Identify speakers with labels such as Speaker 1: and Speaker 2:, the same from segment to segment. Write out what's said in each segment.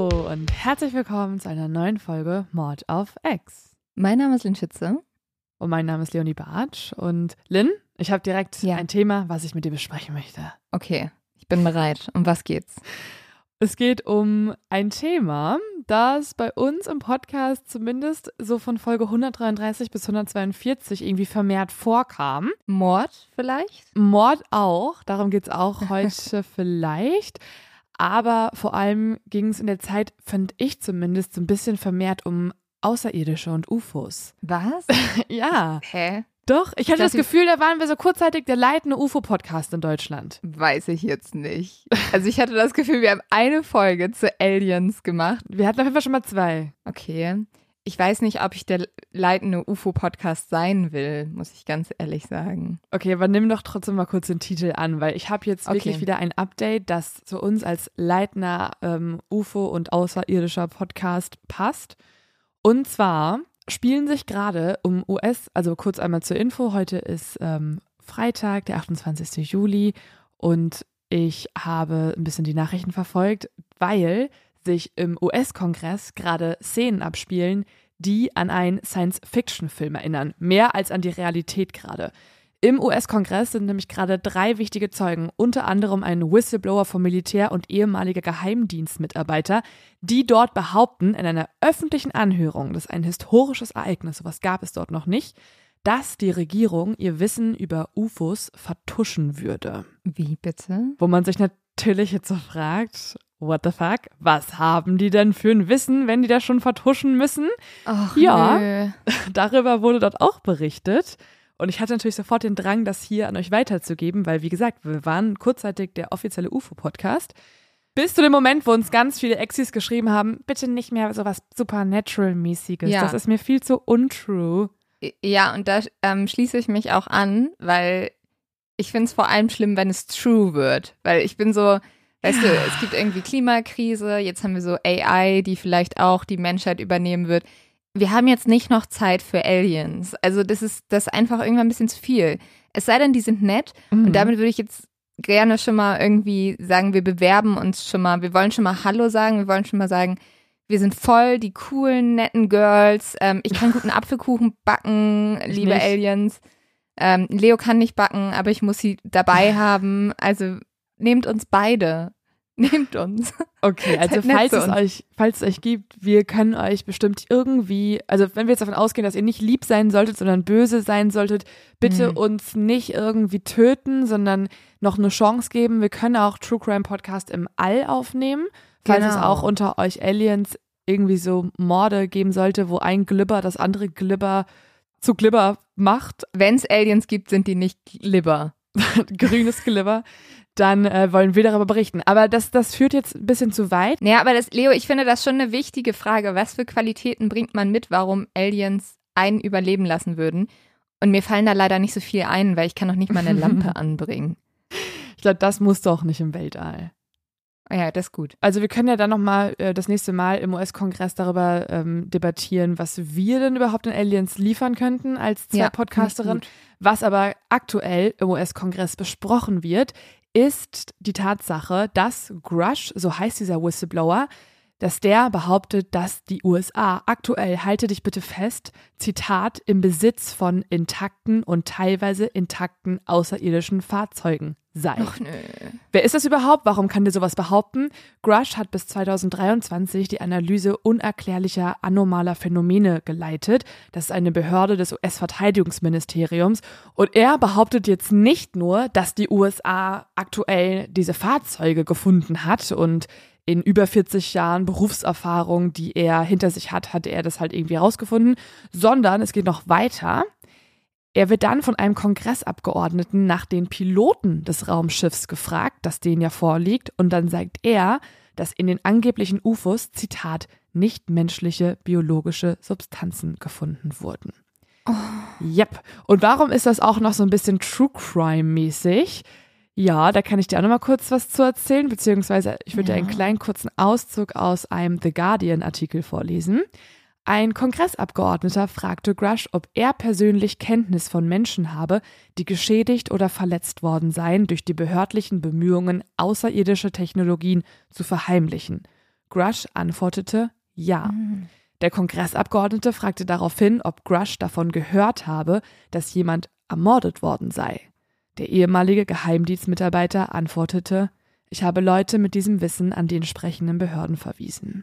Speaker 1: und herzlich willkommen zu einer neuen Folge Mord auf Ex.
Speaker 2: Mein Name ist Lynn Schütze.
Speaker 1: Und mein Name ist Leonie Bartsch. Und Lynn, ich habe direkt ein Thema, was ich mit dir besprechen möchte.
Speaker 2: Okay, ich bin bereit. Um was geht's?
Speaker 1: Es geht um ein Thema, das bei uns im Podcast zumindest so von Folge 133 bis 142 irgendwie vermehrt vorkam.
Speaker 2: Mord vielleicht?
Speaker 1: Mord auch, darum geht's auch heute vielleicht. Aber vor allem ging es in der Zeit, fand ich zumindest, so ein bisschen vermehrt um Außerirdische und UFOs.
Speaker 2: Was?
Speaker 1: Ja.
Speaker 2: Hä?
Speaker 1: Doch, ich hatte das Gefühl, da waren wir so kurzzeitig der leitende UFO-Podcast in Deutschland.
Speaker 2: Weiß ich jetzt nicht. Also ich hatte das Gefühl, wir haben eine Folge zu Aliens gemacht.
Speaker 1: Wir hatten auf jeden Fall schon mal 2.
Speaker 2: Okay. Ich weiß nicht, ob ich der leitende UFO-Podcast sein will, muss ich ganz ehrlich sagen.
Speaker 1: Okay, aber nimm doch trotzdem mal kurz den Titel an, weil ich habe jetzt wirklich wieder ein Update, das zu uns als leitender UFO- und außerirdischer Podcast passt. Und zwar spielen sich gerade also kurz einmal zur Info, heute ist Freitag, der 28. Juli und ich habe ein bisschen die Nachrichten verfolgt, weil sich im US-Kongress gerade Szenen abspielen, die an einen Science-Fiction-Film erinnern, mehr als an die Realität gerade. Im US-Kongress sind nämlich gerade 3 wichtige Zeugen, unter anderem ein Whistleblower vom Militär und ehemaliger Geheimdienstmitarbeiter, die dort behaupten, in einer öffentlichen Anhörung, das ist ein historisches Ereignis, sowas gab es dort noch nicht, dass die Regierung ihr Wissen über UFOs vertuschen würde.
Speaker 2: Wie bitte?
Speaker 1: Wo man sich natürlich jetzt so fragt, what the fuck, was haben die denn für ein Wissen, wenn die das schon vertuschen müssen?
Speaker 2: Ach,
Speaker 1: ja, darüber wurde dort auch berichtet. Und ich hatte natürlich sofort den Drang, das hier an euch weiterzugeben, weil, wie gesagt, wir waren kurzzeitig der offizielle UFO-Podcast. Bis zu dem Moment, wo uns ganz viele Exis geschrieben haben, bitte nicht mehr sowas Supernatural-mäßiges. Ja. Das ist mir viel zu untrue.
Speaker 2: Ja, und da schließe ich mich auch an, weil ich finde es vor allem schlimm, wenn es true wird. Weil ich bin so, weißt du, es gibt irgendwie Klimakrise, jetzt haben wir so AI, die vielleicht auch die Menschheit übernehmen wird. Wir haben jetzt nicht noch Zeit für Aliens. Also das ist einfach irgendwann ein bisschen zu viel. Es sei denn, die sind nett. Und damit würde ich jetzt gerne schon mal irgendwie sagen, wir bewerben uns schon mal. Wir wollen schon mal Hallo sagen. Wir wollen schon mal sagen, wir sind voll die coolen, netten Girls. Ich kann guten Apfelkuchen backen, liebe Aliens. Leo kann nicht backen, aber ich muss sie dabei haben. Also nehmt uns beide. Nehmt uns.
Speaker 1: Okay, also falls es euch gibt, wir können euch bestimmt irgendwie, also wenn wir jetzt davon ausgehen, dass ihr nicht lieb sein solltet, sondern böse sein solltet, bitte uns nicht irgendwie töten, sondern noch eine Chance geben. Wir können auch True Crime Podcast im All aufnehmen, falls es auch unter euch Aliens irgendwie so Morde geben sollte, wo ein Glibber das andere Glibber zu Glibber macht.
Speaker 2: Wenn es Aliens gibt, sind die nicht Glibber.
Speaker 1: Grünes Glibber. Dann wollen wir darüber berichten. Aber das führt jetzt ein bisschen zu weit.
Speaker 2: Ja, aber Leo, ich finde das schon eine wichtige Frage. Was für Qualitäten bringt man mit, warum Aliens einen überleben lassen würden? Und mir fallen da leider nicht so viel ein, weil ich kann noch nicht mal eine Lampe anbringen.
Speaker 1: Ich glaube, das muss doch nicht im Weltall.
Speaker 2: Ja, das ist gut.
Speaker 1: Also wir können ja dann nochmal das nächste Mal im US-Kongress darüber debattieren, was wir denn überhaupt an Aliens liefern könnten als 2 Podcasterinnen. Was aber aktuell im US-Kongress besprochen wird, ist die Tatsache, dass Grush, so heißt dieser Whistleblower, dass der behauptet, dass die USA aktuell, halte dich bitte fest, Zitat, im Besitz von intakten und teilweise intakten außerirdischen Fahrzeugen sei.
Speaker 2: Ach nö.
Speaker 1: Wer ist das überhaupt? Warum kann der sowas behaupten? Grush hat bis 2023 die Analyse unerklärlicher anomaler Phänomene geleitet. Das ist eine Behörde des US-Verteidigungsministeriums. Und er behauptet jetzt nicht nur, dass die USA aktuell diese Fahrzeuge gefunden hat und in über 40 Jahren Berufserfahrung, die er hinter sich hat, hat er das halt irgendwie rausgefunden, sondern es geht noch weiter. Er wird dann von einem Kongressabgeordneten nach den Piloten des Raumschiffs gefragt, das denen ja vorliegt, und dann sagt er, dass in den angeblichen UFOs, Zitat, nichtmenschliche biologische Substanzen gefunden wurden.
Speaker 2: Oh.
Speaker 1: Yep. Und warum ist das auch noch so ein bisschen True Crime-mäßig? Ja, da kann ich dir auch noch mal kurz was zu erzählen, beziehungsweise ich würde dir einen kleinen kurzen Auszug aus einem The Guardian-Artikel vorlesen. Ein Kongressabgeordneter fragte Grush, ob er persönlich Kenntnis von Menschen habe, die geschädigt oder verletzt worden seien durch die behördlichen Bemühungen, außerirdische Technologien zu verheimlichen. Grush antwortete ja. Der Kongressabgeordnete fragte daraufhin, ob Grush davon gehört habe, dass jemand ermordet worden sei. Der ehemalige Geheimdienstmitarbeiter antwortete, ich habe Leute mit diesem Wissen an die entsprechenden Behörden verwiesen.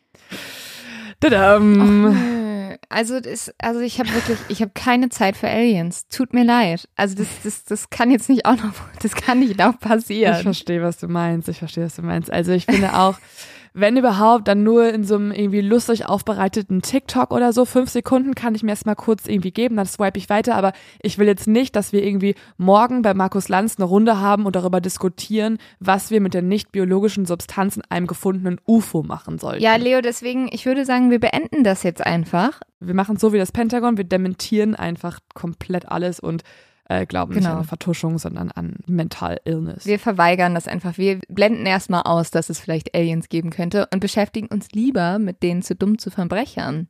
Speaker 2: Tadam. Also ich habe keine Zeit für Aliens. Tut mir leid. Also das kann jetzt nicht auch noch passieren.
Speaker 1: Ich verstehe, was du meinst. Also ich finde auch, wenn überhaupt, dann nur in so einem irgendwie lustig aufbereiteten TikTok oder so. 5 Sekunden kann ich mir erstmal kurz irgendwie geben, dann swipe ich weiter. Aber ich will jetzt nicht, dass wir irgendwie morgen bei Markus Lanz eine Runde haben und darüber diskutieren, was wir mit der nicht biologischen Substanz in einem gefundenen UFO machen sollten.
Speaker 2: Ja, Leo, deswegen, ich würde sagen, wir beenden das jetzt einfach.
Speaker 1: Wir machen es so wie das Pentagon, wir dementieren einfach komplett alles und glauben nicht an eine Vertuschung, sondern an Mental Illness.
Speaker 2: Wir verweigern das einfach. Wir blenden erstmal aus, dass es vielleicht Aliens geben könnte und beschäftigen uns lieber mit den zu dumm zu Verbrechern.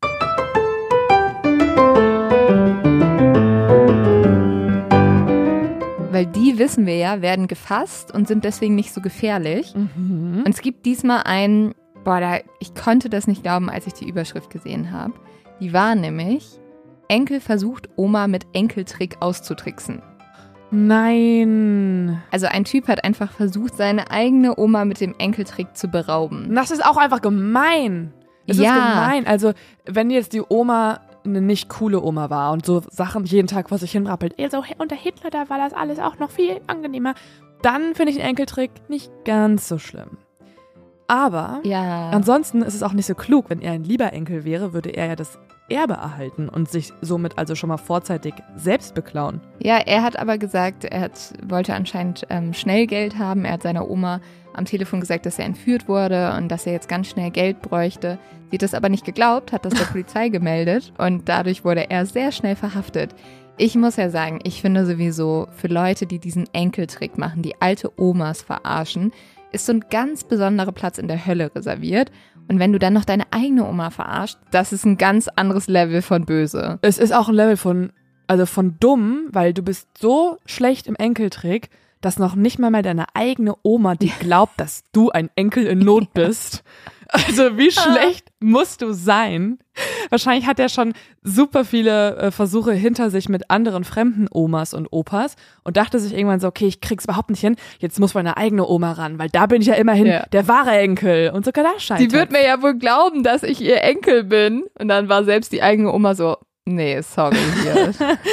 Speaker 2: Weil die, wissen wir ja, werden gefasst und sind deswegen nicht so gefährlich. Und es gibt diesmal einen, ich konnte das nicht glauben, als ich die Überschrift gesehen habe. Die war nämlich: Enkel versucht, Oma mit Enkeltrick auszutricksen.
Speaker 1: Nein.
Speaker 2: Also ein Typ hat einfach versucht, seine eigene Oma mit dem Enkeltrick zu berauben.
Speaker 1: Das ist auch einfach gemein. Es ist gemein. Also wenn jetzt die Oma eine nicht coole Oma war und so Sachen jeden Tag vor sich hin rappelt, so unter Hitler, da war das alles auch noch viel angenehmer, dann finde ich einen Enkeltrick nicht ganz so schlimm. Aber ansonsten ist es auch nicht so klug. Wenn er ein lieber Enkel wäre, würde er ja das Erbe erhalten und sich somit also schon mal vorzeitig selbst beklauen.
Speaker 2: Ja, er hat aber gesagt, wollte anscheinend schnell Geld haben. Er hat seiner Oma am Telefon gesagt, dass er entführt wurde und dass er jetzt ganz schnell Geld bräuchte. Sie hat das aber nicht geglaubt, hat das der Polizei gemeldet und dadurch wurde er sehr schnell verhaftet. Ich muss ja sagen, ich finde sowieso, für Leute, die diesen Enkeltrick machen, die alte Omas verarschen, ist so ein ganz besonderer Platz in der Hölle reserviert. Und wenn du dann noch deine eigene Oma verarscht, das ist ein ganz anderes Level von böse.
Speaker 1: Es ist auch ein Level von dumm, weil du bist so schlecht im Enkeltrick, dass noch nicht mal deine eigene Oma dir glaubt, dass du ein Enkel in Not bist. Also wie schlecht musst du sein? Wahrscheinlich hat er schon super viele Versuche hinter sich mit anderen fremden Omas und Opas und dachte sich irgendwann so, okay, ich krieg's überhaupt nicht hin, jetzt muss meine eigene Oma ran, weil da bin ich ja immerhin der wahre Enkel und sogar da scheitert.
Speaker 2: Die wird mir ja wohl glauben, dass ich ihr Enkel bin. Und dann war selbst die eigene Oma so, nee, sorry, hier.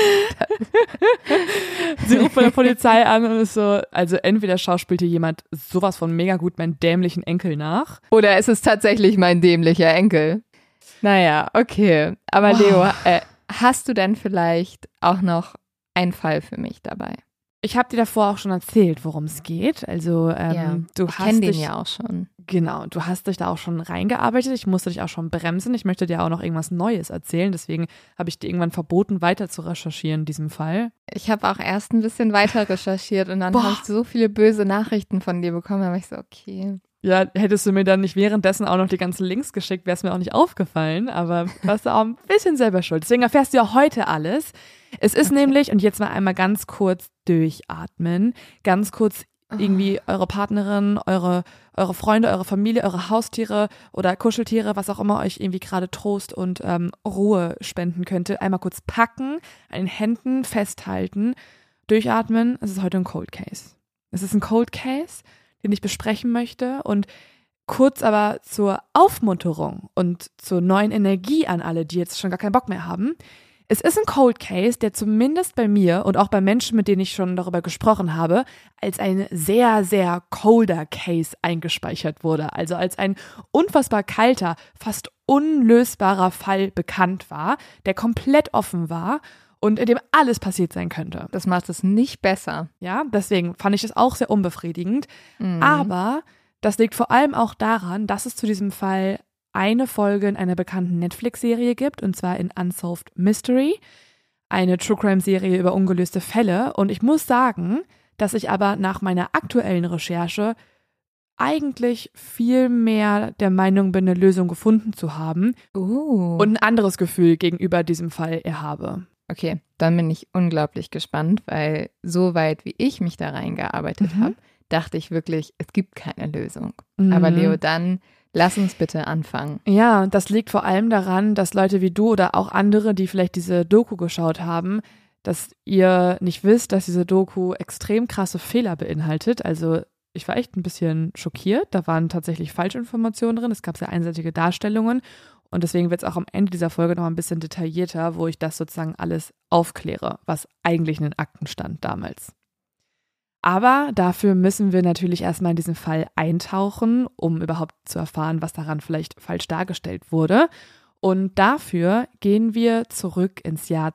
Speaker 1: Sie ruft bei der Polizei an und ist so, also entweder schauspielt hier jemand sowas von mega gut meinen dämlichen Enkel nach.
Speaker 2: Oder ist es tatsächlich mein dämlicher Enkel? Naja, okay. Aber Leo, hast du denn vielleicht auch noch einen Fall für mich dabei?
Speaker 1: Ich habe dir davor auch schon erzählt, worum es geht. Also du hast
Speaker 2: kenn den ja auch schon.
Speaker 1: Genau, du hast dich da auch schon reingearbeitet. Ich musste dich auch schon bremsen. Ich möchte dir auch noch irgendwas Neues erzählen. Deswegen habe ich dir irgendwann verboten, weiter zu recherchieren in diesem Fall.
Speaker 2: Ich habe auch erst ein bisschen weiter recherchiert und dann habe ich so viele böse Nachrichten von dir bekommen. Da war ich so, okay.
Speaker 1: Ja, hättest du mir dann nicht währenddessen auch noch die ganzen Links geschickt, wäre es mir auch nicht aufgefallen. Aber warst du auch ein bisschen selber schuld. Deswegen erfährst du ja heute alles. Es ist nämlich, und jetzt mal einmal ganz kurz durchatmen, ganz kurz irgendwie eure Partnerin, eure Freunde, eure Familie, eure Haustiere oder Kuscheltiere, was auch immer euch irgendwie gerade Trost und Ruhe spenden könnte, einmal kurz packen, an den Händen festhalten, durchatmen. Es ist heute ein Cold Case. Es ist ein Cold Case, den ich besprechen möchte und kurz aber zur Aufmunterung und zur neuen Energie an alle, die jetzt schon gar keinen Bock mehr haben. Es ist ein Cold Case, der zumindest bei mir und auch bei Menschen, mit denen ich schon darüber gesprochen habe, als ein sehr, sehr colder Case eingespeichert wurde. Also als ein unfassbar kalter, fast unlösbarer Fall bekannt war, der komplett offen war und in dem alles passiert sein könnte.
Speaker 2: Das macht es nicht besser.
Speaker 1: Ja, deswegen fand ich das auch sehr unbefriedigend. Aber das liegt vor allem auch daran, dass es zu diesem Fall eine Folge in einer bekannten Netflix-Serie gibt, und zwar in Unsolved Mystery, eine True-Crime-Serie über ungelöste Fälle. Und ich muss sagen, dass ich aber nach meiner aktuellen Recherche eigentlich viel mehr der Meinung bin, eine Lösung gefunden zu haben und ein anderes Gefühl gegenüber diesem Fall habe.
Speaker 2: Okay, dann bin ich unglaublich gespannt, weil so weit, wie ich mich da reingearbeitet habe, dachte ich wirklich, es gibt keine Lösung. Aber Leo, dann Lass uns bitte anfangen.
Speaker 1: Ja, das liegt vor allem daran, dass Leute wie du oder auch andere, die vielleicht diese Doku geschaut haben, dass ihr nicht wisst, dass diese Doku extrem krasse Fehler beinhaltet. Also ich war echt ein bisschen schockiert. Da waren tatsächlich Falschinformationen drin. Es gab sehr einseitige Darstellungen. Und deswegen wird es auch am Ende dieser Folge noch ein bisschen detaillierter, wo ich das sozusagen alles aufkläre, was eigentlich in den Akten stand damals. Aber dafür müssen wir natürlich erstmal in diesen Fall eintauchen, um überhaupt zu erfahren, was daran vielleicht falsch dargestellt wurde. Und dafür gehen wir zurück ins Jahr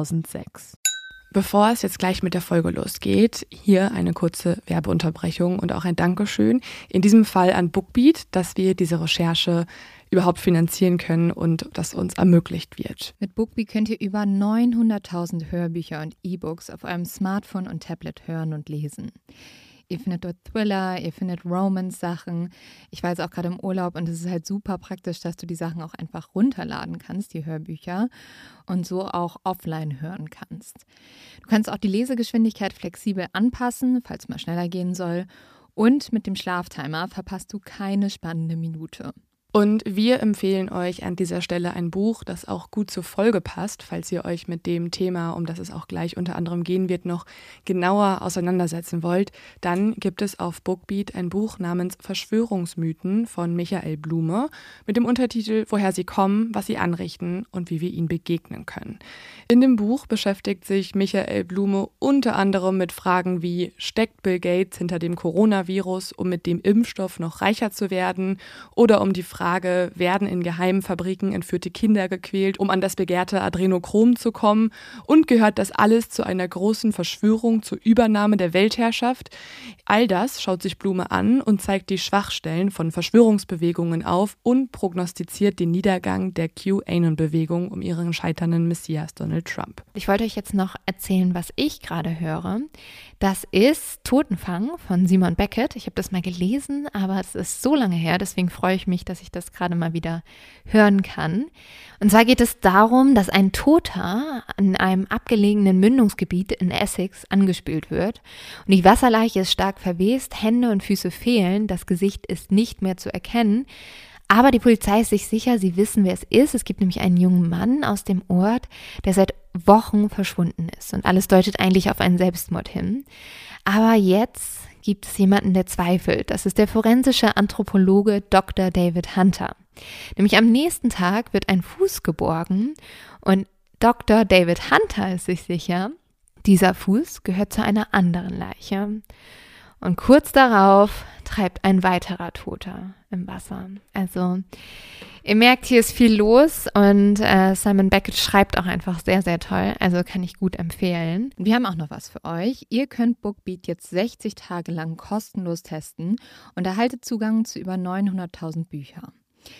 Speaker 1: 2006. Bevor es jetzt gleich mit der Folge losgeht, hier eine kurze Werbeunterbrechung und auch ein Dankeschön. In diesem Fall an Bookbeat, dass wir diese Recherche überhaupt finanzieren können und das uns ermöglicht wird.
Speaker 2: Mit Bookbeat könnt ihr über 900.000 Hörbücher und E-Books auf eurem Smartphone und Tablet hören und lesen. Ihr findet dort Thriller, ihr findet Romance-Sachen. Ich war jetzt auch gerade im Urlaub und es ist halt super praktisch, dass du die Sachen auch einfach runterladen kannst, die Hörbücher, und so auch offline hören kannst. Du kannst auch die Lesegeschwindigkeit flexibel anpassen, falls mal schneller gehen soll. Und mit dem Schlaftimer verpasst du keine spannende Minute.
Speaker 1: Und wir empfehlen euch an dieser Stelle ein Buch, das auch gut zur Folge passt, falls ihr euch mit dem Thema, um das es auch gleich unter anderem gehen wird, noch genauer auseinandersetzen wollt. Dann gibt es auf Bookbeat ein Buch namens Verschwörungsmythen von Michael Blume mit dem Untertitel Woher sie kommen, was sie anrichten und wie wir ihnen begegnen können. In dem Buch beschäftigt sich Michael Blume unter anderem mit Fragen wie: Steckt Bill Gates hinter dem Coronavirus, um mit dem Impfstoff noch reicher zu werden? Oder um die Frage, werden in geheimen Fabriken entführte Kinder gequält, um an das begehrte Adrenochrom zu kommen? Und gehört das alles zu einer großen Verschwörung zur Übernahme der Weltherrschaft? All das schaut sich Blume an und zeigt die Schwachstellen von Verschwörungsbewegungen auf und prognostiziert den Niedergang der QAnon-Bewegung um ihren scheiternden Messias Donald Trump.
Speaker 2: Ich wollte euch jetzt noch erzählen, was ich gerade höre. Das ist Totenfang von Simon Beckett. Ich habe das mal gelesen, aber es ist so lange her, deswegen freue ich mich, dass ich das gerade mal wieder hören kann. Und zwar geht es darum, dass ein Toter in einem abgelegenen Mündungsgebiet in Essex angespült wird. Und die Wasserleiche ist stark verwest, Hände und Füße fehlen, das Gesicht ist nicht mehr zu erkennen. Aber die Polizei ist sich sicher, sie wissen, wer es ist. Es gibt nämlich einen jungen Mann aus dem Ort, der seit Wochen verschwunden ist. Und alles deutet eigentlich auf einen Selbstmord hin. Aber jetzt gibt es jemanden, der zweifelt. Das ist der forensische Anthropologe Dr. David Hunter. Nämlich am nächsten Tag wird ein Fuß geborgen und Dr. David Hunter ist sich sicher, dieser Fuß gehört zu einer anderen Leiche. Und kurz darauf treibt ein weiterer Toter im Wasser. Also ihr merkt, hier ist viel los und Simon Beckett schreibt auch einfach sehr, sehr toll. Also kann ich gut empfehlen. Wir haben auch noch was für euch. Ihr könnt Bookbeat jetzt 60 Tage lang kostenlos testen und erhaltet Zugang zu über 900.000 Büchern.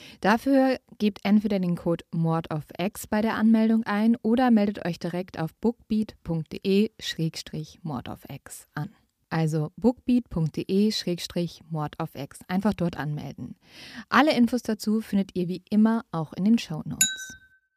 Speaker 2: Dafür gebt entweder den Code MordOfX bei der Anmeldung ein oder meldet euch direkt auf bookbeat.de/MordOfX an. Also bookbeat.de/MordOfX. Einfach dort anmelden. Alle Infos dazu findet ihr wie immer auch in den Shownotes.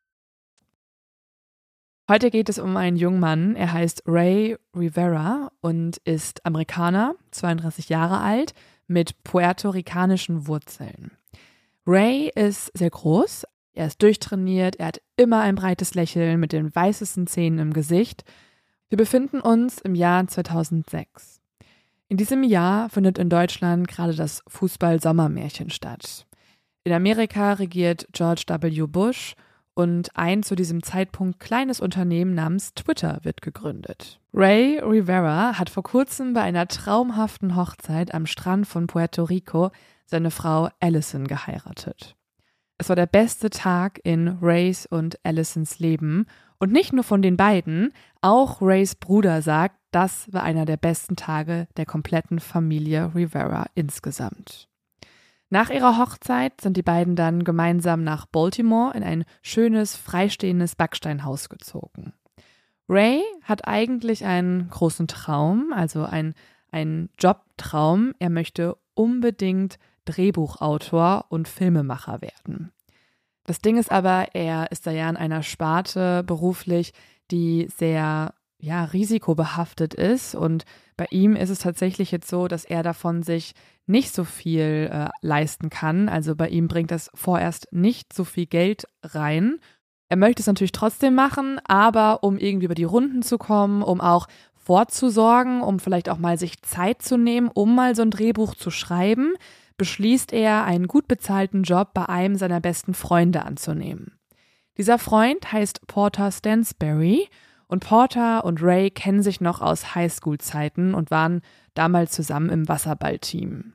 Speaker 1: Heute geht es um einen jungen Mann. Er heißt Ray Rivera und ist Amerikaner, 32 Jahre alt, mit puerto-ricanischen Wurzeln. Ray ist sehr groß, er ist durchtrainiert, er hat immer ein breites Lächeln mit den weißesten Zähnen im Gesicht. Wir befinden uns im Jahr 2006. In diesem Jahr findet in Deutschland gerade das Fußball-Sommermärchen statt. In Amerika regiert George W. Bush und ein zu diesem Zeitpunkt kleines Unternehmen namens Twitter wird gegründet. Ray Rivera hat vor kurzem bei einer traumhaften Hochzeit am Strand von Puerto Rico seine Frau Allison geheiratet. Es war der beste Tag in Rays und Allisons Leben und nicht nur von den beiden, auch Rays Bruder sagt, das war einer der besten Tage der kompletten Familie Rivera insgesamt. Nach ihrer Hochzeit sind die beiden dann gemeinsam nach Baltimore in ein schönes, freistehendes Backsteinhaus gezogen. Ray hat eigentlich einen großen Traum, also einen Jobtraum. Er möchte unbedingt Drehbuchautor und Filmemacher werden. Das Ding ist aber, er ist da ja in einer Sparte beruflich, die sehr risikobehaftet ist und bei ihm ist es tatsächlich jetzt so, dass er davon sich nicht so viel leisten kann. Also bei ihm bringt das vorerst nicht so viel Geld rein. Er möchte es natürlich trotzdem machen, aber um irgendwie über die Runden zu kommen, um auch vorzusorgen, um vielleicht auch mal sich Zeit zu nehmen, um mal so ein Drehbuch zu schreiben, beschließt er, einen gut bezahlten Job bei einem seiner besten Freunde anzunehmen. Dieser Freund heißt Porter Stansberry und Porter und Ray kennen sich noch aus Highschool-Zeiten und waren damals zusammen im Wasserballteam.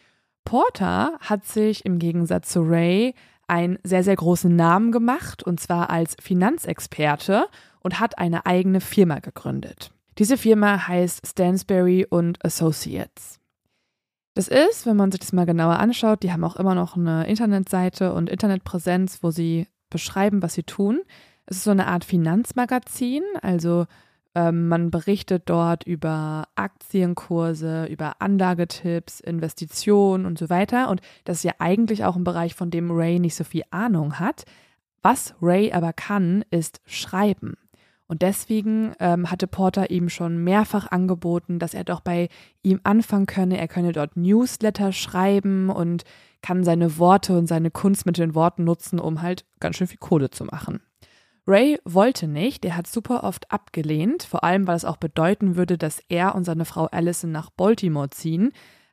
Speaker 1: Porter hat sich im Gegensatz zu Ray einen sehr, sehr großen Namen gemacht, und zwar als Finanzexperte, und hat eine eigene Firma gegründet. Diese Firma heißt Stansberry & Associates. Das ist, wenn man sich das mal genauer anschaut, die haben auch immer noch eine Internetseite und Internetpräsenz, wo sie beschreiben, was sie tun. Es ist so eine Art Finanzmagazin, also man berichtet dort über Aktienkurse, über Anlagetipps, Investitionen und so weiter. Und das ist ja eigentlich auch ein Bereich, von dem Ray nicht so viel Ahnung hat. Was Ray aber kann, ist schreiben. Und deswegen hatte Porter ihm schon mehrfach angeboten, dass er doch bei ihm anfangen könne. Er könne dort Newsletter schreiben und kann seine Worte und seine Kunst mit den Worten nutzen, um halt ganz schön viel Kohle zu machen. Ray wollte nicht, er hat super oft abgelehnt, vor allem weil es auch bedeuten würde, dass er und seine Frau Allison nach Baltimore ziehen.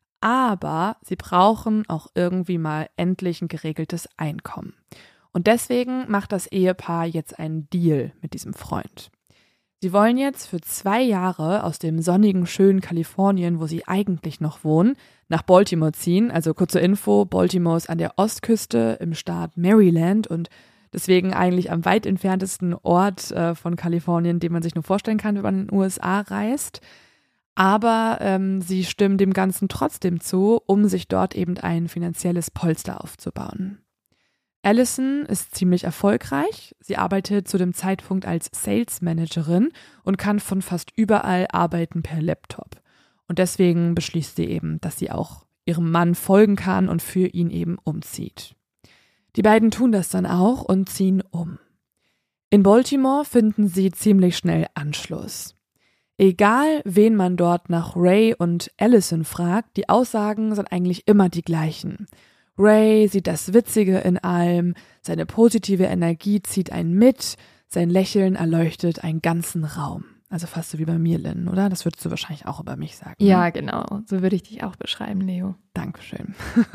Speaker 1: Aber sie brauchen auch irgendwie mal endlich ein geregeltes Einkommen. Und deswegen macht das Ehepaar jetzt einen Deal mit diesem Freund. Sie wollen jetzt für 2 Jahre aus dem sonnigen, schönen Kalifornien, wo sie eigentlich noch wohnen, nach Baltimore ziehen. Also kurze Info, Baltimore ist an der Ostküste im Staat Maryland und deswegen eigentlich am weit entferntesten Ort von Kalifornien, den man sich nur vorstellen kann, wenn man in den USA reist. Aber sie stimmen dem Ganzen trotzdem zu, um sich dort eben ein finanzielles Polster aufzubauen. Allison ist ziemlich erfolgreich. Sie arbeitet zu dem Zeitpunkt als Sales Managerin und kann von fast überall arbeiten per Laptop. Und deswegen beschließt sie eben, dass sie auch ihrem Mann folgen kann und für ihn eben umzieht. Die beiden tun das dann auch und ziehen um. In Baltimore finden sie ziemlich schnell Anschluss. Egal, wen man dort nach Ray und Allison fragt, die Aussagen sind eigentlich immer die gleichen. Ray sieht das Witzige in allem, seine positive Energie zieht einen mit, sein Lächeln erleuchtet einen ganzen Raum. Also fast so wie bei mir, Lynn, oder? Das würdest du wahrscheinlich auch über mich sagen.
Speaker 2: Ja, genau. So würde ich dich auch beschreiben, Leo.
Speaker 1: Dankeschön.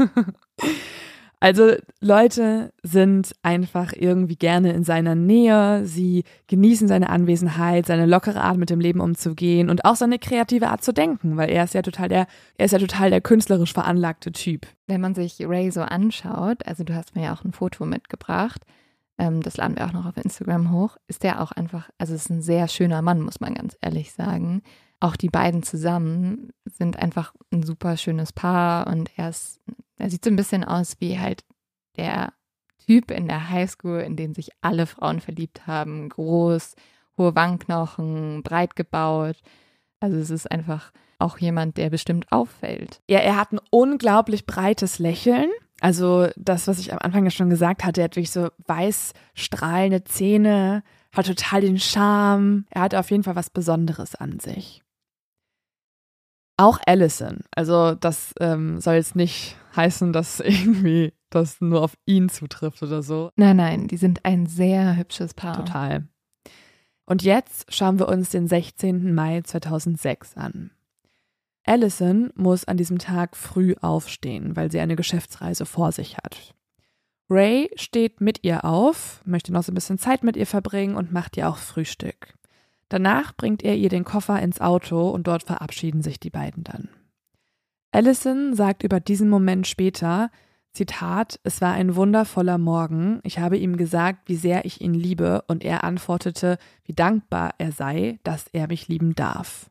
Speaker 1: Also Leute sind einfach irgendwie gerne in seiner Nähe, sie genießen seine Anwesenheit, seine lockere Art mit dem Leben umzugehen und auch seine kreative Art zu denken, weil er ist ja total der künstlerisch veranlagte Typ.
Speaker 2: Wenn man sich Ray so anschaut, also du hast mir ja auch ein Foto mitgebracht, das laden wir auch noch auf Instagram hoch, ist der auch einfach, also ist ein sehr schöner Mann, muss man ganz ehrlich sagen. Auch die beiden zusammen sind einfach ein super schönes Paar und er sieht so ein bisschen aus wie halt der Typ in der Highschool, in den sich alle Frauen verliebt haben. Groß, hohe Wangenknochen, breit gebaut. Also es ist einfach auch jemand, der bestimmt auffällt.
Speaker 1: Ja, er hat ein unglaublich breites Lächeln. Also das, was ich am Anfang ja schon gesagt hatte, er hat wirklich so weiß strahlende Zähne, hat total den Charme. Er hat auf jeden Fall was Besonderes an sich. Auch Allison, also das soll jetzt nicht heißen, dass irgendwie das nur auf ihn zutrifft oder so.
Speaker 2: Nein, die sind ein sehr hübsches Paar.
Speaker 1: Total. Und jetzt schauen wir uns den 16. Mai 2006 an. Allison muss an diesem Tag früh aufstehen, weil sie eine Geschäftsreise vor sich hat. Ray steht mit ihr auf, möchte noch so ein bisschen Zeit mit ihr verbringen und macht ihr auch Frühstück. Danach bringt er ihr den Koffer ins Auto und dort verabschieden sich die beiden dann. Allison sagt über diesen Moment später, Zitat, es war ein wundervoller Morgen, ich habe ihm gesagt, wie sehr ich ihn liebe und er antwortete, wie dankbar er sei, dass er mich lieben darf.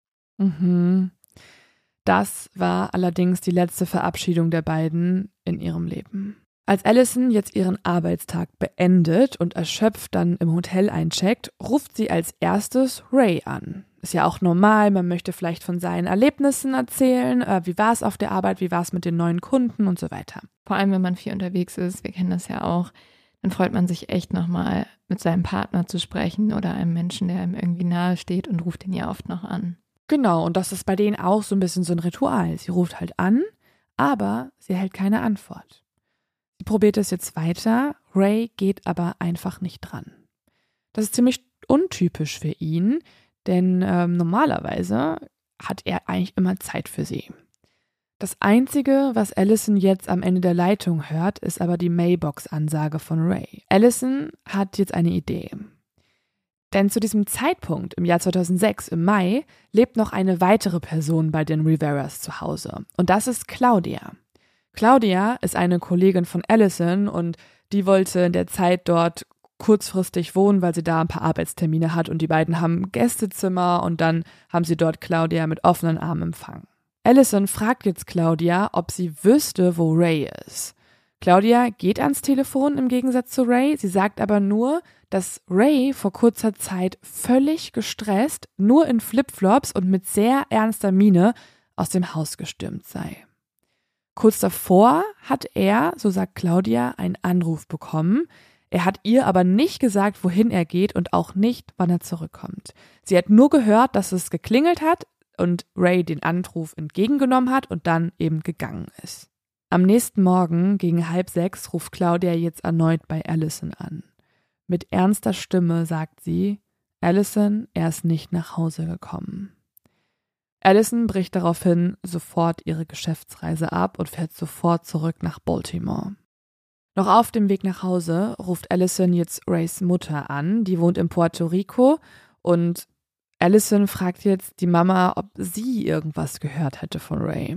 Speaker 1: Das war allerdings die letzte Verabschiedung der beiden in ihrem Leben. Als Allison jetzt ihren Arbeitstag beendet und erschöpft dann im Hotel eincheckt, ruft sie als erstes Ray an. Ist ja auch normal, man möchte vielleicht von seinen Erlebnissen erzählen, wie war es auf der Arbeit, wie war es mit den neuen Kunden und so weiter.
Speaker 2: Vor allem, wenn man viel unterwegs ist, wir kennen das ja auch, dann freut man sich echt nochmal mit seinem Partner zu sprechen oder einem Menschen, der einem irgendwie nahe steht und ruft ihn ja oft noch an.
Speaker 1: Genau, und das ist bei denen auch so ein bisschen so ein Ritual. Sie ruft halt an, aber sie erhält keine Antwort. Sie probiert es jetzt weiter, Ray geht aber einfach nicht dran. Das ist ziemlich untypisch für ihn, denn normalerweise hat er eigentlich immer Zeit für sie. Das Einzige, was Allison jetzt am Ende der Leitung hört, ist aber die Mailbox-Ansage von Ray. Allison hat jetzt eine Idee. Denn zu diesem Zeitpunkt, im Jahr 2006, im Mai, lebt noch eine weitere Person bei den Riveras zu Hause. Und das ist Claudia. Claudia ist eine Kollegin von Allison und die wollte in der Zeit dort kurzfristig wohnen, weil sie da ein paar Arbeitstermine hat und die beiden haben Gästezimmer und dann haben sie dort Claudia mit offenen Armen empfangen. Allison fragt jetzt Claudia, ob sie wüsste, wo Ray ist. Claudia geht ans Telefon im Gegensatz zu Ray, sie sagt aber nur, dass Ray vor kurzer Zeit völlig gestresst, nur in Flipflops und mit sehr ernster Miene aus dem Haus gestürmt sei. Kurz davor hat er, so sagt Claudia, einen Anruf bekommen. Er hat ihr aber nicht gesagt, wohin er geht und auch nicht, wann er zurückkommt. Sie hat nur gehört, dass es geklingelt hat und Ray den Anruf entgegengenommen hat und dann eben gegangen ist. Am nächsten Morgen gegen 5:30 ruft Claudia jetzt erneut bei Allison an. Mit ernster Stimme sagt sie, Allison, er ist nicht nach Hause gekommen. Allison bricht daraufhin sofort ihre Geschäftsreise ab und fährt sofort zurück nach Baltimore. Noch auf dem Weg nach Hause ruft Allison jetzt Rays Mutter an, die wohnt in Puerto Rico und Allison fragt jetzt die Mama, ob sie irgendwas gehört hätte von Ray.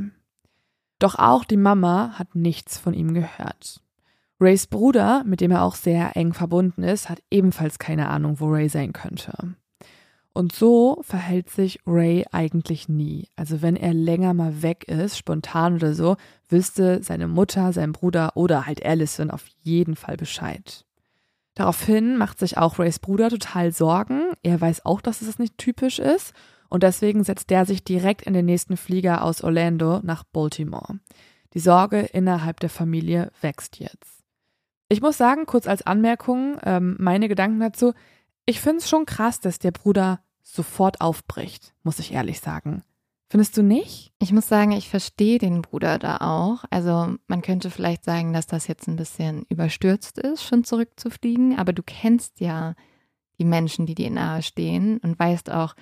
Speaker 1: Doch auch die Mama hat nichts von ihm gehört. Rays Bruder, mit dem er auch sehr eng verbunden ist, hat ebenfalls keine Ahnung, wo Ray sein könnte. Und so verhält sich Ray eigentlich nie. Also wenn er länger mal weg ist, spontan oder so, wüsste seine Mutter, sein Bruder oder halt Allison auf jeden Fall Bescheid. Daraufhin macht sich auch Rays Bruder total Sorgen. Er weiß auch, dass es nicht typisch ist und deswegen setzt er sich direkt in den nächsten Flieger aus Orlando nach Baltimore. Die Sorge innerhalb der Familie wächst jetzt. Ich muss sagen, kurz als Anmerkung, meine Gedanken dazu, ich finde es schon krass, dass der Bruder sofort aufbricht, muss ich ehrlich sagen. Findest du nicht?
Speaker 2: Ich muss sagen, ich verstehe den Bruder da auch. Also man könnte vielleicht sagen, dass das jetzt ein bisschen überstürzt ist, schon zurückzufliegen. Aber du kennst ja die Menschen, die dir nahe stehen und weißt auch,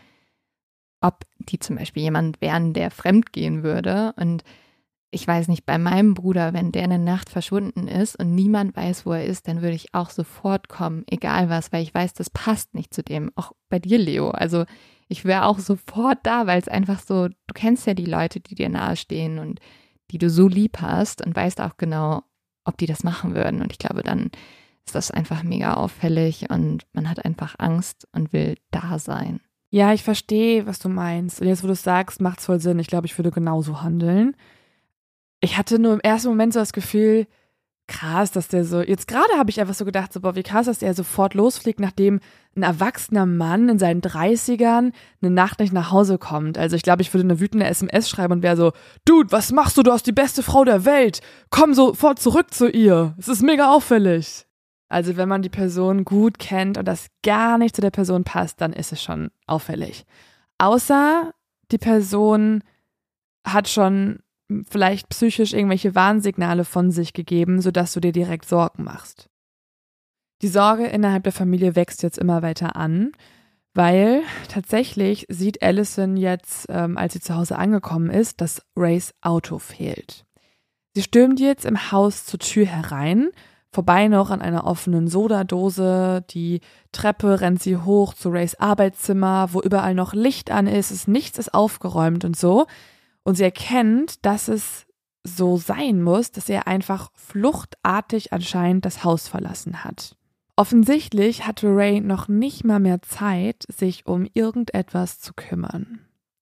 Speaker 2: ob die zum Beispiel jemand wären, der fremd gehen würde. Und ich weiß nicht, bei meinem Bruder, wenn der in der Nacht verschwunden ist und niemand weiß, wo er ist, dann würde ich auch sofort kommen, egal was, weil ich weiß, das passt nicht zu dem. Auch bei dir, Leo. Also ich wäre auch sofort da, weil es einfach so, du kennst ja die Leute, die dir nahestehen und die du so lieb hast und weißt auch genau, ob die das machen würden. Und ich glaube, dann ist das einfach mega auffällig und man hat einfach Angst und will da sein.
Speaker 1: Ja, ich verstehe, was du meinst. Und jetzt, wo du es sagst, macht es voll Sinn. Ich glaube, ich würde genauso handeln. Ich hatte nur im ersten Moment so das Gefühl, krass, dass der so, jetzt gerade habe ich einfach so gedacht, so, boah, wie krass, dass der sofort losfliegt, nachdem ein erwachsener Mann in seinen 30ern eine Nacht nicht nach Hause kommt. Also ich glaube, ich würde eine wütende SMS schreiben und wäre so, Dude, was machst du? Du hast die beste Frau der Welt. Komm sofort zurück zu ihr. Es ist mega auffällig. Also wenn man die Person gut kennt und das gar nicht zu der Person passt, dann ist es schon auffällig. Außer die Person hat schon vielleicht psychisch irgendwelche Warnsignale von sich gegeben, sodass du dir direkt Sorgen machst. Die Sorge innerhalb der Familie wächst jetzt immer weiter an, weil tatsächlich sieht Allison jetzt, als sie zu Hause angekommen ist, dass Rays Auto fehlt. Sie stürmt jetzt im Haus zur Tür herein, vorbei noch an einer offenen Sodadose, die Treppe rennt sie hoch zu Rays Arbeitszimmer, wo überall noch Licht an ist, nichts ist aufgeräumt und so. Und sie erkennt, dass es so sein muss, dass er einfach fluchtartig anscheinend das Haus verlassen hat. Offensichtlich hatte Ray noch nicht mal mehr Zeit, sich um irgendetwas zu kümmern.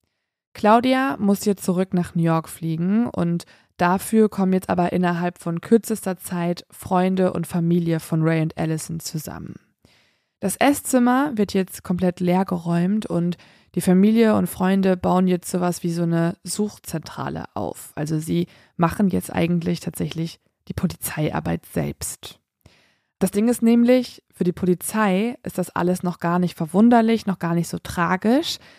Speaker 1: Claudia muss jetzt zurück nach New York fliegen und dafür kommen jetzt aber innerhalb von kürzester Zeit Freunde und Familie von Ray und Allison zusammen. Das Esszimmer wird jetzt komplett leergeräumt und die Familie und Freunde bauen jetzt sowas wie so eine Suchzentrale auf. Also sie machen jetzt eigentlich tatsächlich die Polizeiarbeit selbst. Das Ding ist nämlich, für die Polizei ist das alles noch gar nicht verwunderlich, noch gar nicht so tragisch,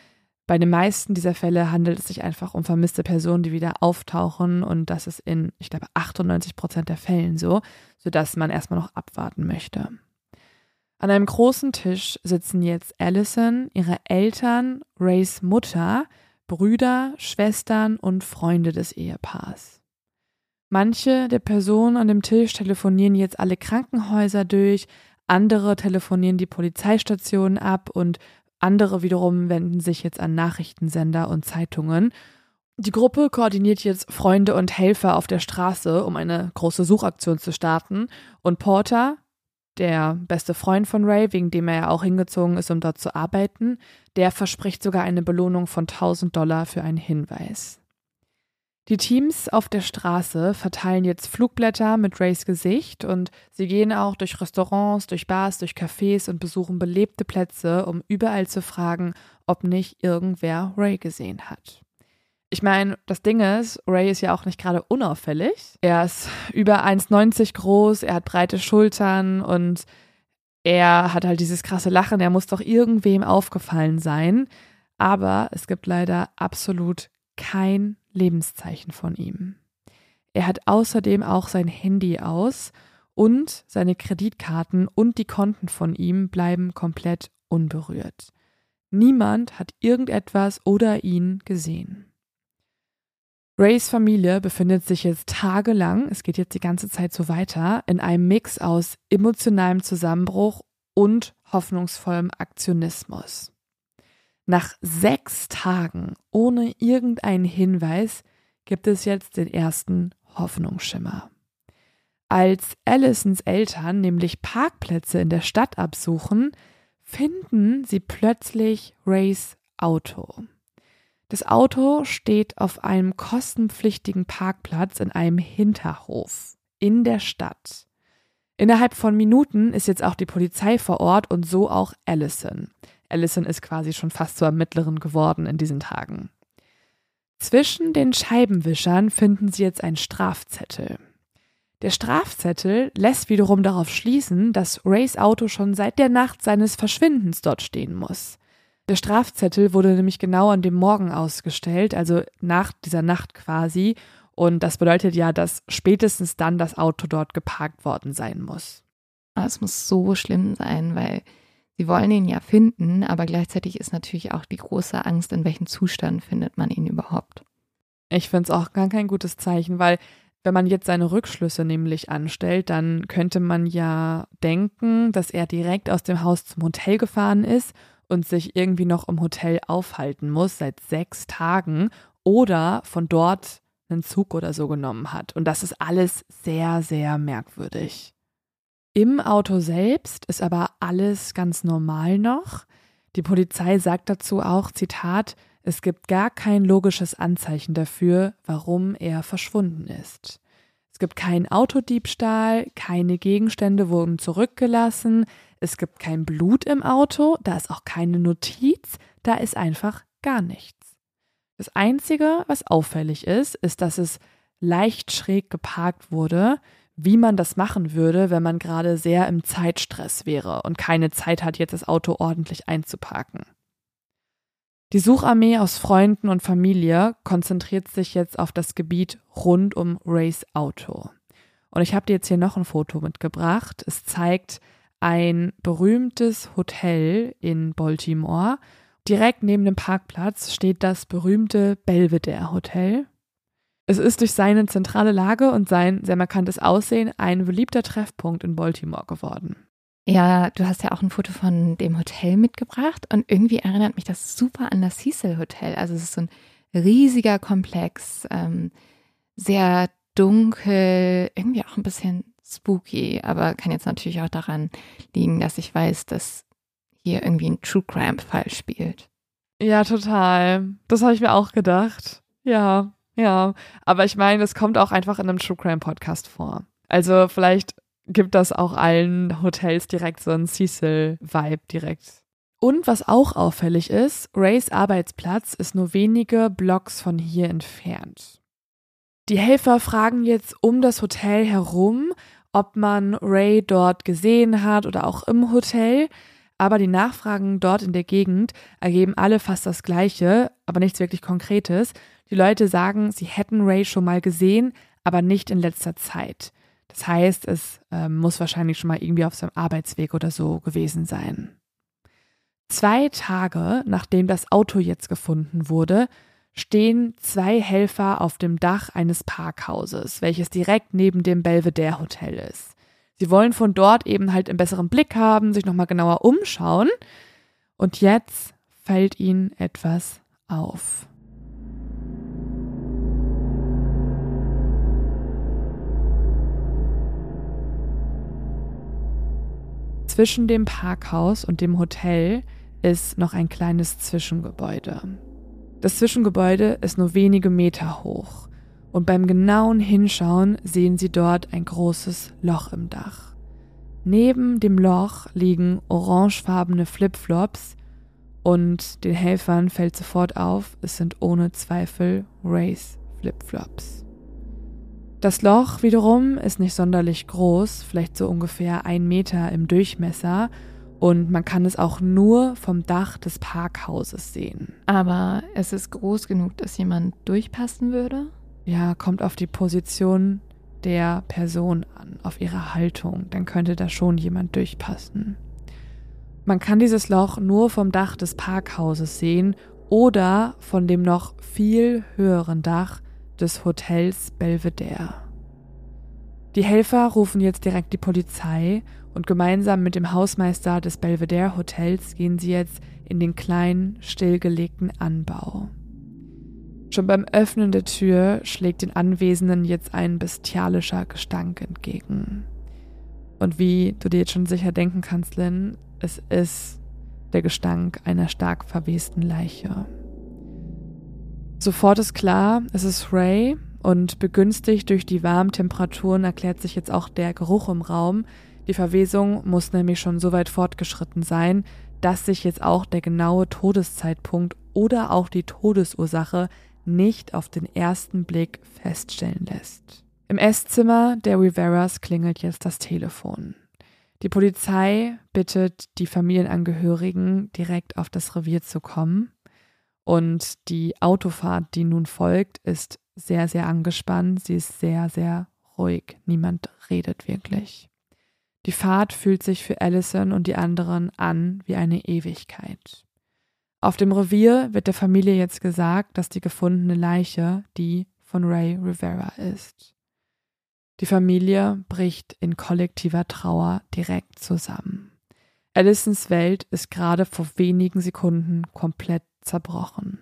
Speaker 1: Bei den meisten dieser Fälle handelt es sich einfach um vermisste Personen, die wieder auftauchen und das ist in, ich glaube, 98% der Fällen so, sodass man erstmal noch abwarten möchte. An einem großen Tisch sitzen jetzt Allison, ihre Eltern, Rays Mutter, Brüder, Schwestern und Freunde des Ehepaars. Manche der Personen an dem Tisch telefonieren jetzt alle Krankenhäuser durch, andere telefonieren die Polizeistationen ab und andere wiederum wenden sich jetzt an Nachrichtensender und Zeitungen. Die Gruppe koordiniert jetzt Freunde und Helfer auf der Straße, um eine große Suchaktion zu starten. Und Porter, der beste Freund von Ray, wegen dem er ja auch hingezogen ist, um dort zu arbeiten, der verspricht sogar eine Belohnung von $1.000 für einen Hinweis. Die Teams auf der Straße verteilen jetzt Flugblätter mit Rays Gesicht und sie gehen auch durch Restaurants, durch Bars, durch Cafés und besuchen belebte Plätze, um überall zu fragen, ob nicht irgendwer Ray gesehen hat. Ich meine, das Ding ist, Ray ist ja auch nicht gerade unauffällig. Er ist über 1,90 groß, er hat breite Schultern und er hat halt dieses krasse Lachen, er muss doch irgendwem aufgefallen sein. Aber es gibt leider absolut kein Lebenszeichen von ihm. Er hat außerdem auch sein Handy aus und seine Kreditkarten und die Konten von ihm bleiben komplett unberührt. Niemand hat irgendetwas oder ihn gesehen. Rays Familie befindet sich jetzt tagelang, es geht jetzt die ganze Zeit so weiter, in einem Mix aus emotionalem Zusammenbruch und hoffnungsvollem Aktionismus. Nach 6 Tagen ohne irgendeinen Hinweis gibt es jetzt den ersten Hoffnungsschimmer. Als Allisons Eltern nämlich Parkplätze in der Stadt absuchen, finden sie plötzlich Rays Auto. Das Auto steht auf einem kostenpflichtigen Parkplatz in einem Hinterhof in der Stadt. Innerhalb von Minuten ist jetzt auch die Polizei vor Ort und so auch Allison. Allison ist quasi schon fast zur Ermittlerin geworden in diesen Tagen. Zwischen den Scheibenwischern finden sie jetzt einen Strafzettel. Der Strafzettel lässt wiederum darauf schließen, dass Rays Auto schon seit der Nacht seines Verschwindens dort stehen muss. Der Strafzettel wurde nämlich genau an dem Morgen ausgestellt, also nach dieser Nacht quasi. Und das bedeutet ja, dass spätestens dann das Auto dort geparkt worden sein muss.
Speaker 2: Es muss so schlimm sein, weil sie wollen ihn ja finden, aber gleichzeitig ist natürlich auch die große Angst, in welchem Zustand findet man ihn überhaupt.
Speaker 1: Ich finde es auch gar kein gutes Zeichen, weil wenn man jetzt seine Rückschlüsse nämlich anstellt, dann könnte man ja denken, dass er direkt aus dem Haus zum Hotel gefahren ist und sich irgendwie noch im Hotel aufhalten muss seit 6 Tagen oder von dort einen Zug oder so genommen hat. Und das ist alles sehr, sehr merkwürdig. Im Auto selbst ist aber alles ganz normal noch. Die Polizei sagt dazu auch, Zitat, es gibt gar kein logisches Anzeichen dafür, warum er verschwunden ist. Es gibt keinen Autodiebstahl, keine Gegenstände wurden zurückgelassen, es gibt kein Blut im Auto, da ist auch keine Notiz, da ist einfach gar nichts. Das Einzige, was auffällig ist, ist, dass es leicht schräg geparkt wurde, wie man das machen würde, wenn man gerade sehr im Zeitstress wäre und keine Zeit hat, jetzt das Auto ordentlich einzuparken. Die Sucharmee aus Freunden und Familie konzentriert sich jetzt auf das Gebiet rund um Rays Auto. Und ich habe dir jetzt hier noch ein Foto mitgebracht. Es zeigt ein berühmtes Hotel in Baltimore. Direkt neben dem Parkplatz steht das berühmte Belvedere Hotel. Es ist durch seine zentrale Lage und sein sehr markantes Aussehen ein beliebter Treffpunkt in Baltimore geworden.
Speaker 2: Ja, du hast ja auch ein Foto von dem Hotel mitgebracht und irgendwie erinnert mich das super an das Cecil Hotel. Also es ist so ein riesiger Komplex, sehr dunkel, irgendwie auch ein bisschen spooky, aber kann jetzt natürlich auch daran liegen, dass ich weiß, dass hier irgendwie ein True Crime Fall spielt.
Speaker 1: Ja, total. Das habe ich mir auch gedacht. Ja. Aber ich meine, das kommt auch einfach in einem True Crime Podcast vor. Also vielleicht gibt das auch allen Hotels direkt so einen Cecil-Vibe direkt. Und was auch auffällig ist, Rays Arbeitsplatz ist nur wenige Blocks von hier entfernt. Die Helfer fragen jetzt um das Hotel herum, ob man Ray dort gesehen hat oder auch im Hotel. Aber die Nachfragen dort in der Gegend ergeben alle fast das Gleiche, aber nichts wirklich Konkretes. Die Leute sagen, sie hätten Ray schon mal gesehen, aber nicht in letzter Zeit. Das heißt, es muss wahrscheinlich schon mal irgendwie auf seinem Arbeitsweg oder so gewesen sein. 2 Tage, nachdem das Auto jetzt gefunden wurde, stehen 2 Helfer auf dem Dach eines Parkhauses, welches direkt neben dem Belvedere Hotel ist. Sie wollen von dort eben halt einen besseren Blick haben, sich nochmal genauer umschauen. Und jetzt fällt ihnen etwas auf. Zwischen dem Parkhaus und dem Hotel ist noch ein kleines Zwischengebäude. Das Zwischengebäude ist nur wenige Meter hoch und beim genauen Hinschauen sehen sie dort ein großes Loch im Dach. Neben dem Loch liegen orangefarbene Flipflops und den Helfern fällt sofort auf, es sind ohne Zweifel Rays Flipflops. Das Loch wiederum ist nicht sonderlich groß, vielleicht so ungefähr 1 Meter im Durchmesser und man kann es auch nur vom Dach des Parkhauses sehen.
Speaker 2: Aber es ist groß genug, dass jemand durchpassen würde?
Speaker 1: Ja, kommt auf die Position der Person an, auf ihre Haltung, dann könnte da schon jemand durchpassen. Man kann dieses Loch nur vom Dach des Parkhauses sehen oder von dem noch viel höheren Dach des Hotels Belvedere. Die Helfer rufen jetzt direkt die Polizei und gemeinsam mit dem Hausmeister des Belvedere Hotels gehen sie jetzt in den kleinen, stillgelegten Anbau. Schon beim Öffnen der Tür schlägt den Anwesenden jetzt ein bestialischer Gestank entgegen. Und wie du dir jetzt schon sicher denken kannst, Lynn, es ist der Gestank einer stark verwesten Leiche. Sofort ist klar, es ist Ray und begünstigt durch die warmen Temperaturen erklärt sich jetzt auch der Geruch im Raum. Die Verwesung muss nämlich schon so weit fortgeschritten sein, dass sich jetzt auch der genaue Todeszeitpunkt oder auch die Todesursache nicht auf den ersten Blick feststellen lässt. Im Esszimmer der Riveras klingelt jetzt das Telefon. Die Polizei bittet die Familienangehörigen, direkt auf das Revier zu kommen. Und die Autofahrt, die nun folgt, ist sehr, sehr angespannt. Sie ist sehr, sehr ruhig. Niemand redet wirklich. Die Fahrt fühlt sich für Allison und die anderen an wie eine Ewigkeit. Auf dem Revier wird der Familie jetzt gesagt, dass die gefundene Leiche die von Ray Rivera ist. Die Familie bricht in kollektiver Trauer direkt zusammen. Allisons Welt ist gerade vor wenigen Sekunden komplett zerbrochen.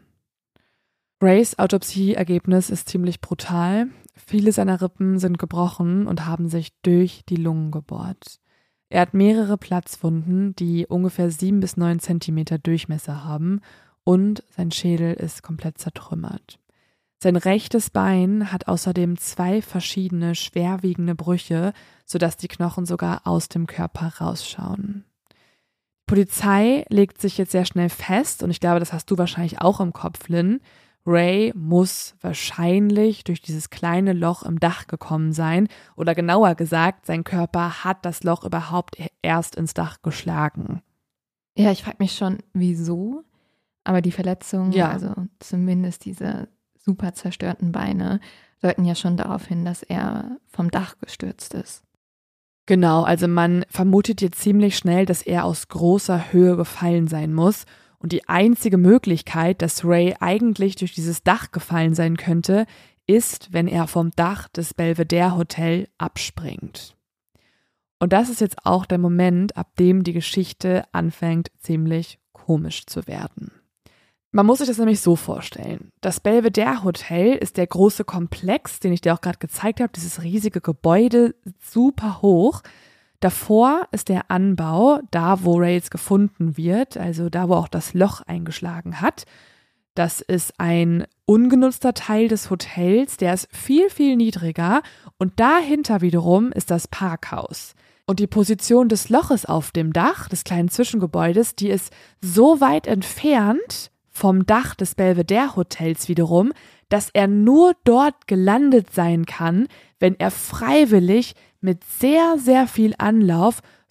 Speaker 1: Rays Autopsieergebnis ist ziemlich brutal. Viele seiner Rippen sind gebrochen und haben sich durch die Lungen gebohrt. Er hat mehrere Platzwunden, die ungefähr 7 bis 9 Zentimeter Durchmesser haben und sein Schädel ist komplett zertrümmert. Sein rechtes Bein hat außerdem 2 verschiedene schwerwiegende Brüche, sodass die Knochen sogar aus dem Körper rausschauen. Die Polizei legt sich jetzt sehr schnell fest, und ich glaube, das hast du wahrscheinlich auch im Kopf, Lynn. Ray muss wahrscheinlich durch dieses kleine Loch im Dach gekommen sein, oder genauer gesagt, sein Körper hat das Loch überhaupt erst ins Dach geschlagen.
Speaker 2: Ja, ich frage mich schon, wieso, aber die Verletzungen,
Speaker 1: ja,
Speaker 2: also zumindest diese super zerstörten Beine, deuten ja schon darauf hin, dass er vom Dach gestürzt ist.
Speaker 1: Genau, also man vermutet jetzt ziemlich schnell, dass er aus großer Höhe gefallen sein muss. Und die einzige Möglichkeit, dass Ray eigentlich durch dieses Dach gefallen sein könnte, ist, wenn er vom Dach des Belvedere Hotel abspringt. Und das ist jetzt auch der Moment, ab dem die Geschichte anfängt, ziemlich komisch zu werden. Man muss sich das nämlich so vorstellen. Das Belvedere Hotel ist der große Komplex, den ich dir auch gerade gezeigt habe, dieses riesige Gebäude, super hoch. Davor ist der Anbau, da wo Ray jetzt gefunden wird, also da wo auch das Loch eingeschlagen hat. Das ist ein ungenutzter Teil des Hotels, der ist viel, viel niedriger, und dahinter wiederum ist das Parkhaus. Und die Position des Loches auf dem Dach, des kleinen Zwischengebäudes, die ist so weit entfernt vom Dach des Belvedere Hotels wiederum, dass er nur dort gelandet sein kann, wenn er freiwillig mit sehr, sehr viel Anlauf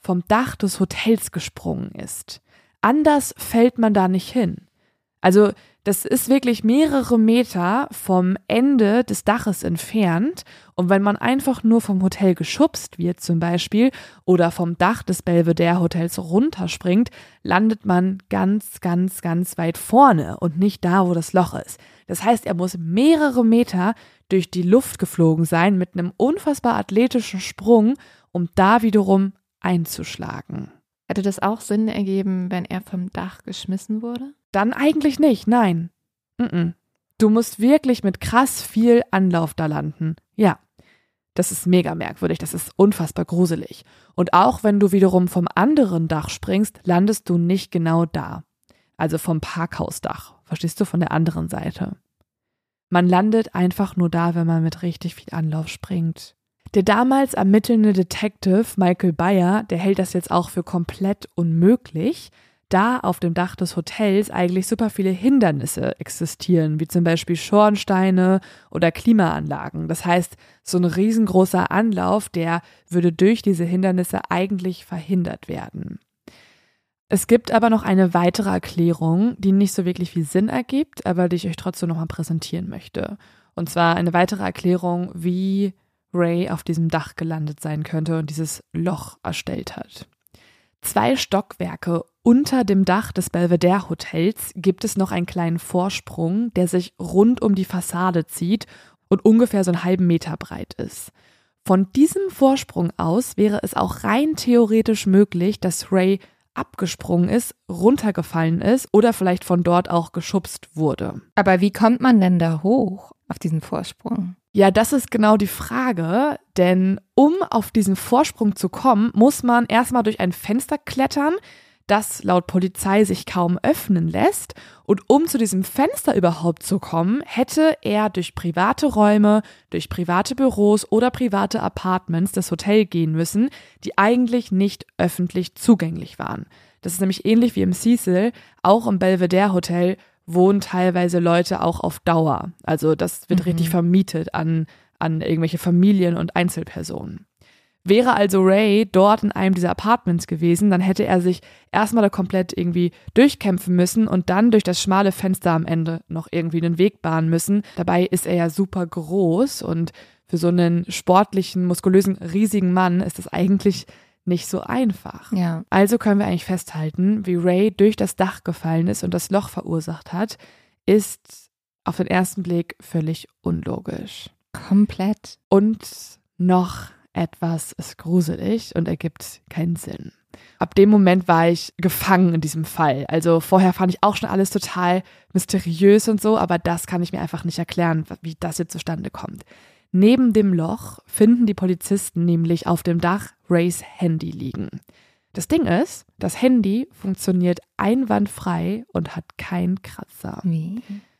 Speaker 1: vom Dach des Hotels gesprungen ist. Anders fällt man da nicht hin. Also das ist wirklich mehrere Meter vom Ende des Daches entfernt und wenn man einfach nur vom Hotel geschubst wird zum Beispiel oder vom Dach des Belvedere Hotels runterspringt, landet man ganz, ganz, ganz weit vorne und nicht da, wo das Loch ist. Das heißt, er muss mehrere Meter durch die Luft geflogen sein mit einem unfassbar athletischen Sprung, um da wiederum einzuschlagen.
Speaker 2: Hätte das auch Sinn ergeben, wenn er vom Dach geschmissen wurde?
Speaker 1: Dann eigentlich nicht, nein. Du musst wirklich mit krass viel Anlauf da landen. Ja, das ist mega merkwürdig, das ist unfassbar gruselig. Und auch wenn du wiederum vom anderen Dach springst, landest du nicht genau da. Also vom Parkhausdach, verstehst du, von der anderen Seite. Man landet einfach nur da, wenn man mit richtig viel Anlauf springt. Der damals ermittelnde Detective Michael Bayer, der hält das jetzt auch für komplett unmöglich, da auf dem Dach des Hotels eigentlich super viele Hindernisse existieren, wie zum Beispiel Schornsteine oder Klimaanlagen. Das heißt, so ein riesengroßer Anlauf, der würde durch diese Hindernisse eigentlich verhindert werden. Es gibt aber noch eine weitere Erklärung, die nicht so wirklich viel Sinn ergibt, aber die ich euch trotzdem nochmal präsentieren möchte. Und zwar eine weitere Erklärung, wie Ray auf diesem Dach gelandet sein könnte und dieses Loch erstellt hat. 2 Stockwerke unter dem Dach des Belvedere Hotels gibt es noch einen kleinen Vorsprung, der sich rund um die Fassade zieht und ungefähr so einen halben Meter breit ist. Von diesem Vorsprung aus wäre es auch rein theoretisch möglich, dass Ray abgesprungen ist, runtergefallen ist oder vielleicht von dort auch geschubst wurde.
Speaker 2: Aber wie kommt man denn da hoch auf diesen Vorsprung?
Speaker 1: Ja, das ist genau die Frage, denn um auf diesen Vorsprung zu kommen, muss man erstmal durch ein Fenster klettern, das laut Polizei sich kaum öffnen lässt. Und um zu diesem Fenster überhaupt zu kommen, hätte er durch private Räume, durch private Büros oder private Apartments des Hotels gehen müssen, die eigentlich nicht öffentlich zugänglich waren. Das ist nämlich ähnlich wie im Cecil, auch im Belvedere Hotel wohnen teilweise Leute auch auf Dauer. Also das wird richtig vermietet an irgendwelche Familien und Einzelpersonen. Wäre also Ray dort in einem dieser Apartments gewesen, dann hätte er sich erstmal da komplett irgendwie durchkämpfen müssen und dann durch das schmale Fenster am Ende noch irgendwie einen Weg bahnen müssen. Dabei ist er ja super groß und für so einen sportlichen, muskulösen, riesigen Mann ist das eigentlich nicht so einfach.
Speaker 2: Ja.
Speaker 1: Also können wir eigentlich festhalten, wie Ray durch das Dach gefallen ist und das Loch verursacht hat, ist auf den ersten Blick völlig unlogisch.
Speaker 2: Komplett.
Speaker 1: Und noch etwas ist gruselig und ergibt keinen Sinn. Ab dem Moment war ich gefangen in diesem Fall. Also vorher fand ich auch schon alles total mysteriös und so, aber das kann ich mir einfach nicht erklären, wie das jetzt zustande kommt. Neben dem Loch finden die Polizisten nämlich auf dem Dach Rays Handy liegen. Das Ding ist, das Handy funktioniert einwandfrei und hat keinen Kratzer.
Speaker 2: Wie?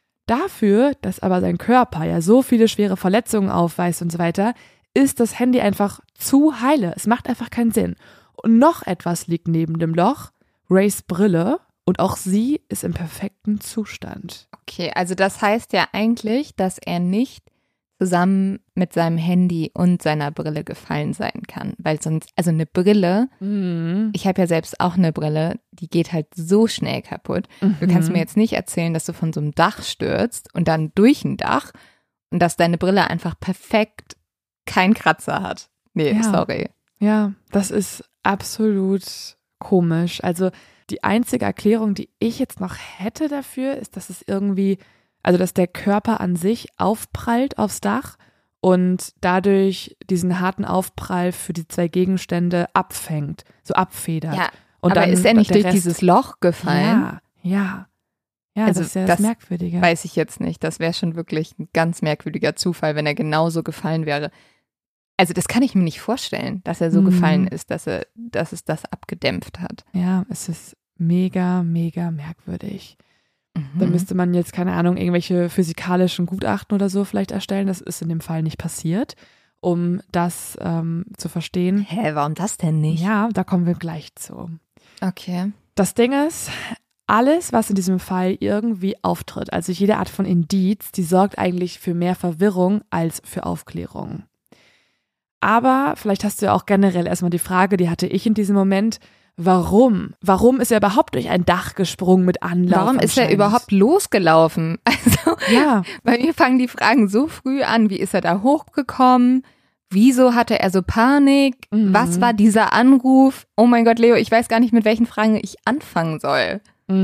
Speaker 1: Dafür, dass aber sein Körper ja so viele schwere Verletzungen aufweist und so weiter, ist das Handy einfach zu heile. Es macht einfach keinen Sinn. Und noch etwas liegt neben dem Loch, Rays Brille, und auch sie ist im perfekten Zustand.
Speaker 2: Okay, also das heißt ja eigentlich, dass er nicht zusammen mit seinem Handy und seiner Brille gefallen sein kann. Weil sonst, also eine Brille, ich habe ja selbst auch eine Brille, die geht halt so schnell kaputt. Du kannst mir jetzt nicht erzählen, dass du von so einem Dach stürzt und dann durch ein Dach und dass deine Brille einfach perfekt keinen Kratzer hat. Nee, sorry.
Speaker 1: Ja, das ist absolut komisch. Also die einzige Erklärung, die ich jetzt noch hätte dafür, ist, dass es irgendwie, also dass der Körper an sich aufprallt aufs Dach und dadurch diesen harten Aufprall für die 2 Gegenstände abfängt, so abfedert.
Speaker 2: Ja,
Speaker 1: und
Speaker 2: aber
Speaker 1: dann
Speaker 2: ist er nicht durch
Speaker 1: Rest,
Speaker 2: dieses Loch gefallen?
Speaker 1: Ja,
Speaker 2: also
Speaker 1: das ist ja das Merkwürdige.
Speaker 2: Weiß ich jetzt nicht. Das wäre schon wirklich ein ganz merkwürdiger Zufall, wenn er genauso gefallen wäre. Also das kann ich mir nicht vorstellen, dass er so gefallen ist, dass es das abgedämpft hat.
Speaker 1: Ja, es ist mega, mega merkwürdig. Da müsste man jetzt, keine Ahnung, irgendwelche physikalischen Gutachten oder so vielleicht erstellen. Das ist in dem Fall nicht passiert, um das zu verstehen.
Speaker 2: Hä, warum das denn nicht?
Speaker 1: Ja, da kommen wir gleich zu.
Speaker 2: Okay.
Speaker 1: Das Ding ist, alles, was in diesem Fall irgendwie auftritt, also jede Art von Indiz, die sorgt eigentlich für mehr Verwirrung als für Aufklärung. Aber vielleicht hast du ja auch generell erstmal die Frage, die hatte ich in diesem Moment, warum? Warum ist er überhaupt durch ein Dach gesprungen mit Anlauf?
Speaker 2: Warum ist er überhaupt losgelaufen? Also,
Speaker 1: ja.
Speaker 2: Bei mir fangen die Fragen so früh an. Wie ist er da hochgekommen? Wieso hatte er so Panik? Was war dieser Anruf? Oh mein Gott, Leo, ich weiß gar nicht, mit welchen Fragen ich anfangen soll.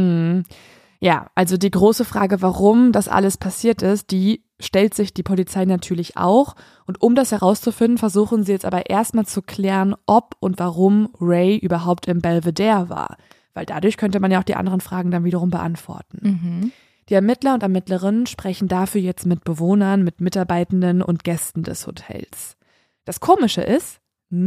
Speaker 1: Ja, also die große Frage, warum das alles passiert ist, die stellt sich die Polizei natürlich auch. Und um das herauszufinden, versuchen sie jetzt aber erstmal zu klären, ob und warum Ray überhaupt im Belvedere war. Weil dadurch könnte man ja auch die anderen Fragen dann wiederum beantworten. Die Ermittler und Ermittlerinnen sprechen dafür jetzt mit Bewohnern, mit Mitarbeitenden und Gästen des Hotels. Das Komische ist,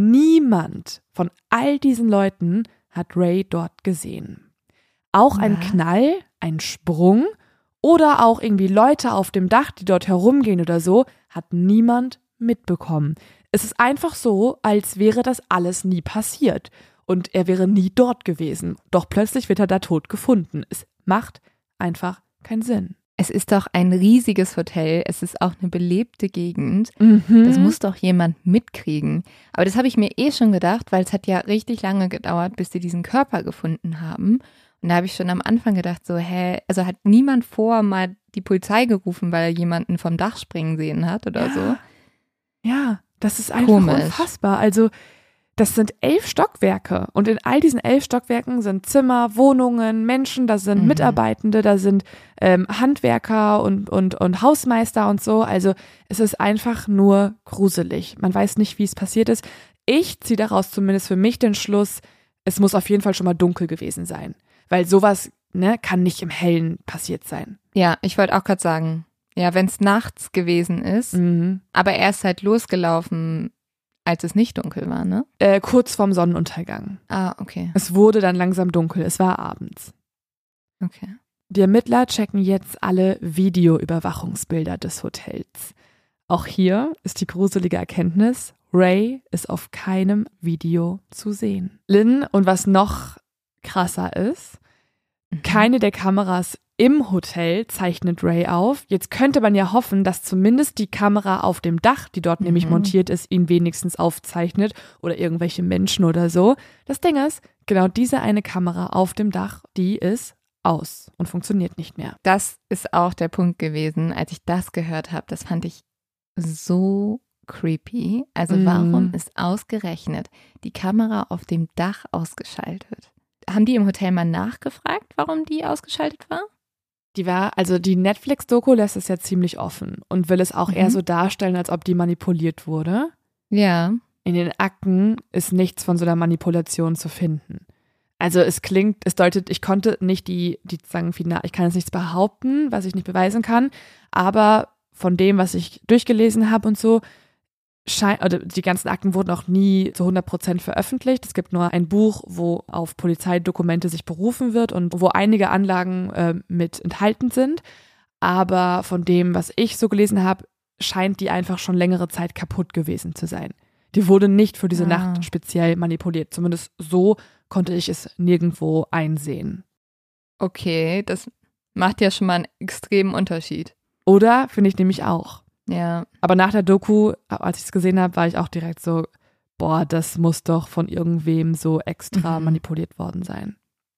Speaker 1: niemand von all diesen Leuten hat Ray dort gesehen. Auch ein Knall, ein Sprung oder auch irgendwie Leute auf dem Dach, die dort herumgehen oder so, hat niemand mitbekommen. Es ist einfach so, als wäre das alles nie passiert und er wäre nie dort gewesen. Doch plötzlich wird er da tot gefunden. Es macht einfach keinen Sinn.
Speaker 2: Es ist doch ein riesiges Hotel, es ist auch eine belebte Gegend. Das muss doch jemand mitkriegen. Aber das habe ich mir schon gedacht, weil es hat ja richtig lange gedauert, bis sie diesen Körper gefunden haben. Und da habe ich schon am Anfang gedacht, so, also hat niemand mal die Polizei gerufen, weil er jemanden vom Dach springen sehen hat oder so?
Speaker 1: Ja, das ist einfach unfassbar. Also das sind 11 Stockwerke und in all diesen 11 Stockwerken sind Zimmer, Wohnungen, Menschen, da sind Mitarbeitende, da sind Handwerker und Hausmeister und so. Also es ist einfach nur gruselig. Man weiß nicht, wie es passiert ist. Ich ziehe daraus zumindest für mich den Schluss, es muss auf jeden Fall schon mal dunkel gewesen sein. Weil sowas kann nicht im Hellen passiert sein.
Speaker 2: Ja, ich wollte auch gerade sagen, ja, wenn es nachts gewesen ist, aber er ist halt losgelaufen, als es nicht dunkel war, ne?
Speaker 1: Kurz vorm Sonnenuntergang.
Speaker 2: Ah, okay.
Speaker 1: Es wurde dann langsam dunkel, es war abends.
Speaker 2: Okay.
Speaker 1: Die Ermittler checken jetzt alle Videoüberwachungsbilder des Hotels. Auch hier ist die gruselige Erkenntnis, Ray ist auf keinem Video zu sehen. Lynn, und was noch krasser ist, keine der Kameras im Hotel zeichnet Ray auf. Jetzt könnte man ja hoffen, dass zumindest die Kamera auf dem Dach, die dort nämlich montiert ist, ihn wenigstens aufzeichnet oder irgendwelche Menschen oder so. Das Ding ist, genau diese eine Kamera auf dem Dach, die ist aus und funktioniert nicht mehr.
Speaker 2: Das ist auch der Punkt gewesen, als ich das gehört habe. Das fand ich so creepy. Also warum ist ausgerechnet die Kamera auf dem Dach ausgeschaltet? Haben die im Hotel mal nachgefragt, warum die ausgeschaltet war?
Speaker 1: Die Netflix-Doku lässt es ja ziemlich offen und will es auch eher so darstellen, als ob die manipuliert wurde.
Speaker 2: Ja.
Speaker 1: In den Akten ist nichts von so einer Manipulation zu finden. Also ich konnte nicht die sagen, final, ich kann jetzt nichts behaupten, was ich nicht beweisen kann, aber von dem, was ich durchgelesen habe und so, die ganzen Akten wurden auch nie zu 100% veröffentlicht. Es gibt nur ein Buch, wo auf Polizeidokumente sich berufen wird und wo einige Anlagen mit enthalten sind. Aber von dem, was ich so gelesen habe, scheint die einfach schon längere Zeit kaputt gewesen zu sein. Die wurde nicht für diese Nacht speziell manipuliert. Zumindest so konnte ich es nirgendwo einsehen.
Speaker 2: Okay, das macht ja schon mal einen extremen Unterschied.
Speaker 1: Oder? Finde ich nämlich auch.
Speaker 2: Ja.
Speaker 1: Aber nach der Doku, als ich es gesehen habe, war ich auch direkt so, boah, das muss doch von irgendwem so extra manipuliert worden sein.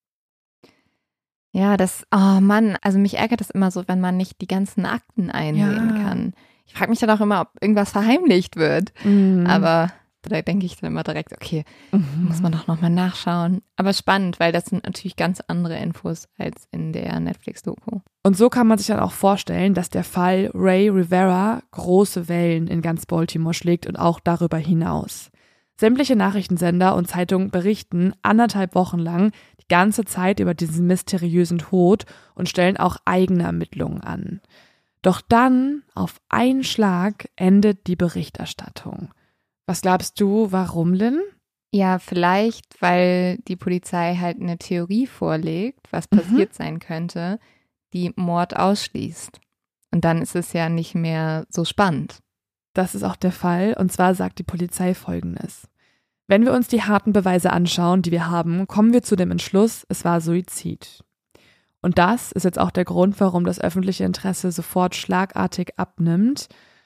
Speaker 2: Ja, oh Mann, also mich ärgert das immer so, wenn man nicht die ganzen Akten einsehen kann. Ich frage mich dann auch immer, ob irgendwas verheimlicht wird. Aber da denke ich dann immer direkt, okay, muss man doch nochmal nachschauen. Aber spannend, weil das sind natürlich ganz andere Infos als in der Netflix-Doku.
Speaker 1: Und so kann man sich dann auch vorstellen, dass der Fall Ray Rivera große Wellen in ganz Baltimore schlägt und auch darüber hinaus. Sämtliche Nachrichtensender und Zeitungen berichten 1,5 Wochen lang die ganze Zeit über diesen mysteriösen Tod und stellen auch eigene Ermittlungen an. Doch dann, auf einen Schlag, endet die Berichterstattung. Was glaubst du, warum, Lynn?
Speaker 2: Ja, vielleicht, weil die Polizei halt eine Theorie vorlegt, was passiert sein könnte, die Mord ausschließt. Und dann ist es ja nicht mehr so spannend.
Speaker 1: Das ist auch der Fall. Und zwar sagt die Polizei Folgendes. Wenn wir uns die harten Beweise anschauen, die wir haben, kommen wir zu dem Entschluss, es war Suizid. Und das ist jetzt auch der Grund, warum das öffentliche Interesse sofort schlagartig abnimmt.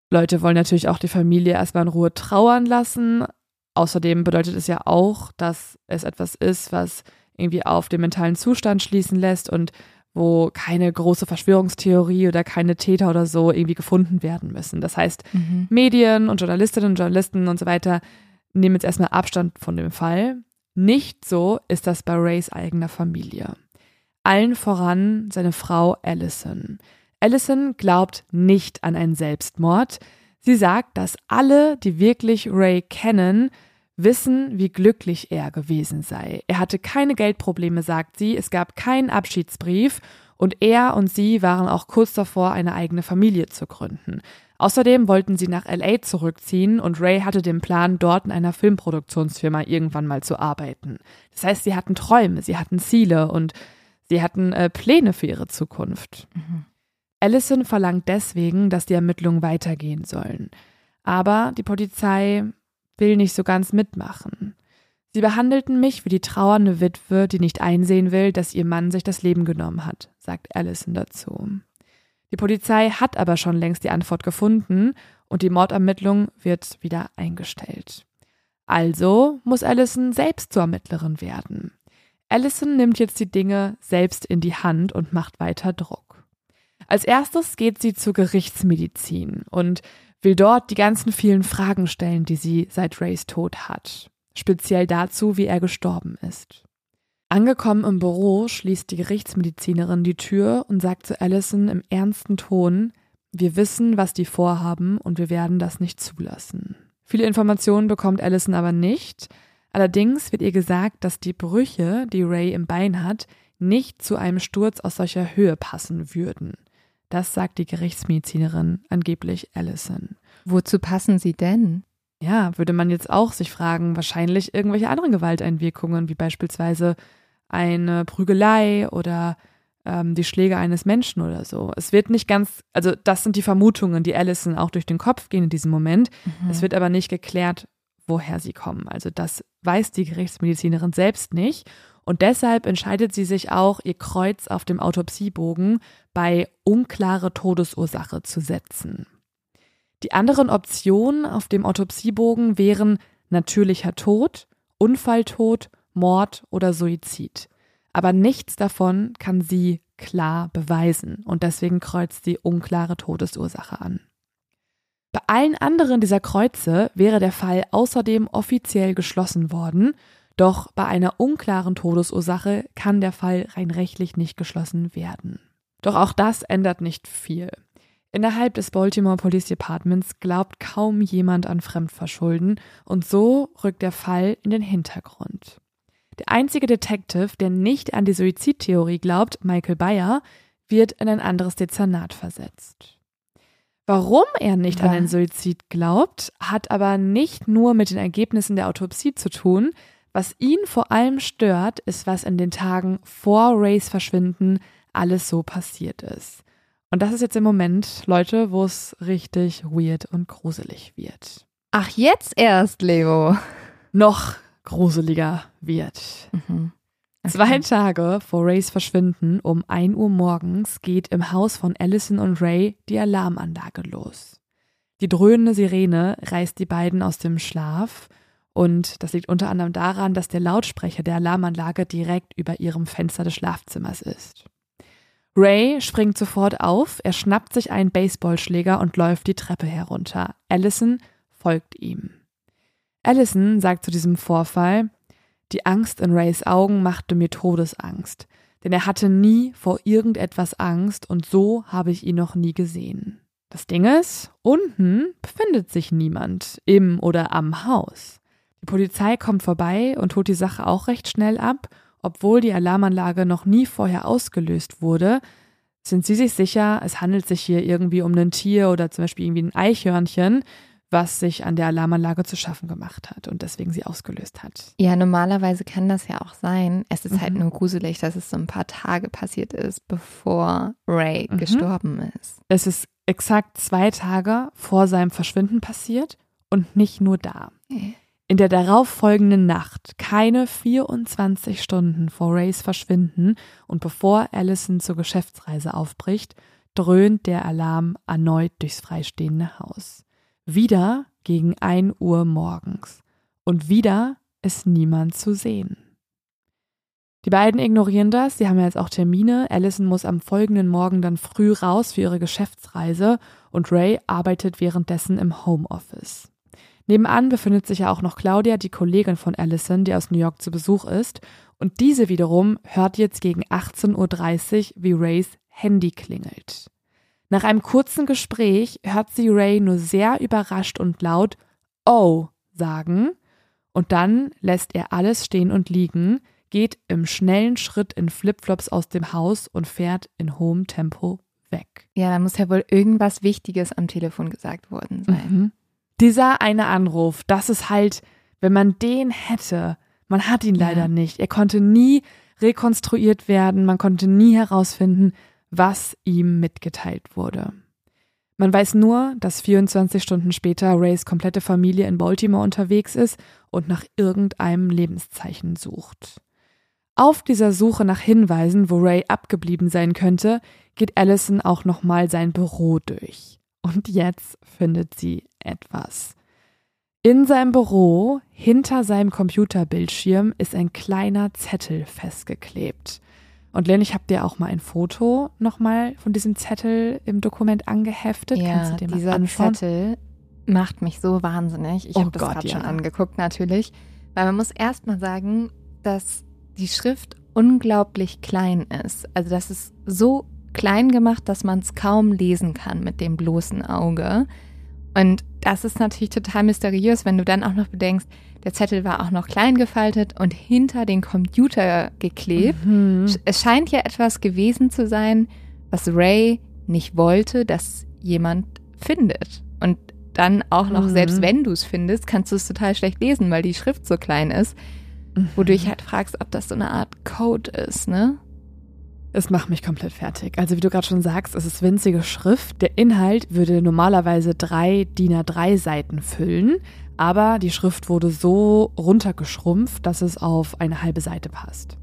Speaker 1: Leute wollen natürlich auch die Familie erstmal in Ruhe trauern lassen. Außerdem bedeutet es ja auch, dass es etwas ist, was irgendwie auf den mentalen Zustand schließen lässt und wo keine große Verschwörungstheorie oder keine Täter oder so irgendwie gefunden werden müssen. Das heißt, Medien und Journalistinnen und Journalisten und so weiter nehmen jetzt erstmal Abstand von dem Fall. Nicht so ist das bei Rays eigener Familie. Allen voran seine Frau Allison. Allison glaubt nicht an einen Selbstmord. Sie sagt, dass alle, die wirklich Ray kennen, wissen, wie glücklich er gewesen sei. Er hatte keine Geldprobleme, sagt sie, es gab keinen Abschiedsbrief und er und sie waren auch kurz davor, eine eigene Familie zu gründen. Außerdem wollten sie nach LA zurückziehen und Ray hatte den Plan, dort in einer Filmproduktionsfirma irgendwann mal zu arbeiten. Das heißt, sie hatten Träume, sie hatten Ziele und sie hatten Pläne für ihre Zukunft. Allison verlangt deswegen, dass die Ermittlungen weitergehen sollen. Aber die Polizei will nicht so ganz mitmachen. Sie behandelten mich wie die trauernde Witwe, die nicht einsehen will, dass ihr Mann sich das Leben genommen hat, sagt Allison dazu. Die Polizei hat aber schon längst die Antwort gefunden und die Mordermittlung wird wieder eingestellt. Also muss Allison selbst zur Ermittlerin werden. Allison nimmt jetzt die Dinge selbst in die Hand und macht weiter Druck. Als erstes geht sie zur Gerichtsmedizin und will dort die ganzen vielen Fragen stellen, die sie seit Rays Tod hat. Speziell dazu, wie er gestorben ist. Angekommen im Büro schließt die Gerichtsmedizinerin die Tür und sagt zu Allison im ernsten Ton: Wir wissen, was die vorhaben und wir werden das nicht zulassen. Viele Informationen bekommt Allison aber nicht. Allerdings wird ihr gesagt, dass die Brüche, die Ray im Bein hat, nicht zu einem Sturz aus solcher Höhe passen würden. Das sagt die Gerichtsmedizinerin angeblich Allison.
Speaker 2: Wozu passen sie denn?
Speaker 1: Ja, würde man jetzt auch sich fragen, wahrscheinlich irgendwelche anderen Gewalteinwirkungen, wie beispielsweise eine Prügelei oder die Schläge eines Menschen oder so. Es wird nicht ganz, also das sind die Vermutungen, die Allison auch durch den Kopf gehen in diesem Moment. Es wird aber nicht geklärt, woher sie kommen. Also das weiß die Gerichtsmedizinerin selbst nicht. Und deshalb entscheidet sie sich auch, ihr Kreuz auf dem Autopsiebogen bei unklare Todesursache zu setzen. Die anderen Optionen auf dem Autopsiebogen wären natürlicher Tod, Unfalltod, Mord oder Suizid. Aber nichts davon kann sie klar beweisen und deswegen kreuzt sie unklare Todesursache an. Bei allen anderen dieser Kreuze wäre der Fall außerdem offiziell geschlossen worden, doch bei einer unklaren Todesursache kann der Fall rein rechtlich nicht geschlossen werden. Doch auch das ändert nicht viel. Innerhalb des Baltimore Police Departments glaubt kaum jemand an Fremdverschulden und so rückt der Fall in den Hintergrund. Der einzige Detective, der nicht an die Suizidtheorie glaubt, Michael Bayer, wird in ein anderes Dezernat versetzt. Warum er nicht an den Suizid glaubt, hat aber nicht nur mit den Ergebnissen der Autopsie zu tun. Was ihn vor allem stört, ist, was in den Tagen vor Rays Verschwinden alles so passiert ist. Und das ist jetzt im Moment, Leute, wo es richtig weird und gruselig wird.
Speaker 2: Ach, jetzt erst, Leo.
Speaker 1: Noch gruseliger wird. Okay. 2 Tage vor Rays Verschwinden um 1 Uhr morgens geht im Haus von Allison und Ray die Alarmanlage los. Die dröhnende Sirene reißt die beiden aus dem Schlaf und das liegt unter anderem daran, dass der Lautsprecher der Alarmanlage direkt über ihrem Fenster des Schlafzimmers ist. Ray springt sofort auf, er schnappt sich einen Baseballschläger und läuft die Treppe herunter. Allison folgt ihm. Allison sagt zu diesem Vorfall: Die Angst in Rays Augen machte mir Todesangst, denn er hatte nie vor irgendetwas Angst und so habe ich ihn noch nie gesehen. Das Ding ist, unten befindet sich niemand im oder am Haus. Die Polizei kommt vorbei und holt die Sache auch recht schnell ab. Obwohl die Alarmanlage noch nie vorher ausgelöst wurde, sind sie sich sicher, es handelt sich hier irgendwie um ein Tier oder zum Beispiel irgendwie ein Eichhörnchen, was sich an der Alarmanlage zu schaffen gemacht hat und deswegen sie ausgelöst hat.
Speaker 2: Ja, normalerweise kann das ja auch sein. Es ist halt nur gruselig, dass es so ein paar Tage passiert ist, bevor Ray gestorben ist.
Speaker 1: Es ist exakt 2 Tage vor seinem Verschwinden passiert und nicht nur da. In der darauffolgenden Nacht, keine 24 Stunden vor Rays Verschwinden und bevor Allison zur Geschäftsreise aufbricht, dröhnt der Alarm erneut durchs freistehende Haus. Wieder gegen 1 Uhr morgens. Und wieder ist niemand zu sehen. Die beiden ignorieren das, sie haben ja jetzt auch Termine. Allison muss am folgenden Morgen dann früh raus für ihre Geschäftsreise und Ray arbeitet währenddessen im Homeoffice. Nebenan befindet sich ja auch noch Claudia, die Kollegin von Allison, die aus New York zu Besuch ist. Und diese wiederum hört jetzt gegen 18.30 Uhr, wie Rays Handy klingelt. Nach einem kurzen Gespräch hört sie Ray nur sehr überrascht und laut „Oh" sagen und dann lässt er alles stehen und liegen, geht im schnellen Schritt in Flipflops aus dem Haus und fährt in hohem Tempo weg.
Speaker 2: Ja, da muss ja wohl irgendwas Wichtiges am Telefon gesagt worden sein.
Speaker 1: Mhm. Dieser eine Anruf, das ist halt, wenn man den hätte, man hat ihn leider nicht. Er konnte nie rekonstruiert werden, man konnte nie herausfinden, was ihm mitgeteilt wurde. Man weiß nur, dass 24 Stunden später Rays komplette Familie in Baltimore unterwegs ist und nach irgendeinem Lebenszeichen sucht. Auf dieser Suche nach Hinweisen, wo Ray abgeblieben sein könnte, geht Allison auch nochmal sein Büro durch. Und jetzt findet sie etwas. In seinem Büro, hinter seinem Computerbildschirm, ist ein kleiner Zettel festgeklebt. Und Lynn, ich habe dir auch mal ein Foto nochmal von diesem Zettel im Dokument angeheftet.
Speaker 2: Ja,
Speaker 1: kannst du dir mal
Speaker 2: dieser
Speaker 1: anschauen?
Speaker 2: Zettel macht mich so wahnsinnig. Ich habe das gerade schon angeguckt natürlich. Weil man muss erst mal sagen, dass die Schrift unglaublich klein ist. Also das ist so klein gemacht, dass man es kaum lesen kann mit dem bloßen Auge. Und das ist natürlich total mysteriös, wenn du dann auch noch bedenkst, der Zettel war auch noch klein gefaltet und hinter den Computer geklebt.
Speaker 1: Mhm.
Speaker 2: Es scheint ja etwas gewesen zu sein, was Ray nicht wollte, dass jemand findet. Und dann auch noch, selbst wenn du es findest, kannst du es total schlecht lesen, weil die Schrift so klein ist. Wo du dich halt fragst, ob das so eine Art Code ist, ne?
Speaker 1: Es macht mich komplett fertig. Also wie du gerade schon sagst, es ist winzige Schrift. Der Inhalt würde normalerweise 3 DIN A3 Seiten füllen, aber die Schrift wurde so runtergeschrumpft, dass es auf eine halbe Seite passt.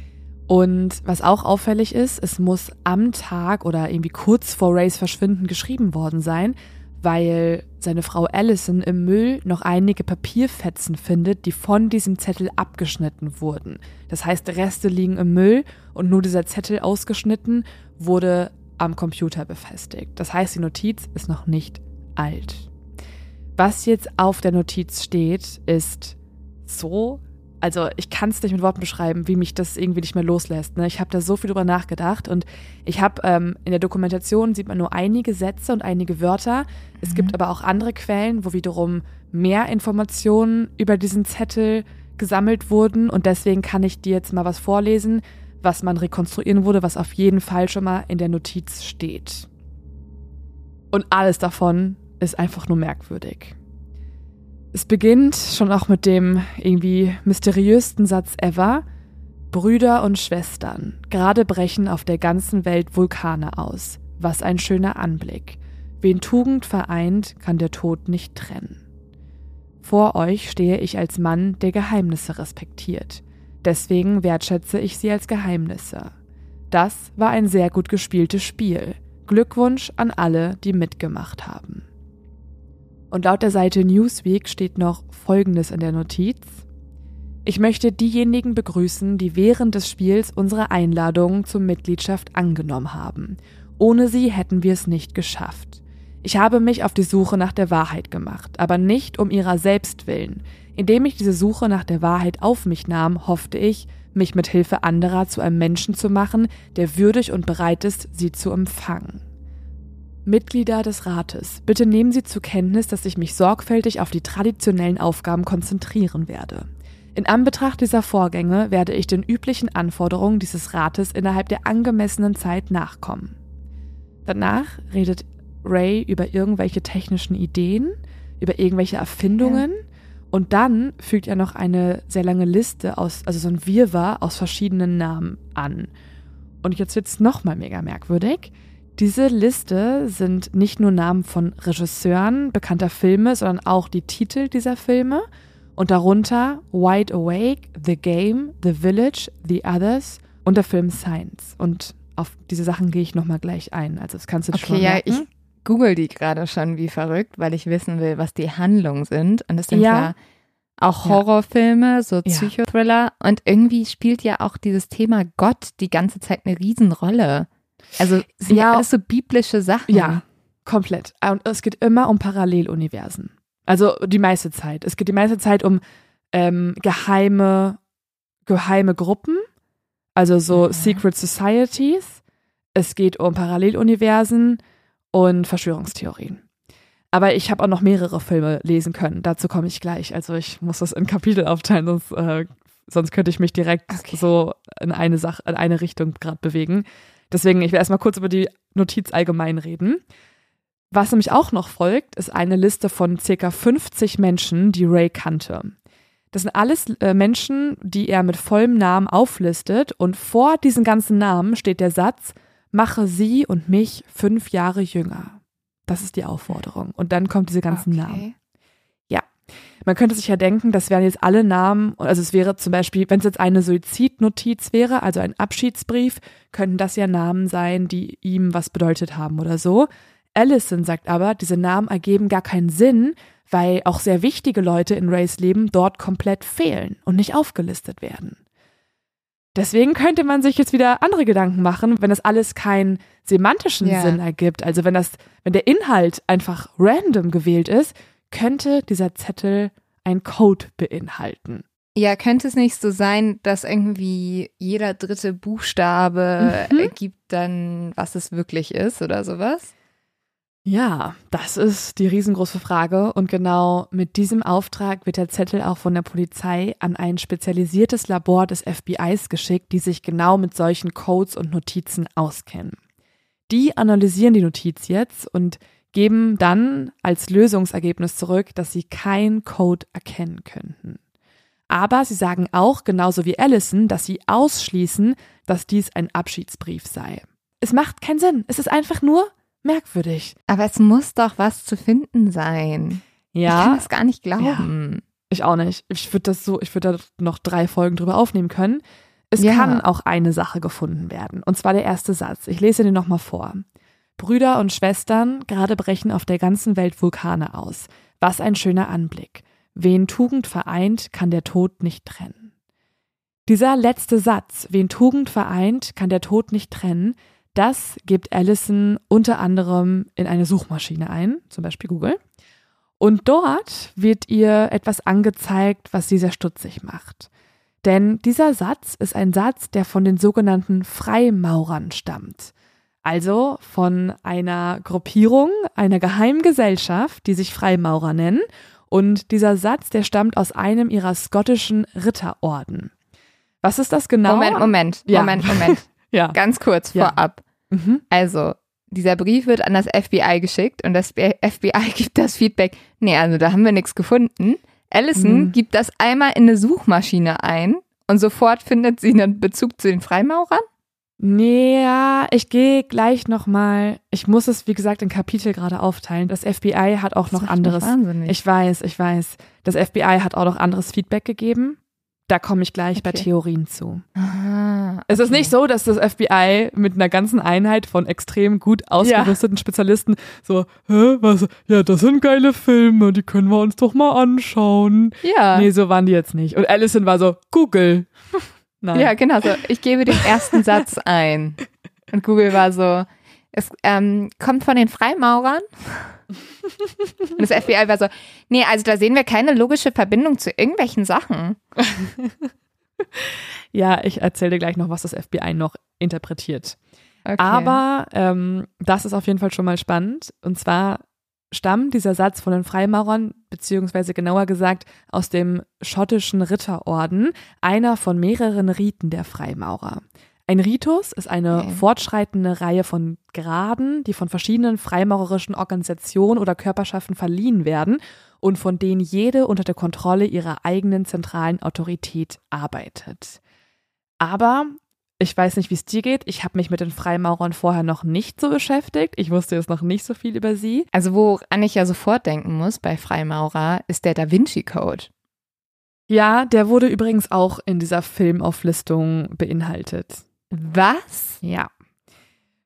Speaker 1: Und was auch auffällig ist, es muss am Tag oder irgendwie kurz vor Rays Verschwinden geschrieben worden sein, weil seine Frau Allison im Müll noch einige Papierfetzen findet, die von diesem Zettel abgeschnitten wurden. Das heißt, Reste liegen im Müll und nur dieser Zettel ausgeschnitten wurde am Computer befestigt. Das heißt, die Notiz ist noch nicht alt. Was jetzt auf der Notiz steht, ist so, also ich kann es nicht mit Worten beschreiben, wie mich das irgendwie nicht mehr loslässt. Ne? Ich habe da so viel drüber nachgedacht und ich habe in der Dokumentation sieht man nur einige Sätze und einige Wörter. Es gibt aber auch andere Quellen, wo wiederum mehr Informationen über diesen Zettel gesammelt wurden und deswegen kann ich dir jetzt mal was vorlesen, was man rekonstruieren wurde, was auf jeden Fall schon mal in der Notiz steht. Und alles davon ist einfach nur merkwürdig. Es beginnt schon auch mit dem irgendwie mysteriösten Satz ever. Brüder und Schwestern, gerade brechen auf der ganzen Welt Vulkane aus. Was ein schöner Anblick. Wen Tugend vereint, kann der Tod nicht trennen. Vor euch stehe ich als Mann, der Geheimnisse respektiert. Deswegen wertschätze ich sie als Geheimnisse. Das war ein sehr gut gespieltes Spiel. Glückwunsch an alle, die mitgemacht haben. Und laut der Seite Newsweek steht noch Folgendes in der Notiz. Ich möchte diejenigen begrüßen, die während des Spiels unsere Einladung zur Mitgliedschaft angenommen haben. Ohne sie hätten wir es nicht geschafft. Ich habe mich auf die Suche nach der Wahrheit gemacht, aber nicht um ihrer selbst willen. Indem ich diese Suche nach der Wahrheit auf mich nahm, hoffte ich, mich mit Hilfe anderer zu einem Menschen zu machen, der würdig und bereit ist, sie zu empfangen. Mitglieder des Rates, bitte nehmen Sie zur Kenntnis, dass ich mich sorgfältig auf die traditionellen Aufgaben konzentrieren werde. In Anbetracht dieser Vorgänge werde ich den üblichen Anforderungen dieses Rates innerhalb der angemessenen Zeit nachkommen. Danach redet Ray über irgendwelche technischen Ideen, über irgendwelche Erfindungen und dann fügt er noch eine sehr lange Liste aus, also so ein Wirrwarr aus verschiedenen Namen an. Und jetzt wird's nochmal mega merkwürdig. Diese Liste sind nicht nur Namen von Regisseuren bekannter Filme, sondern auch die Titel dieser Filme und darunter Wide Awake, The Game, The Village, The Others und der Film Signs. Und auf diese Sachen gehe ich nochmal gleich ein. Also das kannst du dir schon
Speaker 2: mal merken.
Speaker 1: Ja,
Speaker 2: ich google die gerade schon wie verrückt, weil ich wissen will, was die Handlungen sind. Und das sind ja auch Horrorfilme, so Psychothriller. Und irgendwie spielt ja auch dieses Thema Gott die ganze Zeit eine Riesenrolle. Also sind ja alles so biblische Sachen.
Speaker 1: Ja, komplett. Und es geht immer um Paralleluniversen. Also die meiste Zeit. Es geht die meiste Zeit um geheime Gruppen, also so Secret Societies. Es geht um Paralleluniversen und Verschwörungstheorien. Aber ich habe auch noch mehrere Filme lesen können. Dazu komme ich gleich. Also ich muss das in Kapitel aufteilen, sonst könnte ich mich direkt so in eine Richtung gerade bewegen. Deswegen, ich will erstmal kurz über die Notiz allgemein reden. Was nämlich auch noch folgt, ist eine Liste von ca. 50 Menschen, die Ray kannte. Das sind alles Menschen, die er mit vollem Namen auflistet und vor diesen ganzen Namen steht der Satz, mache sie und mich 5 Jahre jünger. Das ist die Aufforderung. Und dann kommen diese ganzen Namen. Ja, man könnte sich ja denken, das wären jetzt alle Namen, also es wäre zum Beispiel, wenn es jetzt eine Suizidnotiz wäre, also ein Abschiedsbrief, könnten das ja Namen sein, die ihm was bedeutet haben oder so. Allison sagt aber, diese Namen ergeben gar keinen Sinn, weil auch sehr wichtige Leute in Rays Leben dort komplett fehlen und nicht aufgelistet werden. Deswegen könnte man sich jetzt wieder andere Gedanken machen, wenn das alles keinen semantischen Sinn ergibt. Also wenn der Inhalt einfach random gewählt ist, könnte dieser Zettel einen Code beinhalten.
Speaker 2: Ja, könnte es nicht so sein, dass irgendwie jeder dritte Buchstabe ergibt dann, was es wirklich ist oder sowas?
Speaker 1: Ja, das ist die riesengroße Frage und genau mit diesem Auftrag wird der Zettel auch von der Polizei an ein spezialisiertes Labor des FBIs geschickt, die sich genau mit solchen Codes und Notizen auskennen. Die analysieren die Notiz jetzt und geben dann als Lösungsergebnis zurück, dass sie keinen Code erkennen könnten. Aber sie sagen auch, genauso wie Allison, dass sie ausschließen, dass dies ein Abschiedsbrief sei. Es macht keinen Sinn, es ist einfach nur merkwürdig.
Speaker 2: Aber es muss doch was zu finden sein.
Speaker 1: Ja.
Speaker 2: Ich kann das gar nicht glauben.
Speaker 1: Ja, ich auch nicht. Ich würde da noch 3 Folgen drüber aufnehmen können. Es kann auch eine Sache gefunden werden. Und zwar der erste Satz. Ich lese den nochmal vor. Brüder und Schwestern, gerade brechen auf der ganzen Welt Vulkane aus. Was ein schöner Anblick. Wen Tugend vereint, kann der Tod nicht trennen. Dieser letzte Satz, wen Tugend vereint, kann der Tod nicht trennen, das gibt Allison unter anderem in eine Suchmaschine ein, zum Beispiel Google. Und dort wird ihr etwas angezeigt, was sie sehr stutzig macht. Denn dieser Satz ist ein Satz, der von den sogenannten Freimaurern stammt. Also von einer Gruppierung, einer geheimen Gesellschaft, die sich Freimaurer nennen. Und dieser Satz, der stammt aus einem ihrer schottischen Ritterorden. Was ist das genau?
Speaker 2: Moment. Ja. Ganz kurz vorab. Also, dieser Brief wird an das FBI geschickt und das FBI gibt das Feedback, nee, also da haben wir nichts gefunden. Allison gibt das einmal in eine Suchmaschine ein und sofort findet sie einen Bezug zu den Freimaurern?
Speaker 1: Nee, ja, ich gehe gleich nochmal, ich muss es, wie gesagt, in Kapitel gerade aufteilen. Das FBI hat auch noch anderes. Ich weiß. Das FBI hat auch noch anderes Feedback gegeben. Da komme ich gleich bei Theorien zu.
Speaker 2: Aha, okay.
Speaker 1: Es ist nicht so, dass das FBI mit einer ganzen Einheit von extrem gut ausgerüsteten Spezialisten so, was? Ja, das sind geile Filme, die können wir uns doch mal anschauen.
Speaker 2: Ja.
Speaker 1: Nee, so waren die jetzt nicht. Und Allison war so, Google. Nein.
Speaker 2: Ja, genau so. Ich gebe den ersten Satz ein. Und Google war so, es kommt von den Freimaurern. Und das FBI war so, nee, also da sehen wir keine logische Verbindung zu irgendwelchen Sachen.
Speaker 1: Ja, ich erzähle dir gleich noch, was das FBI noch interpretiert.
Speaker 2: Okay.
Speaker 1: Aber das ist auf jeden Fall schon mal spannend. Und zwar stammt dieser Satz von den Freimaurern, beziehungsweise genauer gesagt aus dem schottischen Ritterorden, einer von mehreren Riten der Freimaurer. Ein Ritus ist eine fortschreitende Reihe von Graden, die von verschiedenen freimaurerischen Organisationen oder Körperschaften verliehen werden und von denen jede unter der Kontrolle ihrer eigenen zentralen Autorität arbeitet. Aber ich weiß nicht, wie es dir geht. Ich habe mich mit den Freimaurern vorher noch nicht so beschäftigt. Ich wusste jetzt noch nicht so viel über sie.
Speaker 2: Also woran ich ja sofort denken muss bei Freimaurer ist der Da Vinci Code.
Speaker 1: Ja, der wurde übrigens auch in dieser Filmauflistung beinhaltet.
Speaker 2: Was?
Speaker 1: Ja.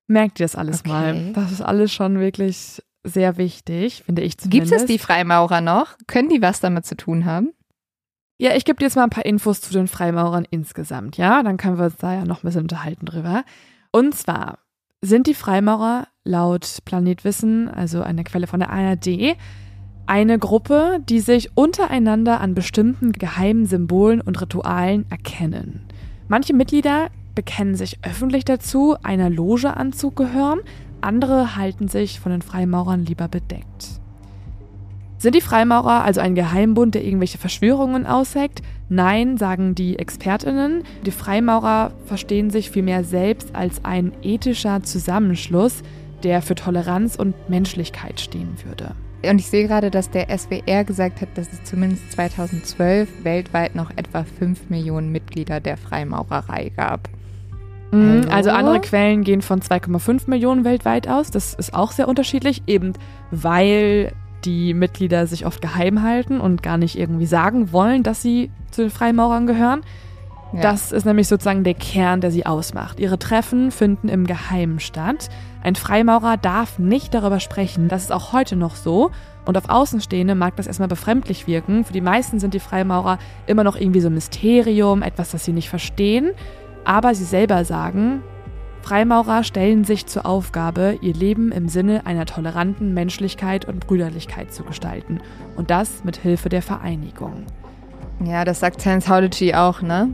Speaker 1: Merkt ihr das alles mal. Das ist alles schon wirklich sehr wichtig, finde ich zumindest.
Speaker 2: Gibt es die Freimaurer noch? Können die was damit zu tun haben?
Speaker 1: Ja, ich gebe dir jetzt mal ein paar Infos zu den Freimaurern insgesamt, ja? Dann können wir uns da ja noch ein bisschen unterhalten drüber. Und zwar sind die Freimaurer laut Planet Wissen, also eine Quelle von der ARD, eine Gruppe, die sich untereinander an bestimmten geheimen Symbolen und Ritualen erkennen. Manche Mitglieder bekennen sich öffentlich dazu, einer Loge anzugehören, andere halten sich von den Freimaurern lieber bedeckt. Sind die Freimaurer also ein Geheimbund, der irgendwelche Verschwörungen ausheckt? Nein, sagen die ExpertInnen. Die Freimaurer verstehen sich vielmehr selbst als ein ethischer Zusammenschluss, der für Toleranz und Menschlichkeit stehen würde.
Speaker 2: Und ich sehe gerade, dass der SWR gesagt hat, dass es zumindest 2012 weltweit noch etwa 5 Millionen Mitglieder der Freimaurerei gab.
Speaker 1: Also andere Quellen gehen von 2,5 Millionen weltweit aus. Das ist auch sehr unterschiedlich, eben weil die Mitglieder sich oft geheim halten und gar nicht irgendwie sagen wollen, dass sie zu den Freimaurern gehören. Ja. Das ist nämlich sozusagen der Kern, der sie ausmacht. Ihre Treffen finden im Geheimen statt. Ein Freimaurer darf nicht darüber sprechen. Das ist auch heute noch so. Und auf Außenstehende mag das erstmal befremdlich wirken. Für die meisten sind die Freimaurer immer noch irgendwie so ein Mysterium, etwas, das sie nicht verstehen. Aber sie selber sagen, Freimaurer stellen sich zur Aufgabe, ihr Leben im Sinne einer toleranten Menschlichkeit und Brüderlichkeit zu gestalten. Und das mit Hilfe der Vereinigung.
Speaker 2: Ja, das sagt Scientology auch, ne?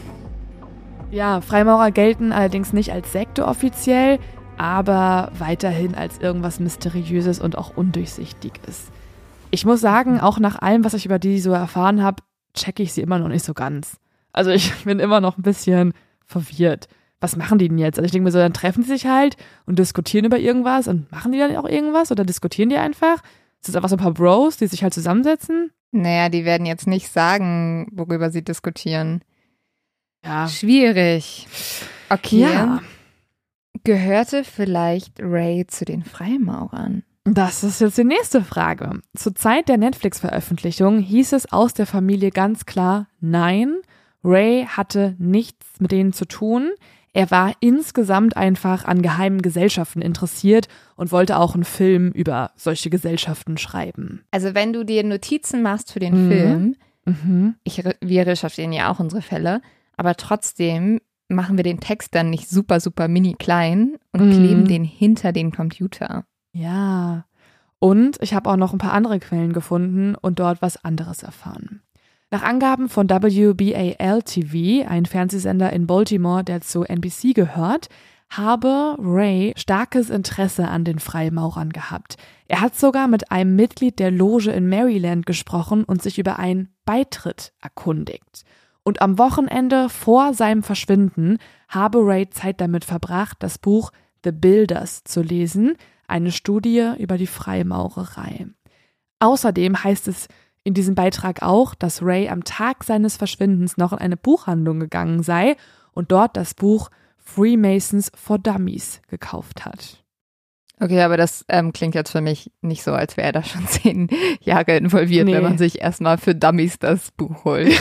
Speaker 1: Ja, Freimaurer gelten allerdings nicht als Sekte offiziell, aber weiterhin als irgendwas Mysteriöses und auch Undurchsichtiges. Ich muss sagen, auch nach allem, was ich über die so erfahren habe, checke ich sie immer noch nicht so ganz. Also ich bin immer noch ein bisschen verwirrt. Was machen die denn jetzt? Also ich denke mir so, dann treffen sie sich halt und diskutieren über irgendwas und machen die dann auch irgendwas oder diskutieren die einfach? Ist das einfach so ein paar Bros, die sich halt zusammensetzen?
Speaker 2: Naja, die werden jetzt nicht sagen, worüber sie diskutieren.
Speaker 1: Ja.
Speaker 2: Schwierig. Okay.
Speaker 1: Ja.
Speaker 2: Gehörte vielleicht Ray zu den Freimaurern?
Speaker 1: Das ist jetzt die nächste Frage. Zur Zeit der Netflix-Veröffentlichung hieß es aus der Familie ganz klar, nein, Ray hatte nichts mit denen zu tun. Er war insgesamt einfach an geheimen Gesellschaften interessiert und wollte auch einen Film über solche Gesellschaften schreiben.
Speaker 2: Also wenn du dir Notizen machst für den Film, wir recherchieren ja auch unsere Fälle, aber trotzdem machen wir den Text dann nicht super, super mini klein und kleben den hinter den Computer.
Speaker 1: Ja, und ich habe auch noch ein paar andere Quellen gefunden und dort was anderes erfahren. Nach Angaben von WBAL-TV, ein Fernsehsender in Baltimore, der zu NBC gehört, habe Ray starkes Interesse an den Freimaurern gehabt. Er hat sogar mit einem Mitglied der Loge in Maryland gesprochen und sich über einen Beitritt erkundigt. Und am Wochenende vor seinem Verschwinden habe Ray Zeit damit verbracht, das Buch The Builders zu lesen, eine Studie über die Freimaurerei. Außerdem heißt es in diesem Beitrag auch, dass Ray am Tag seines Verschwindens noch in eine Buchhandlung gegangen sei und dort das Buch Freemasons for Dummies gekauft hat.
Speaker 2: Okay, aber das klingt jetzt für mich nicht so, als wäre er da schon 10 Jahre involviert, wenn man sich erstmal für Dummies das Buch holt.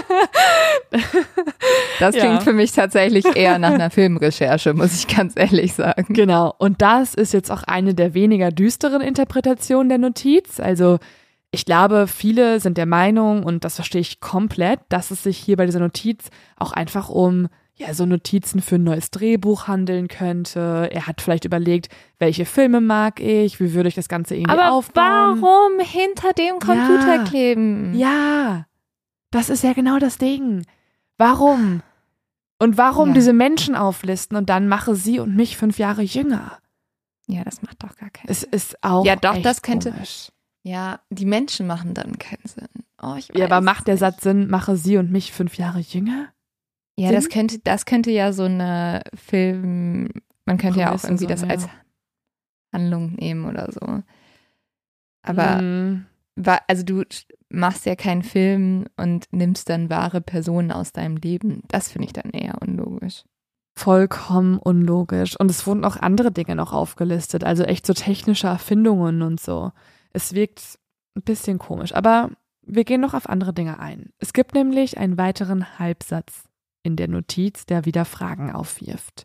Speaker 2: Das klingt für mich tatsächlich eher nach einer Filmrecherche, muss ich ganz ehrlich sagen.
Speaker 1: Genau, und das ist jetzt auch eine der weniger düsteren Interpretationen der Notiz. Also ich glaube, viele sind der Meinung, und das verstehe ich komplett, dass es sich hier bei dieser Notiz auch einfach um so Notizen für ein neues Drehbuch handeln könnte. Er hat vielleicht überlegt, welche Filme mag ich, wie würde ich das Ganze irgendwie aufbauen.
Speaker 2: Aber warum hinter dem Computer kleben?
Speaker 1: Ja, das ist ja genau das Ding. Warum? Und warum diese Menschen auflisten und dann mache sie und mich 5 Jahre jünger?
Speaker 2: Ja, das macht doch gar keinen Sinn.
Speaker 1: Es ist auch
Speaker 2: das könnte
Speaker 1: komisch.
Speaker 2: Ja, die Menschen machen dann keinen Sinn. Oh, ich weiß
Speaker 1: aber macht der Satz Sinn, mache sie und mich 5 Jahre jünger?
Speaker 2: Ja, das könnte ja so eine Film, man könnte ja auch irgendwie das als Handlung nehmen oder so. Aber also du machst ja keinen Film und nimmst dann wahre Personen aus deinem Leben. Das finde ich dann eher unlogisch.
Speaker 1: Vollkommen unlogisch. Und es wurden auch andere Dinge noch aufgelistet, also echt so technische Erfindungen und so. Es wirkt ein bisschen komisch, aber wir gehen noch auf andere Dinge ein. Es gibt nämlich einen weiteren Halbsatz in der Notiz, der wieder Fragen aufwirft.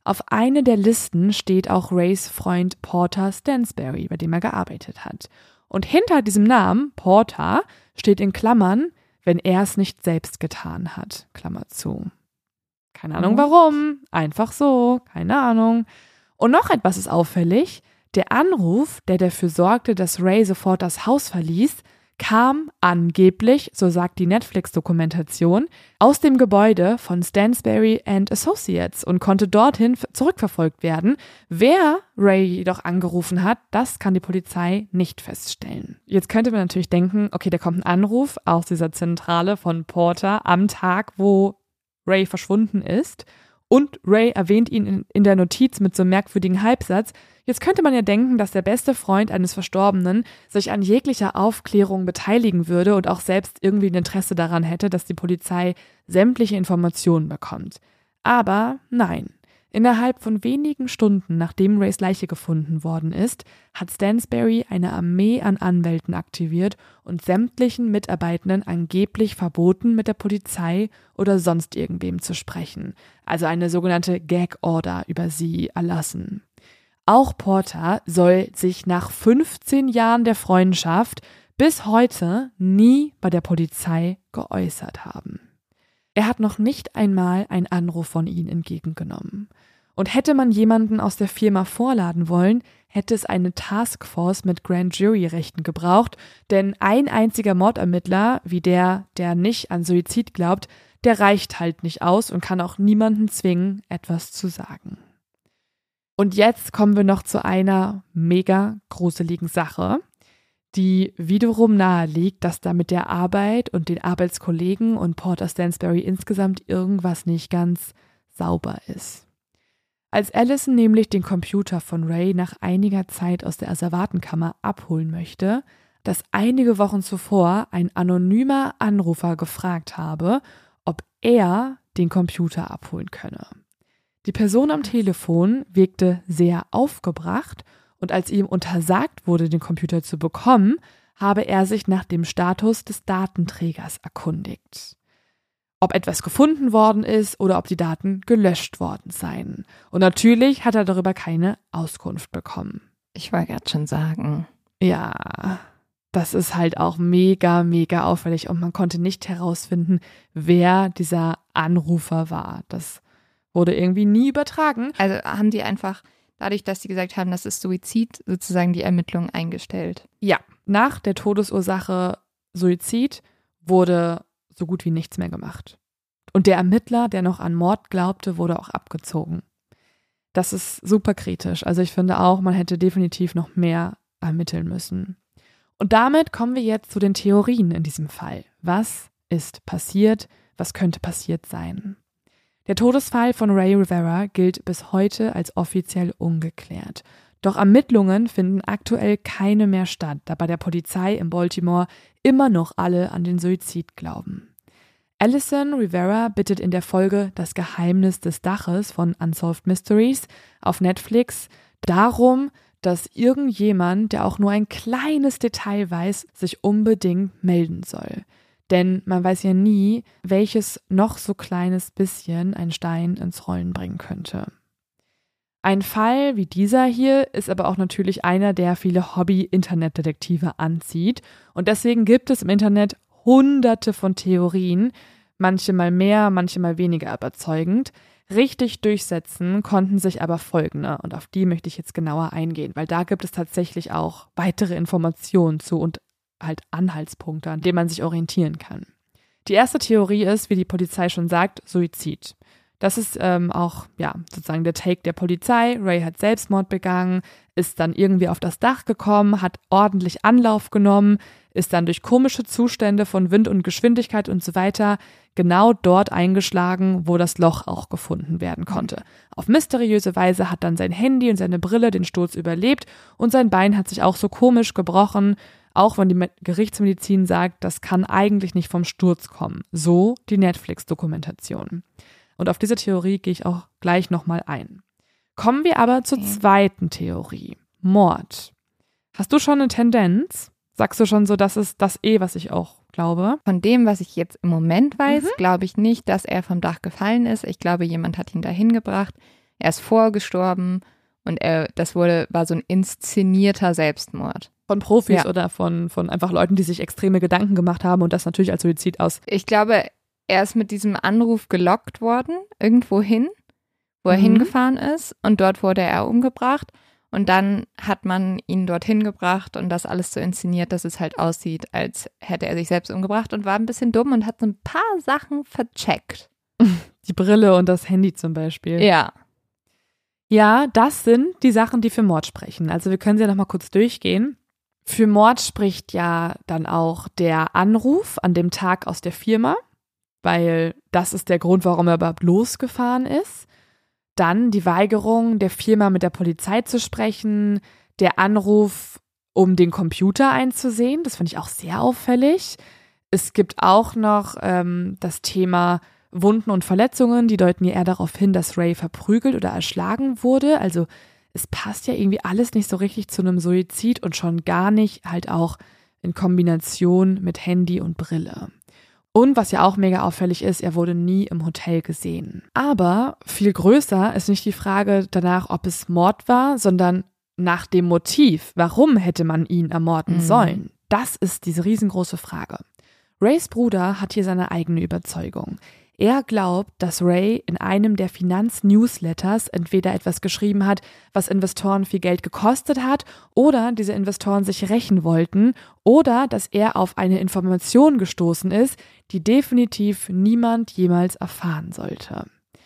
Speaker 1: Auf eine der Listen steht auch Rays Freund Porter Stansberry, bei dem er gearbeitet hat. Und hinter diesem Namen, Porter, steht in Klammern, wenn er es nicht selbst getan hat, Klammer zu. Keine Ahnung warum, einfach so, keine Ahnung. Und noch etwas ist auffällig, der Anruf, der dafür sorgte, dass Ray sofort das Haus verließ, kam angeblich, so sagt die Netflix-Dokumentation, aus dem Gebäude von Stansberry & Associates und konnte dorthin zurückverfolgt werden. Wer Ray jedoch angerufen hat, das kann die Polizei nicht feststellen. Jetzt könnte man natürlich denken, okay, da kommt ein Anruf aus dieser Zentrale von Porter am Tag, wo Ray verschwunden ist. Und Ray erwähnt ihn in der Notiz mit so einem merkwürdigen Halbsatz. Jetzt könnte man ja denken, dass der beste Freund eines Verstorbenen sich an jeglicher Aufklärung beteiligen würde und auch selbst irgendwie ein Interesse daran hätte, dass die Polizei sämtliche Informationen bekommt. Aber nein. Innerhalb von wenigen Stunden, nachdem Rays Leiche gefunden worden ist, hat Stansberry eine Armee an Anwälten aktiviert und sämtlichen Mitarbeitenden angeblich verboten, mit der Polizei oder sonst irgendwem zu sprechen. Also eine sogenannte Gag-Order über sie erlassen. Auch Porter soll sich nach 15 Jahren der Freundschaft bis heute nie bei der Polizei geäußert haben. Er hat noch nicht einmal einen Anruf von ihnen entgegengenommen. Und hätte man jemanden aus der Firma vorladen wollen, hätte es eine Taskforce mit Grand Jury-Rechten gebraucht, denn ein einziger Mordermittler, wie der nicht an Suizid glaubt, der reicht halt nicht aus und kann auch niemanden zwingen, etwas zu sagen. Und jetzt kommen wir noch zu einer mega gruseligen Sache, die wiederum naheliegt, dass da mit der Arbeit und den Arbeitskollegen und Porter Stansberry insgesamt irgendwas nicht ganz sauber ist. Als Allison nämlich den Computer von Ray nach einiger Zeit aus der Asservatenkammer abholen möchte, dass einige Wochen zuvor ein anonymer Anrufer gefragt habe, ob er den Computer abholen könne. Die Person am Telefon wirkte sehr aufgebracht und als ihm untersagt wurde, den Computer zu bekommen, habe er sich nach dem Status des Datenträgers erkundigt. Ob etwas gefunden worden ist oder ob die Daten gelöscht worden seien. Und natürlich hat er darüber keine Auskunft bekommen.
Speaker 2: Ich wollte gerade schon sagen.
Speaker 1: Ja, das ist halt auch mega, mega auffällig und man konnte nicht herausfinden, wer dieser Anrufer war. Das wurde irgendwie nie übertragen.
Speaker 2: Also haben die einfach, dadurch, dass sie gesagt haben, das ist Suizid, sozusagen die Ermittlungen eingestellt.
Speaker 1: Ja, nach der Todesursache Suizid wurde so gut wie nichts mehr gemacht. Und der Ermittler, der noch an Mord glaubte, wurde auch abgezogen. Das ist super kritisch. Also ich finde auch, man hätte definitiv noch mehr ermitteln müssen. Und damit kommen wir jetzt zu den Theorien in diesem Fall. Was ist passiert? Was könnte passiert sein? Der Todesfall von Ray Rivera gilt bis heute als offiziell ungeklärt. Doch Ermittlungen finden aktuell keine mehr statt, da bei der Polizei in Baltimore immer noch alle an den Suizid glauben. Allison Rivera bittet in der Folge Das Geheimnis des Daches von Unsolved Mysteries auf Netflix darum, dass irgendjemand, der auch nur ein kleines Detail weiß, sich unbedingt melden soll. Denn man weiß ja nie, welches noch so kleines bisschen ein Stein ins Rollen bringen könnte. Ein Fall wie dieser hier ist aber auch natürlich einer, der viele Hobby-Internetdetektive anzieht. Und deswegen gibt es im Internet Hunderte von Theorien, manche mal mehr, manche mal weniger überzeugend. Richtig durchsetzen konnten sich aber folgende und auf die möchte ich jetzt genauer eingehen, weil da gibt es tatsächlich auch weitere Informationen zu und halt Anhaltspunkte, an denen man sich orientieren kann. Die erste Theorie ist, wie die Polizei schon sagt, Suizid. Das ist auch sozusagen der Take der Polizei. Ray hat Selbstmord begangen, ist dann irgendwie auf das Dach gekommen, hat ordentlich Anlauf genommen, ist dann durch komische Zustände von Wind und Geschwindigkeit und so weiter genau dort eingeschlagen, wo das Loch auch gefunden werden konnte. Auf mysteriöse Weise hat dann sein Handy und seine Brille den Sturz überlebt und sein Bein hat sich auch so komisch gebrochen, auch wenn die Gerichtsmedizin sagt, das kann eigentlich nicht vom Sturz kommen. So die Netflix-Dokumentation. Und auf diese Theorie gehe ich auch gleich nochmal ein. Kommen wir aber zur zweiten Theorie. Mord. Hast du schon eine Tendenz? Sagst du schon so, das ist das was ich auch glaube?
Speaker 2: Von dem, was ich jetzt im Moment weiß, glaube ich nicht, dass er vom Dach gefallen ist. Ich glaube, jemand hat ihn dahin gebracht. er ist vorgestorben und war so ein inszenierter Selbstmord.
Speaker 1: Von Profis oder von einfach Leuten, die sich extreme Gedanken gemacht haben und das natürlich als Suizid aus.
Speaker 2: Ich glaube, er ist mit diesem Anruf gelockt worden, irgendwo hin, wo er hingefahren ist und dort wurde er umgebracht und dann hat man ihn dorthin gebracht und das alles so inszeniert, dass es halt aussieht, als hätte er sich selbst umgebracht und war ein bisschen dumm und hat so ein paar Sachen vercheckt.
Speaker 1: Die Brille und das Handy zum Beispiel.
Speaker 2: Ja.
Speaker 1: Ja, das sind die Sachen, die für Mord sprechen. Also wir können sie ja nochmal kurz durchgehen. Für Mord spricht ja dann auch der Anruf an dem Tag aus der Firma, weil das ist der Grund, warum er überhaupt losgefahren ist. Dann die Weigerung der Firma mit der Polizei zu sprechen, der Anruf, um den Computer einzusehen. Das finde ich auch sehr auffällig. Es gibt auch noch das Thema Wunden und Verletzungen, die deuten ja eher darauf hin, dass Ray verprügelt oder erschlagen wurde. Also es passt ja irgendwie alles nicht so richtig zu einem Suizid und schon gar nicht halt auch in Kombination mit Handy und Brille. Und was ja auch mega auffällig ist, er wurde nie im Hotel gesehen. Aber viel größer ist nicht die Frage danach, ob es Mord war, sondern nach dem Motiv. Warum hätte man ihn ermorden sollen? Das ist diese riesengroße Frage. Rays Bruder hat hier seine eigene Überzeugung. Er glaubt, dass Ray in einem der Finanz-Newsletters entweder etwas geschrieben hat, was Investoren viel Geld gekostet hat, oder diese Investoren sich rächen wollten, oder dass er auf eine Information gestoßen ist, die definitiv niemand jemals erfahren sollte.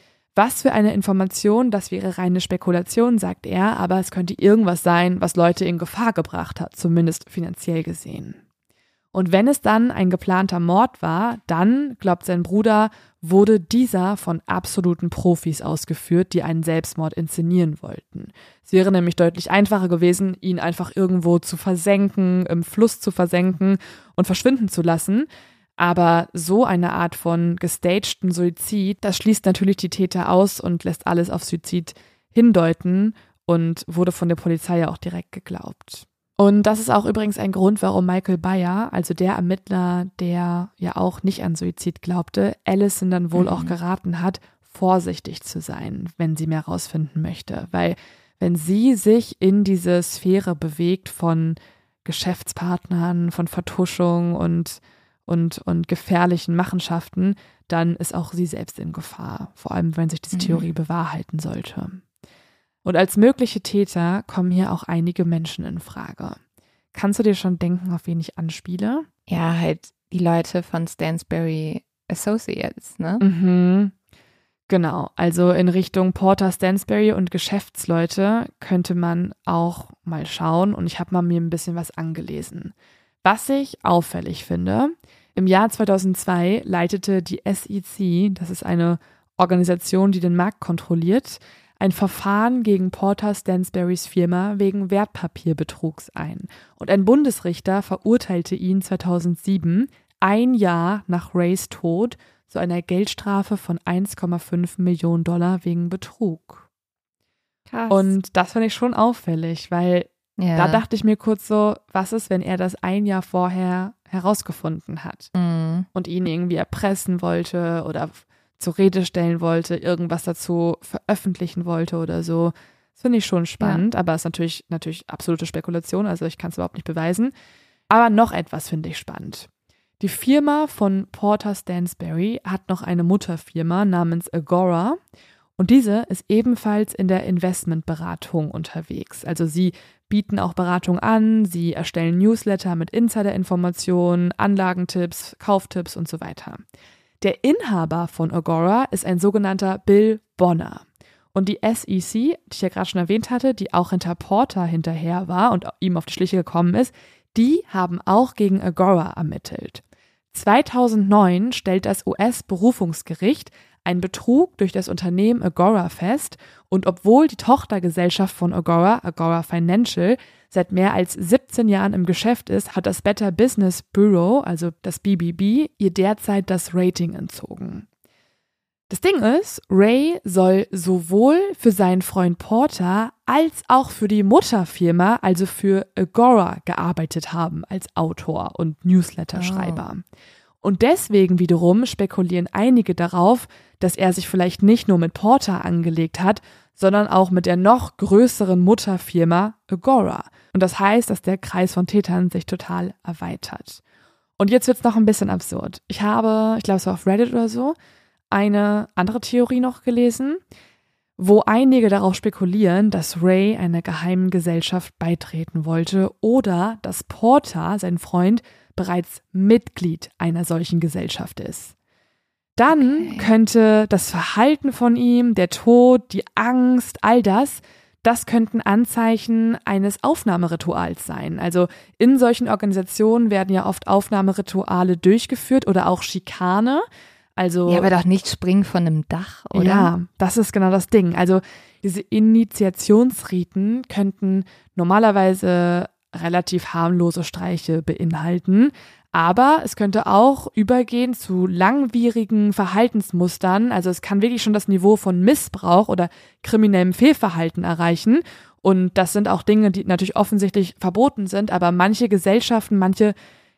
Speaker 1: Was für eine Information, das wäre reine Spekulation, sagt er, aber es könnte irgendwas sein, was Leute in Gefahr gebracht hat, zumindest finanziell gesehen. Und wenn es dann ein geplanter Mord war, dann, glaubt sein Bruder, wurde dieser von absoluten Profis ausgeführt, die einen Selbstmord inszenieren wollten. Es wäre nämlich deutlich einfacher gewesen, ihn einfach irgendwo zu versenken, im Fluss zu versenken und verschwinden zu lassen. Aber so eine Art von gestagten Suizid, das schließt natürlich die Täter aus und lässt alles auf Suizid hindeuten und wurde von der Polizei ja auch direkt geglaubt. Und das ist auch übrigens ein Grund, warum Michael Bayer, also der Ermittler, der ja auch nicht an Suizid glaubte, Allison dann wohl auch geraten hat, vorsichtig zu sein, wenn sie mehr rausfinden möchte. Weil wenn sie sich in diese Sphäre bewegt von Geschäftspartnern, von Vertuschung und gefährlichen Machenschaften, dann ist auch sie selbst in Gefahr. Vor allem, wenn sich diese Theorie bewahrheiten sollte. Und als mögliche Täter kommen hier auch einige Menschen in Frage. Kannst du dir schon denken, auf wen ich anspiele?
Speaker 2: Ja, halt die Leute von Stansberry Associates, ne?
Speaker 1: Genau, also in Richtung Porter Stansberry und Geschäftsleute könnte man auch mal schauen und ich habe mal mir ein bisschen was angelesen. Was ich auffällig finde, im Jahr 2002 leitete die SEC, das ist eine Organisation, die den Markt kontrolliert, ein Verfahren gegen Porter Stansberrys Firma wegen Wertpapierbetrugs ein. Und ein Bundesrichter verurteilte ihn 2007, ein Jahr nach Rays Tod, zu einer Geldstrafe von 1,5 Millionen Dollar wegen Betrug.
Speaker 2: Krass.
Speaker 1: Und das fand ich schon auffällig, weil da dachte ich mir kurz so, was ist, wenn er das ein Jahr vorher herausgefunden hat und ihn irgendwie erpressen wollte oder zur Rede stellen wollte, irgendwas dazu veröffentlichen wollte oder so. Das finde ich schon spannend, aber es ist natürlich absolute Spekulation, also ich kann es überhaupt nicht beweisen. Aber noch etwas finde ich spannend. Die Firma von Porter Stansberry hat noch eine Mutterfirma namens Agora und diese ist ebenfalls in der Investmentberatung unterwegs. Also sie bieten auch Beratung an, sie erstellen Newsletter mit Insider-Informationen, Anlagentipps, Kauftipps und so weiter. Der Inhaber von Agora ist ein sogenannter Bill Bonner. Und die SEC, die ich ja gerade schon erwähnt hatte, die auch hinter Porter hinterher war und ihm auf die Schliche gekommen ist, die haben auch gegen Agora ermittelt. 2009 stellt das US-Berufungsgericht einen Betrug durch das Unternehmen Agora fest und obwohl die Tochtergesellschaft von Agora, Agora Financial, seit mehr als 17 Jahren im Geschäft ist, hat das Better Business Bureau, also das BBB, ihr derzeit das Rating entzogen. Das Ding ist, Ray soll sowohl für seinen Freund Porter als auch für die Mutterfirma, also für Agora, gearbeitet haben als Autor und Newsletterschreiber. Und deswegen wiederum spekulieren einige darauf, dass er sich vielleicht nicht nur mit Porter angelegt hat, sondern auch mit der noch größeren Mutterfirma Agora. Und das heißt, dass der Kreis von Tätern sich total erweitert. Und jetzt wird's noch ein bisschen absurd. Ich glaube, es war auf Reddit oder so, eine andere Theorie noch gelesen, wo einige darauf spekulieren, dass Ray einer geheimen Gesellschaft beitreten wollte oder dass Porter, sein Freund, bereits Mitglied einer solchen Gesellschaft ist. Dann könnte das Verhalten von ihm, der Tod, die Angst, all das könnten Anzeichen eines Aufnahmerituals sein. Also in solchen Organisationen werden ja oft Aufnahmerituale durchgeführt oder auch Schikane. Also,
Speaker 2: ja, aber doch nicht springen von einem Dach, oder?
Speaker 1: Ja, das ist genau das Ding. Also diese Initiationsriten könnten normalerweise relativ harmlose Streiche beinhalten, aber es könnte auch übergehen zu langwierigen Verhaltensmustern. Also es kann wirklich schon das Niveau von Missbrauch oder kriminellem Fehlverhalten erreichen. Und das sind auch Dinge, die natürlich offensichtlich verboten sind, aber manche Gesellschaften, manche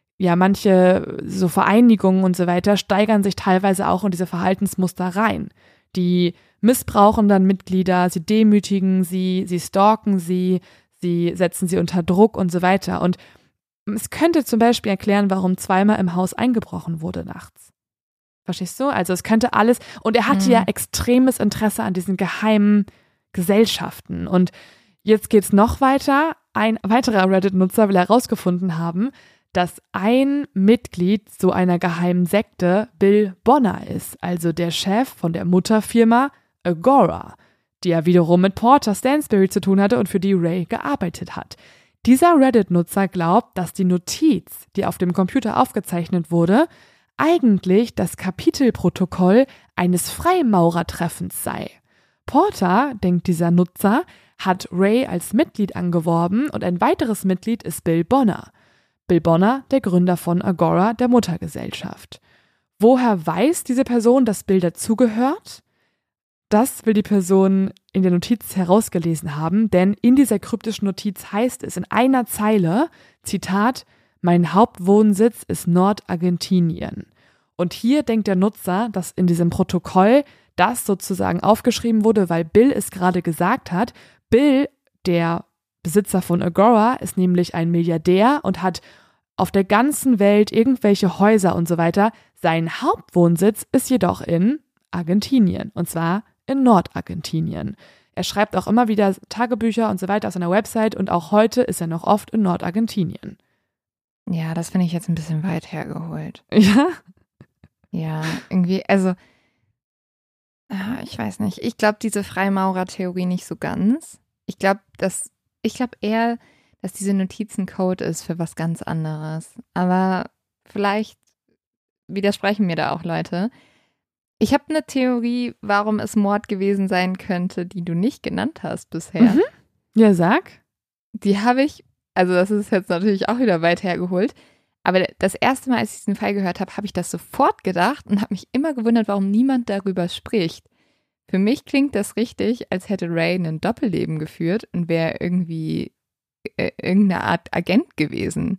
Speaker 1: so Vereinigungen und so weiter steigern sich teilweise auch in diese Verhaltensmuster rein. Die missbrauchen dann Mitglieder, sie demütigen sie stalken sie setzen sie unter Druck und so weiter. Und es könnte zum Beispiel erklären, warum zweimal im Haus eingebrochen wurde nachts. Verstehst du? Also es könnte alles, und er hatte ja extremes Interesse an diesen geheimen Gesellschaften. Und jetzt geht's noch weiter. Ein weiterer Reddit-Nutzer will herausgefunden haben, dass ein Mitglied so einer geheimen Sekte Bill Bonner ist, also der Chef von der Mutterfirma Agora, die ja wiederum mit Porter Stansberry zu tun hatte und für die Ray gearbeitet hat. Dieser Reddit-Nutzer glaubt, dass die Notiz, die auf dem Computer aufgezeichnet wurde, eigentlich das Kapitelprotokoll eines Freimaurertreffens sei. Porter, denkt dieser Nutzer, hat Ray als Mitglied angeworben und ein weiteres Mitglied ist Bill Bonner. Bill Bonner, der Gründer von Agora, der Muttergesellschaft. Woher weiß diese Person, dass Bill dazugehört? Das will die Person in der Notiz herausgelesen haben, denn in dieser kryptischen Notiz heißt es in einer Zeile, Zitat, mein Hauptwohnsitz ist Nordargentinien. Und hier denkt der Nutzer, dass in diesem Protokoll das sozusagen aufgeschrieben wurde, weil Bill es gerade gesagt hat. Bill, der Besitzer von Agora, ist nämlich ein Milliardär und hat auf der ganzen Welt irgendwelche Häuser und so weiter. Sein Hauptwohnsitz ist jedoch in Argentinien, und zwar in Nordargentinien. Er schreibt auch immer wieder Tagebücher und so weiter auf seiner Website und auch heute ist er noch oft in Nordargentinien.
Speaker 2: Ja, das finde ich jetzt ein bisschen weit hergeholt.
Speaker 1: Ja?
Speaker 2: Ja, irgendwie, also, ich weiß nicht. Ich glaube diese Freimaurer-Theorie nicht so ganz. Ich glaube eher, dass diese Notiz ein Code ist für was ganz anderes. Aber vielleicht widersprechen mir da auch Leute. Ich habe eine Theorie, warum es Mord gewesen sein könnte, die du nicht genannt hast bisher.
Speaker 1: Mhm. Ja, sag.
Speaker 2: Die habe ich, also das ist jetzt natürlich auch wieder weit hergeholt, aber das erste Mal, als ich diesen Fall gehört habe, habe ich das sofort gedacht und habe mich immer gewundert, warum niemand darüber spricht. Für mich klingt das richtig, als hätte Ray ein Doppelleben geführt und wäre irgendwie irgendeine Art Agent gewesen.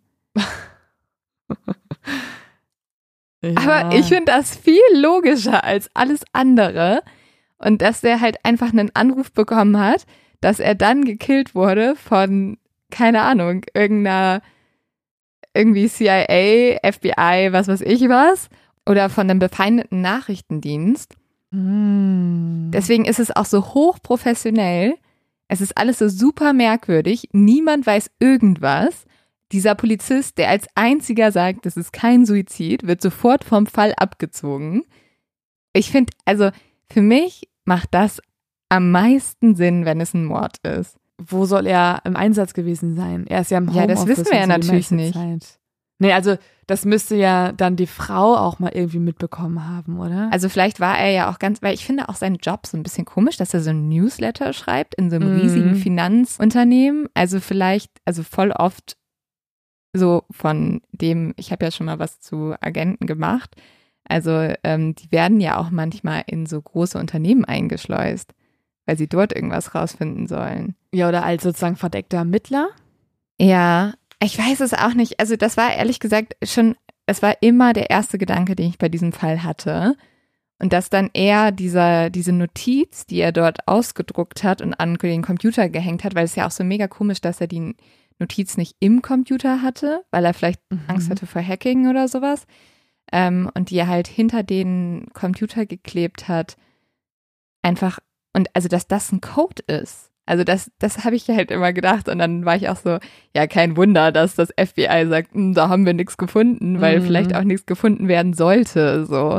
Speaker 2: Ja. Aber ich finde das viel logischer als alles andere. Und dass der halt einfach einen Anruf bekommen hat, dass er dann gekillt wurde von, keine Ahnung, irgendwie CIA, FBI, was weiß ich was. Oder von einem befeindeten Nachrichtendienst. Deswegen ist es auch so hochprofessionell. Es ist alles so super merkwürdig. Niemand weiß irgendwas. Dieser Polizist, der als einziger sagt, das ist kein Suizid, wird sofort vom Fall abgezogen. Ich finde, also für mich macht das am meisten Sinn, wenn es ein Mord ist.
Speaker 1: Wo soll er im Einsatz gewesen sein? Er ist ja im Homeoffice.
Speaker 2: Ja, das wissen wir ja natürlich nicht.
Speaker 1: Nee, also das müsste ja dann die Frau auch mal irgendwie mitbekommen haben, oder?
Speaker 2: Also vielleicht war er ja auch weil ich finde auch seinen Job so ein bisschen komisch, dass er so ein Newsletter schreibt in so einem riesigen Finanzunternehmen. Also vielleicht, also voll oft so von dem, ich habe ja schon mal was zu Agenten gemacht, also die werden ja auch manchmal in so große Unternehmen eingeschleust, weil sie dort irgendwas rausfinden sollen.
Speaker 1: Ja, oder als sozusagen verdeckter Ermittler?
Speaker 2: Ja, ich weiß es auch nicht. Also das war ehrlich gesagt es war immer der erste Gedanke, den ich bei diesem Fall hatte. Und dass dann er diese Notiz, die er dort ausgedruckt hat und an den Computer gehängt hat, weil es ist ja auch so mega komisch, dass er die Notiz nicht im Computer hatte, weil er vielleicht Angst hatte vor Hacking oder sowas. Und die er halt hinter den Computer geklebt hat. Einfach, und also, dass das ein Code ist. Also das habe ich halt immer gedacht und dann war ich auch so, ja, kein Wunder, dass das FBI sagt, da haben wir nichts gefunden, weil vielleicht auch nichts gefunden werden sollte, so.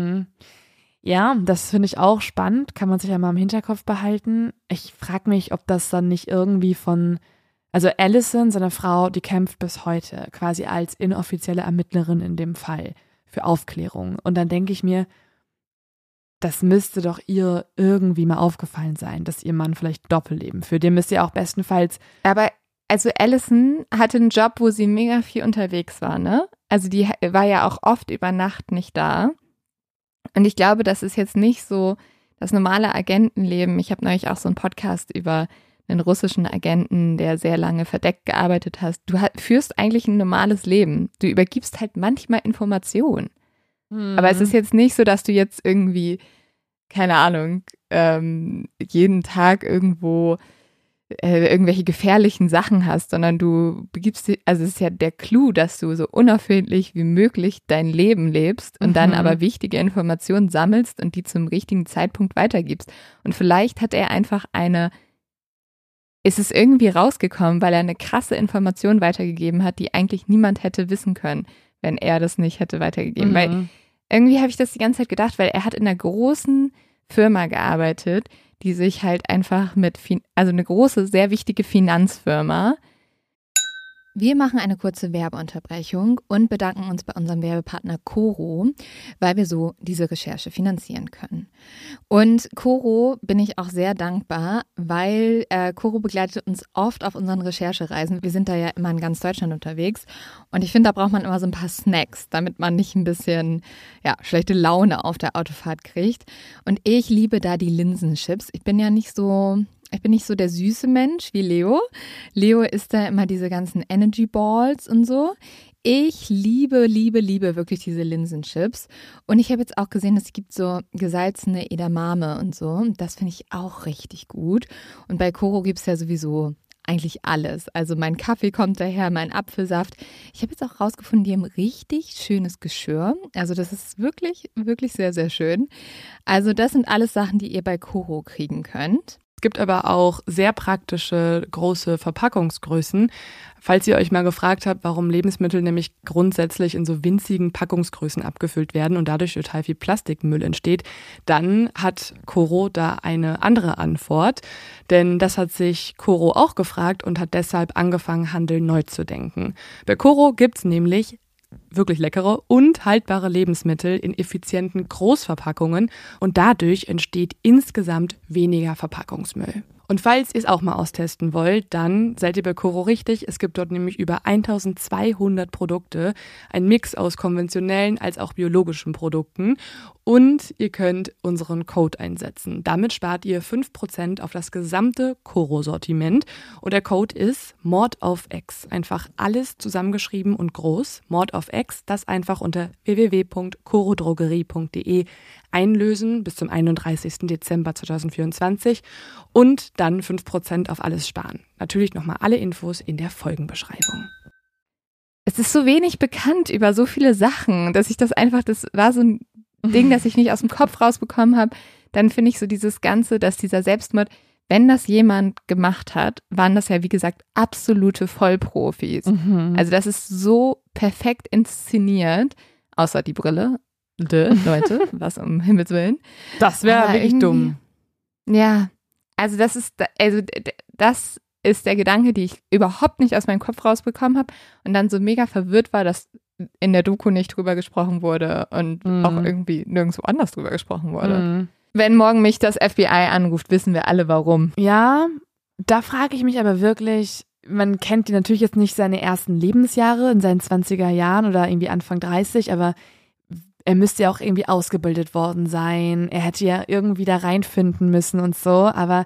Speaker 1: Ja, das finde ich auch spannend, kann man sich ja mal im Hinterkopf behalten. Ich frage mich, ob das dann nicht irgendwie also Allison, seine Frau, die kämpft bis heute quasi als inoffizielle Ermittlerin in dem Fall für Aufklärung. Und dann denke ich mir, das müsste doch ihr irgendwie mal aufgefallen sein, dass ihr Mann vielleicht Doppelleben führt. Den müsst ihr auch bestenfalls.
Speaker 2: Aber also Allison hatte einen Job, wo sie mega viel unterwegs war, ne? Also die war ja auch oft über Nacht nicht da. Und ich glaube, das ist jetzt nicht so das normale Agentenleben. Ich habe neulich auch so einen Podcast über einen russischen Agenten, der sehr lange verdeckt gearbeitet hat. Du führst eigentlich ein normales Leben. Du übergibst halt manchmal Informationen. Aber es ist jetzt nicht so, dass du jetzt irgendwie, keine Ahnung, jeden Tag irgendwo irgendwelche gefährlichen Sachen hast, sondern du begibst dich, also es ist ja der Clou, dass du so unauffällig wie möglich dein Leben lebst und dann aber wichtige Informationen sammelst und die zum richtigen Zeitpunkt weitergibst. Und vielleicht hat er einfach ist es irgendwie rausgekommen, weil er eine krasse Information weitergegeben hat, die eigentlich niemand hätte wissen können, wenn er das nicht hätte weitergegeben. Weil irgendwie habe ich das die ganze Zeit gedacht, weil er hat in einer großen Firma gearbeitet, die sich halt einfach also eine große, sehr wichtige Finanzfirma. Wir machen eine kurze Werbeunterbrechung und bedanken uns bei unserem Werbepartner Coro, weil wir so diese Recherche finanzieren können. Und Coro bin ich auch sehr dankbar, weil Coro begleitet uns oft auf unseren Recherchereisen. Wir sind da ja immer in ganz Deutschland unterwegs und ich finde, da braucht man immer so ein paar Snacks, damit man nicht ein bisschen schlechte Laune auf der Autofahrt kriegt. Und ich liebe da die Linsenchips. Ich bin nicht so der süße Mensch wie Leo. Leo isst da immer diese ganzen Energy Balls und so. Ich liebe wirklich diese Linsenchips. Und ich habe jetzt auch gesehen, es gibt so gesalzene Edamame und so. Das finde ich auch richtig gut. Und bei Coro gibt es ja sowieso eigentlich alles. Also mein Kaffee kommt daher, mein Apfelsaft. Ich habe jetzt auch rausgefunden, die haben richtig schönes Geschirr. Also das ist wirklich, wirklich sehr, sehr schön. Also das sind alles Sachen, die ihr bei Coro kriegen könnt.
Speaker 1: Es gibt aber auch sehr praktische große Verpackungsgrößen. Falls ihr euch mal gefragt habt, warum Lebensmittel nämlich grundsätzlich in so winzigen Packungsgrößen abgefüllt werden und dadurch total viel Plastikmüll entsteht, dann hat Coro da eine andere Antwort. Denn das hat sich Coro auch gefragt und hat deshalb angefangen, Handel neu zu denken. Bei Coro gibt's nämlich wirklich leckere und haltbare Lebensmittel in effizienten Großverpackungen und dadurch entsteht insgesamt weniger Verpackungsmüll. Und falls ihr es auch mal austesten wollt, dann seid ihr bei Coro richtig. Es gibt dort nämlich über 1200 Produkte, ein Mix aus konventionellen als auch biologischen Produkten. Und ihr könnt unseren Code einsetzen. Damit spart ihr 5% auf das gesamte Coro-Sortiment. Und der Code ist Mord auf X. Einfach alles zusammengeschrieben und groß. Mord auf X, das einfach unter www.corodrogerie.de einlösen bis zum 31. Dezember 2024 und dann 5% auf alles sparen. Natürlich nochmal alle Infos in der Folgenbeschreibung.
Speaker 2: Es ist so wenig bekannt über so viele Sachen, dass ich das war so ein Ding, das ich nicht aus dem Kopf rausbekommen habe. Dann finde ich so dieses Ganze, dass dieser Selbstmord, wenn das jemand gemacht hat, waren das ja wie gesagt absolute Vollprofis. Also das ist so perfekt inszeniert, außer die Brille. Leute, was um Himmels Willen.
Speaker 1: Das wäre wirklich dumm.
Speaker 2: Ja, also das ist der Gedanke, den ich überhaupt nicht aus meinem Kopf rausbekommen habe und dann so mega verwirrt war, dass in der Doku nicht drüber gesprochen wurde und auch irgendwie nirgendwo anders drüber gesprochen wurde. Wenn morgen mich das FBI anruft, wissen wir alle warum.
Speaker 1: Ja, da frage ich mich aber wirklich, man kennt natürlich jetzt nicht seine ersten Lebensjahre in seinen 20er Jahren oder irgendwie Anfang 30, aber er müsste ja auch irgendwie ausgebildet worden sein. Er hätte ja irgendwie da reinfinden müssen und so. Aber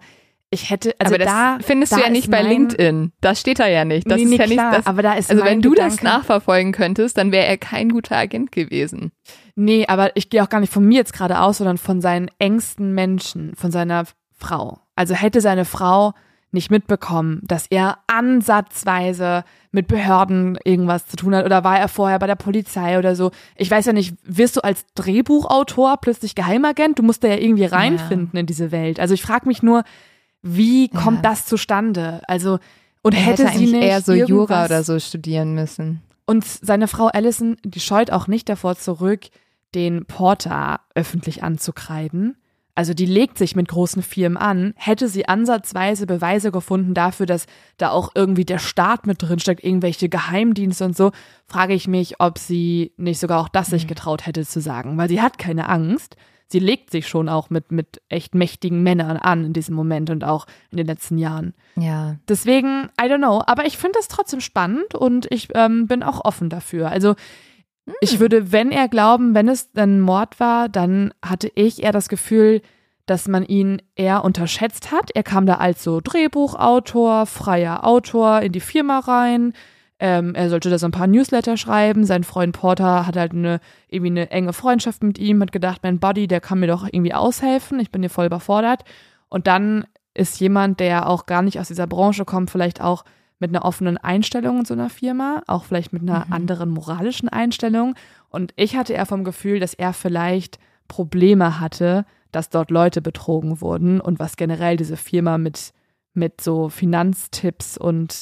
Speaker 1: ich hätte, also
Speaker 2: aber das
Speaker 1: da
Speaker 2: findest du ja nicht bei LinkedIn. Da steht er ja nicht. Das
Speaker 1: nee,
Speaker 2: ist ja
Speaker 1: klar,
Speaker 2: nicht das,
Speaker 1: aber da ist
Speaker 2: also
Speaker 1: mein
Speaker 2: wenn du
Speaker 1: Gedanke,
Speaker 2: das nachverfolgen könntest, dann wäre er kein guter Agent gewesen.
Speaker 1: Nee, aber ich gehe auch gar nicht von mir jetzt gerade aus, sondern von seinen engsten Menschen, von seiner Frau. Also hätte seine Frau nicht mitbekommen, dass er ansatzweise mit Behörden irgendwas zu tun hat oder war er vorher bei der Polizei oder so. Ich weiß ja nicht, wirst du als Drehbuchautor plötzlich Geheimagent? Du musst da ja irgendwie reinfinden in diese Welt. Also ich frage mich nur, wie kommt das zustande? Also, und
Speaker 2: er
Speaker 1: hätte sie nicht
Speaker 2: eher so Jura oder so studieren müssen.
Speaker 1: Und seine Frau Allison, die scheut auch nicht davor zurück, den Porter öffentlich anzukreiden. Also die legt sich mit großen Firmen an. Hätte sie ansatzweise Beweise gefunden dafür, dass da auch irgendwie der Staat mit drin steckt, irgendwelche Geheimdienste und so, frage ich mich, ob sie nicht sogar auch das sich getraut hätte zu sagen. Weil sie hat keine Angst. Sie legt sich schon auch mit echt mächtigen Männern an in diesem Moment und auch in den letzten Jahren.
Speaker 2: Ja.
Speaker 1: Deswegen, I don't know. Aber ich finde das trotzdem spannend und ich bin auch offen dafür. Also ich würde, wenn es ein Mord war, dann hatte ich eher das Gefühl, dass man ihn eher unterschätzt hat. Er kam da als so Drehbuchautor, freier Autor in die Firma rein. Er sollte da so ein paar Newsletter schreiben. Sein Freund Porter hat halt irgendwie eine enge Freundschaft mit ihm, hat gedacht, mein Buddy, der kann mir doch irgendwie aushelfen. Ich bin hier voll überfordert. Und dann ist jemand, der auch gar nicht aus dieser Branche kommt, vielleicht auch mit einer offenen Einstellung in so einer Firma, auch vielleicht mit einer anderen moralischen Einstellung. Und ich hatte eher vom Gefühl, dass er vielleicht Probleme hatte, dass dort Leute betrogen wurden und was generell diese Firma mit so Finanztipps und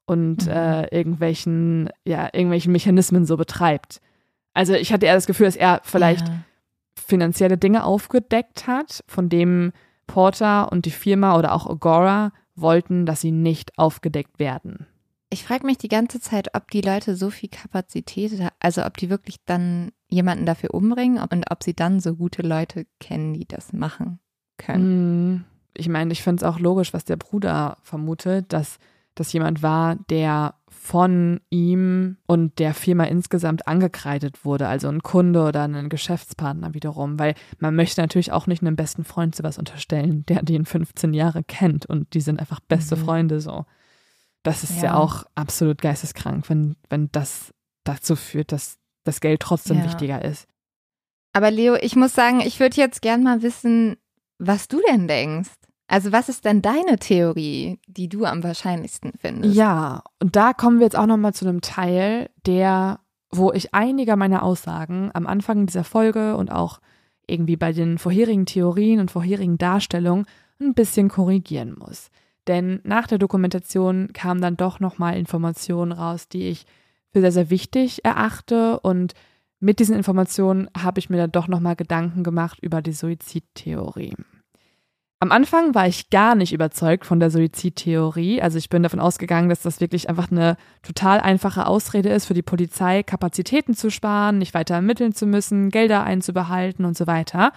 Speaker 1: irgendwelchen Mechanismen so betreibt. Also ich hatte eher das Gefühl, dass er vielleicht finanzielle Dinge aufgedeckt hat, von dem Porter und die Firma oder auch Agora wollten, dass sie nicht aufgedeckt werden.
Speaker 2: Ich frage mich die ganze Zeit, ob die Leute so viel Kapazität haben, also ob die wirklich dann jemanden dafür umbringen und ob sie dann so gute Leute kennen, die das machen können.
Speaker 1: Ich meine, ich finde es auch logisch, was der Bruder vermutet, dass das jemand war, der von ihm und der Firma insgesamt angekreidet wurde, also ein Kunde oder ein Geschäftspartner wiederum, weil man möchte natürlich auch nicht einem besten Freund sowas unterstellen, der den 15 Jahre kennt und die sind einfach beste Freunde so. Das ist ja auch absolut geisteskrank, wenn das dazu führt, dass das Geld trotzdem wichtiger ist.
Speaker 2: Aber Leo, ich muss sagen, ich würde jetzt gern mal wissen, was du denn denkst. Also was ist denn deine Theorie, die du am wahrscheinlichsten findest?
Speaker 1: Ja, und da kommen wir jetzt auch nochmal zu einem Teil, wo ich einige meiner Aussagen am Anfang dieser Folge und auch irgendwie bei den vorherigen Theorien und vorherigen Darstellungen ein bisschen korrigieren muss. Denn nach der Dokumentation kamen dann doch nochmal Informationen raus, die ich für sehr, sehr wichtig erachte. Und mit diesen Informationen habe ich mir dann doch nochmal Gedanken gemacht über die Suizidtheorie. Am Anfang war ich gar nicht überzeugt von der Suizidtheorie. Also ich bin davon ausgegangen, dass das wirklich einfach eine total einfache Ausrede ist für die Polizei, Kapazitäten zu sparen, nicht weiter ermitteln zu müssen, Gelder einzubehalten und so weiter.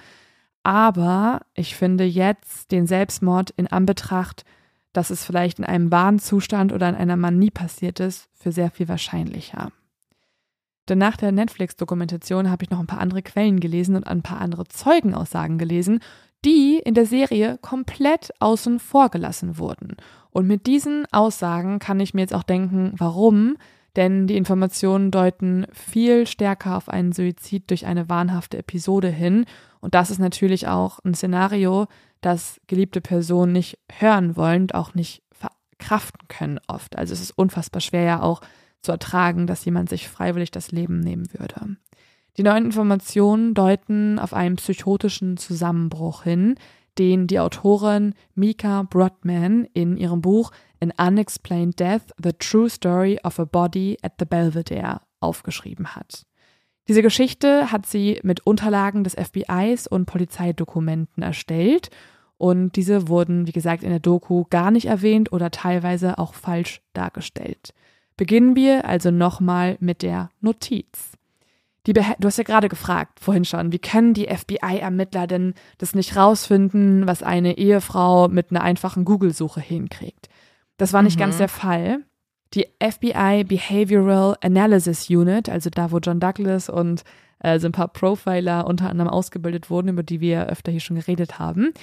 Speaker 1: Aber ich finde jetzt den Selbstmord in Anbetracht, dass es vielleicht in einem Wahnzustand oder in einer Manie passiert ist, für sehr viel wahrscheinlicher. Denn nach der Netflix-Dokumentation habe ich noch ein paar andere Quellen gelesen und ein paar andere Zeugenaussagen gelesen, die in der Serie komplett außen vor gelassen wurden. Und mit diesen Aussagen kann ich mir jetzt auch denken, warum, denn die Informationen deuten viel stärker auf einen Suizid durch eine wahnhafte Episode hin. Und das ist natürlich auch ein Szenario, das geliebte Personen nicht hören wollen und auch nicht verkraften können oft. Also es ist unfassbar schwer ja auch zu ertragen, dass jemand sich freiwillig das Leben nehmen würde. Die neuen Informationen deuten auf einen psychotischen Zusammenbruch hin, den die Autorin Mika Brodman in ihrem Buch An Unexplained Death, The True Story of a Body at the Belvedere aufgeschrieben hat. Diese Geschichte hat sie mit Unterlagen des FBIs und Polizeidokumenten erstellt und diese wurden, wie gesagt, in der Doku gar nicht erwähnt oder teilweise auch falsch dargestellt. Beginnen wir also nochmal mit der Notiz. Du hast ja gerade gefragt, vorhin schon, wie können die FBI-Ermittler denn das nicht rausfinden, was eine Ehefrau mit einer einfachen Google-Suche hinkriegt? Das war nicht ganz der Fall. Die FBI Behavioral Analysis Unit, also da, wo John Douglas und so ein paar Profiler unter anderem ausgebildet wurden, über die wir öfter hier schon geredet haben,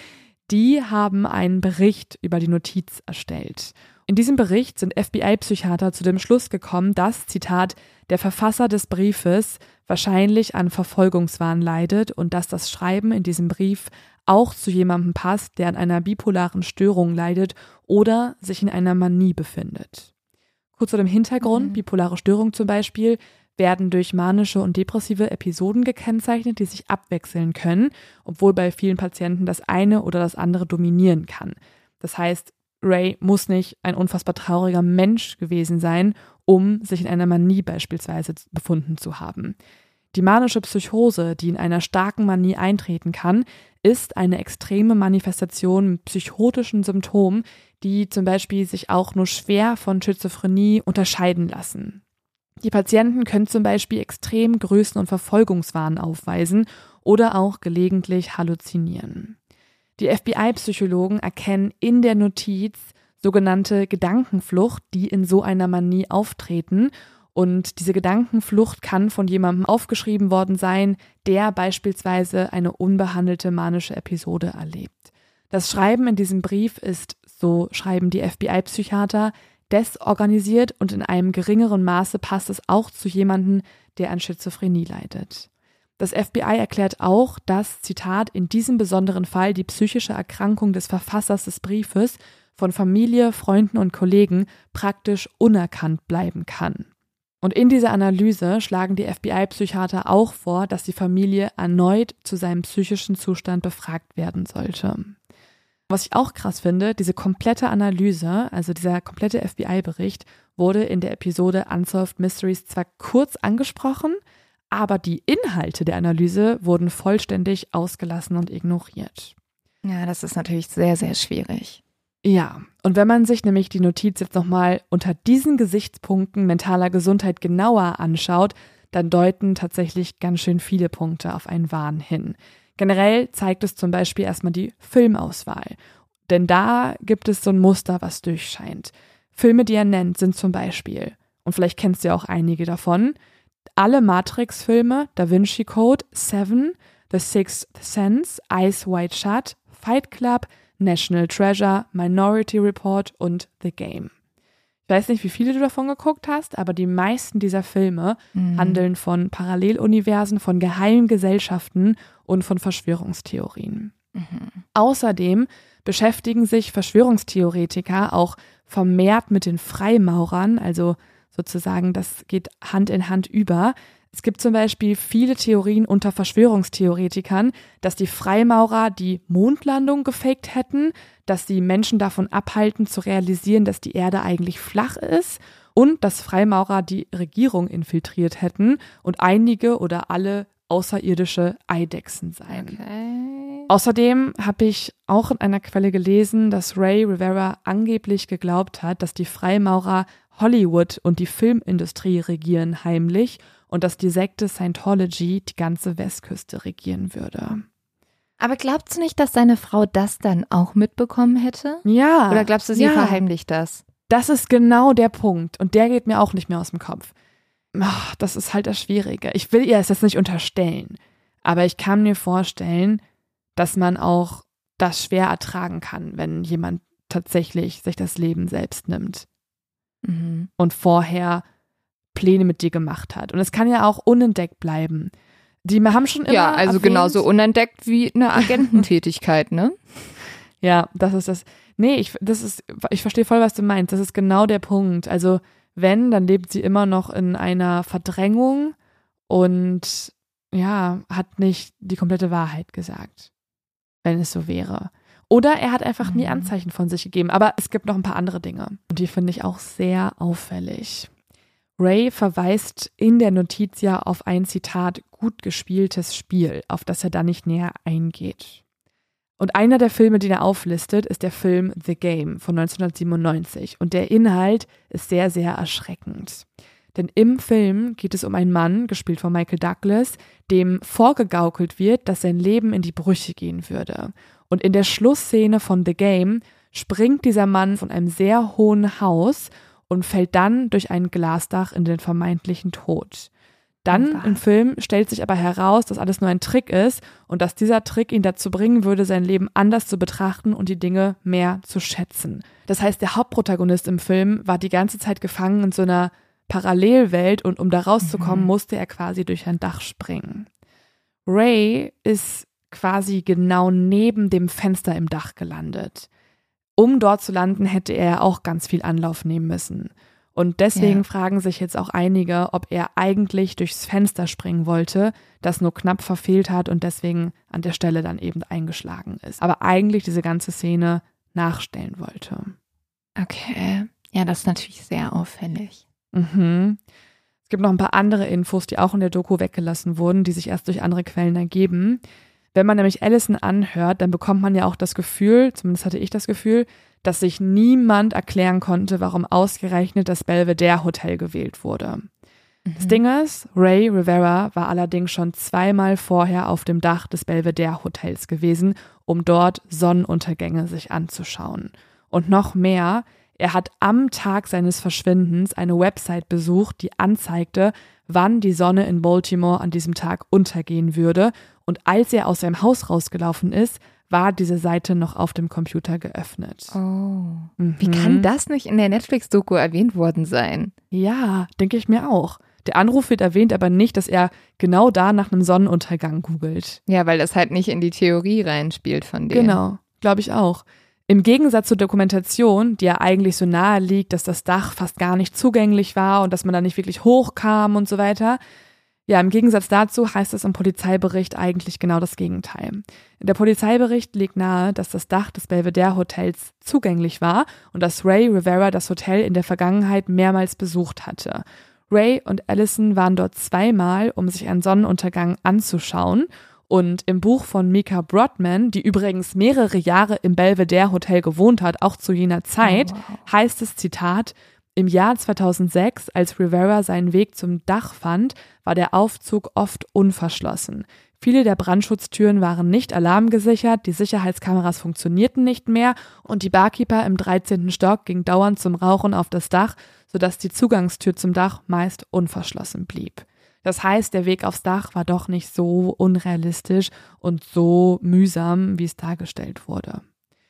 Speaker 1: Die haben einen Bericht über die Notiz erstellt. In diesem Bericht sind FBI-Psychiater zu dem Schluss gekommen, dass, Zitat, der Verfasser des Briefes wahrscheinlich an Verfolgungswahn leidet und dass das Schreiben in diesem Brief auch zu jemandem passt, der an einer bipolaren Störung leidet oder sich in einer Manie befindet. Kurz zu dem Hintergrund, bipolare Störungen zum Beispiel werden durch manische und depressive Episoden gekennzeichnet, die sich abwechseln können, obwohl bei vielen Patienten das eine oder das andere dominieren kann. Das heißt, Ray muss nicht ein unfassbar trauriger Mensch gewesen sein, um sich in einer Manie beispielsweise befunden zu haben. Die manische Psychose, die in einer starken Manie eintreten kann, ist eine extreme Manifestation mit psychotischen Symptomen, die zum Beispiel sich auch nur schwer von Schizophrenie unterscheiden lassen. Die Patienten können zum Beispiel extrem Größen- und Verfolgungswahn aufweisen oder auch gelegentlich halluzinieren. Die FBI-Psychologen erkennen in der Notiz sogenannte Gedankenflucht, die in so einer Manie auftreten. Und diese Gedankenflucht kann von jemandem aufgeschrieben worden sein, der beispielsweise eine unbehandelte manische Episode erlebt. Das Schreiben in diesem Brief ist, so schreiben die FBI-Psychiater, desorganisiert und in einem geringeren Maße passt es auch zu jemandem, der an Schizophrenie leidet. Das FBI erklärt auch, dass, Zitat, in diesem besonderen Fall die psychische Erkrankung des Verfassers des Briefes von Familie, Freunden und Kollegen praktisch unerkannt bleiben kann. Und in dieser Analyse schlagen die FBI-Psychiater auch vor, dass die Familie erneut zu seinem psychischen Zustand befragt werden sollte. Was ich auch krass finde, diese komplette Analyse, also dieser komplette FBI-Bericht, wurde in der Episode Unsolved Mysteries zwar kurz angesprochen, aber die Inhalte der Analyse wurden vollständig ausgelassen und ignoriert.
Speaker 2: Ja, das ist natürlich sehr, sehr schwierig.
Speaker 1: Ja, und wenn man sich nämlich die Notiz jetzt nochmal unter diesen Gesichtspunkten mentaler Gesundheit genauer anschaut, dann deuten tatsächlich ganz schön viele Punkte auf einen Wahn hin. Generell zeigt es zum Beispiel erstmal die Filmauswahl, denn da gibt es so ein Muster, was durchscheint. Filme, die er nennt, sind zum Beispiel, und vielleicht kennst du ja auch einige davon, alle Matrix-Filme, Da Vinci Code, Seven, The Sixth Sense, Eyes Wide Shut, Fight Club, National Treasure, Minority Report und The Game. Ich weiß nicht, wie viele du davon geguckt hast, aber die meisten dieser Filme handeln von Paralleluniversen, von geheimen Gesellschaften und von Verschwörungstheorien. Außerdem beschäftigen sich Verschwörungstheoretiker auch vermehrt mit den Freimaurern, also sozusagen, das geht Hand in Hand über. Es gibt zum Beispiel viele Theorien unter Verschwörungstheoretikern, dass die Freimaurer die Mondlandung gefaked hätten, dass die Menschen davon abhalten zu realisieren, dass die Erde eigentlich flach ist und dass Freimaurer die Regierung infiltriert hätten und einige oder alle außerirdische Eidechsen seien.
Speaker 2: Okay.
Speaker 1: Außerdem habe ich auch in einer Quelle gelesen, dass Ray Rivera angeblich geglaubt hat, dass die Freimaurer Hollywood und die Filmindustrie regieren heimlich und dass die Sekte Scientology die ganze Westküste regieren würde.
Speaker 2: Aber glaubst du nicht, dass seine Frau das dann auch mitbekommen hätte?
Speaker 1: Ja.
Speaker 2: Oder glaubst du, sie verheimlicht das?
Speaker 1: Das ist genau der Punkt und der geht mir auch nicht mehr aus dem Kopf. Ach, das ist halt das Schwierige. Ich will ihr es jetzt nicht unterstellen, aber ich kann mir vorstellen, dass man auch das schwer ertragen kann, wenn jemand tatsächlich sich das Leben selbst nimmt und vorher Pläne mit dir gemacht hat. Und es kann ja auch unentdeckt bleiben. Die haben schon immer
Speaker 2: ja, also
Speaker 1: erwähnt,
Speaker 2: genauso unentdeckt wie eine Agententätigkeit, ne?
Speaker 1: Ja, das ist das. Nee, ich verstehe voll, was du meinst. Das ist genau der Punkt. Also wenn, dann lebt sie immer noch in einer Verdrängung und ja, hat nicht die komplette Wahrheit gesagt, wenn es so wäre. Oder er hat einfach nie Anzeichen von sich gegeben. Aber es gibt noch ein paar andere Dinge. Und die finde ich auch sehr auffällig. Ray verweist in der Notiz ja auf ein, Zitat, gut gespieltes Spiel, auf das er da nicht näher eingeht. Und einer der Filme, den er auflistet, ist der Film The Game von 1997. Und der Inhalt ist sehr, sehr erschreckend. Denn im Film geht es um einen Mann, gespielt von Michael Douglas, dem vorgegaukelt wird, dass sein Leben in die Brüche gehen würde. Und in der Schlussszene von The Game springt dieser Mann von einem sehr hohen Haus und fällt dann durch ein Glasdach in den vermeintlichen Tod. Dann im Film stellt sich aber heraus, dass alles nur ein Trick ist und dass dieser Trick ihn dazu bringen würde, sein Leben anders zu betrachten und die Dinge mehr zu schätzen. Das heißt, der Hauptprotagonist im Film war die ganze Zeit gefangen in so einer Parallelwelt und um da rauszukommen, musste er quasi durch ein Dach springen. Ray ist quasi genau neben dem Fenster im Dach gelandet. Um dort zu landen, hätte er auch ganz viel Anlauf nehmen müssen. Und deswegen fragen sich jetzt auch einige, ob er eigentlich durchs Fenster springen wollte, das nur knapp verfehlt hat und deswegen an der Stelle dann eben eingeschlagen ist. Aber eigentlich diese ganze Szene nachstellen wollte.
Speaker 2: Okay, ja, das ist natürlich sehr auffällig.
Speaker 1: Es gibt noch ein paar andere Infos, die auch in der Doku weggelassen wurden, die sich erst durch andere Quellen ergeben. Wenn man nämlich Allison anhört, dann bekommt man ja auch das Gefühl, zumindest hatte ich das Gefühl, dass sich niemand erklären konnte, warum ausgerechnet das Belvedere Hotel gewählt wurde. Das Ding ist, Ray Rivera war allerdings schon 2-mal vorher auf dem Dach des Belvedere Hotels gewesen, um dort Sonnenuntergänge sich anzuschauen. Und noch mehr, er hat am Tag seines Verschwindens eine Website besucht, die anzeigte, wann die Sonne in Baltimore an diesem Tag untergehen würde. Und als er aus seinem Haus rausgelaufen ist, war diese Seite noch auf dem Computer geöffnet.
Speaker 2: Oh. Wie kann das nicht in der Netflix-Doku erwähnt worden sein?
Speaker 1: Ja, denke ich mir auch. Der Anruf wird erwähnt, aber nicht, dass er genau da nach einem Sonnenuntergang googelt.
Speaker 2: Ja, weil das halt nicht in die Theorie reinspielt von dem.
Speaker 1: Genau, glaube ich auch. Im Gegensatz zur Dokumentation, die ja eigentlich so nahe liegt, dass das Dach fast gar nicht zugänglich war und dass man da nicht wirklich hochkam und so weiter. Ja, im Gegensatz dazu heißt es im Polizeibericht eigentlich genau das Gegenteil. Der Polizeibericht legt nahe, dass das Dach des Belvedere Hotels zugänglich war und dass Ray Rivera das Hotel in der Vergangenheit mehrmals besucht hatte. Ray und Allison waren dort 2-mal, um sich einen Sonnenuntergang anzuschauen. Und im Buch von Micah Brodman, die übrigens mehrere Jahre im Belvedere Hotel gewohnt hat, auch zu jener Zeit, heißt es, Zitat, im Jahr 2006, als Rivera seinen Weg zum Dach fand, war der Aufzug oft unverschlossen. Viele der Brandschutztüren waren nicht alarmgesichert, die Sicherheitskameras funktionierten nicht mehr und die Barkeeper im 13. Stock ging dauernd zum Rauchen auf das Dach, sodass die Zugangstür zum Dach meist unverschlossen blieb. Das heißt, der Weg aufs Dach war doch nicht so unrealistisch und so mühsam, wie es dargestellt wurde.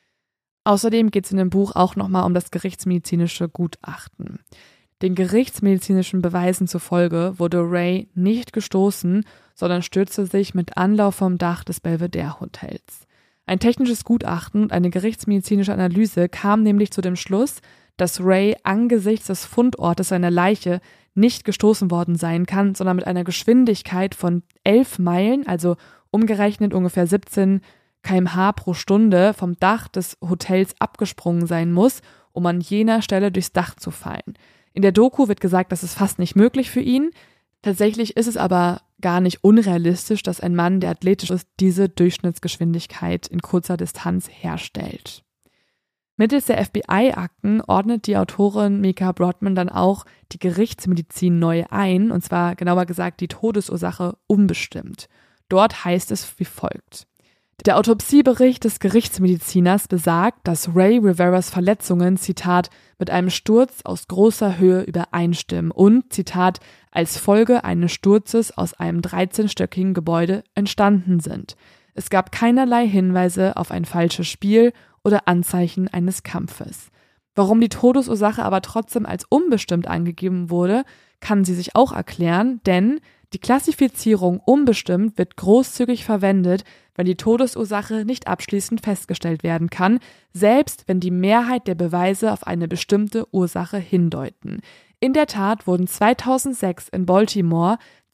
Speaker 1: Außerdem geht es in dem Buch auch nochmal um das gerichtsmedizinische Gutachten. Den gerichtsmedizinischen Beweisen zufolge wurde Ray nicht gestoßen, sondern stürzte sich mit Anlauf vom Dach des Belvedere Hotels. Ein technisches Gutachten und eine gerichtsmedizinische Analyse kam nämlich zu dem Schluss, dass Ray angesichts des Fundortes seiner Leiche nicht gestoßen worden sein kann, sondern mit einer Geschwindigkeit von 11 Meilen, also umgerechnet ungefähr 17 km/h pro Stunde vom Dach des Hotels abgesprungen sein muss, um an jener Stelle durchs Dach zu fallen. In der Doku wird gesagt, das ist fast nicht möglich für ihn. Tatsächlich ist es aber gar nicht unrealistisch, dass ein Mann, der athletisch ist, diese Durchschnittsgeschwindigkeit in kurzer Distanz herstellt. Mittels der FBI-Akten ordnet die Autorin Micah Brodman dann auch die Gerichtsmedizin neu ein, und zwar genauer gesagt die Todesursache unbestimmt. Dort heißt es wie folgt. Der Autopsiebericht des Gerichtsmediziners besagt, dass Ray Riveras Verletzungen, Zitat, mit einem Sturz aus großer Höhe übereinstimmen und, Zitat, als Folge eines Sturzes aus einem 13-stöckigen Gebäude entstanden sind. Es gab keinerlei Hinweise auf ein falsches Spiel oder Anzeichen eines Kampfes. Warum die Todesursache aber trotzdem als unbestimmt angegeben wurde, kann sie sich auch erklären, denn die Klassifizierung unbestimmt wird großzügig verwendet, wenn die Todesursache nicht abschließend festgestellt werden kann, selbst wenn die Mehrheit der Beweise auf eine bestimmte Ursache hindeuten. In der Tat wurden 2006 in Baltimore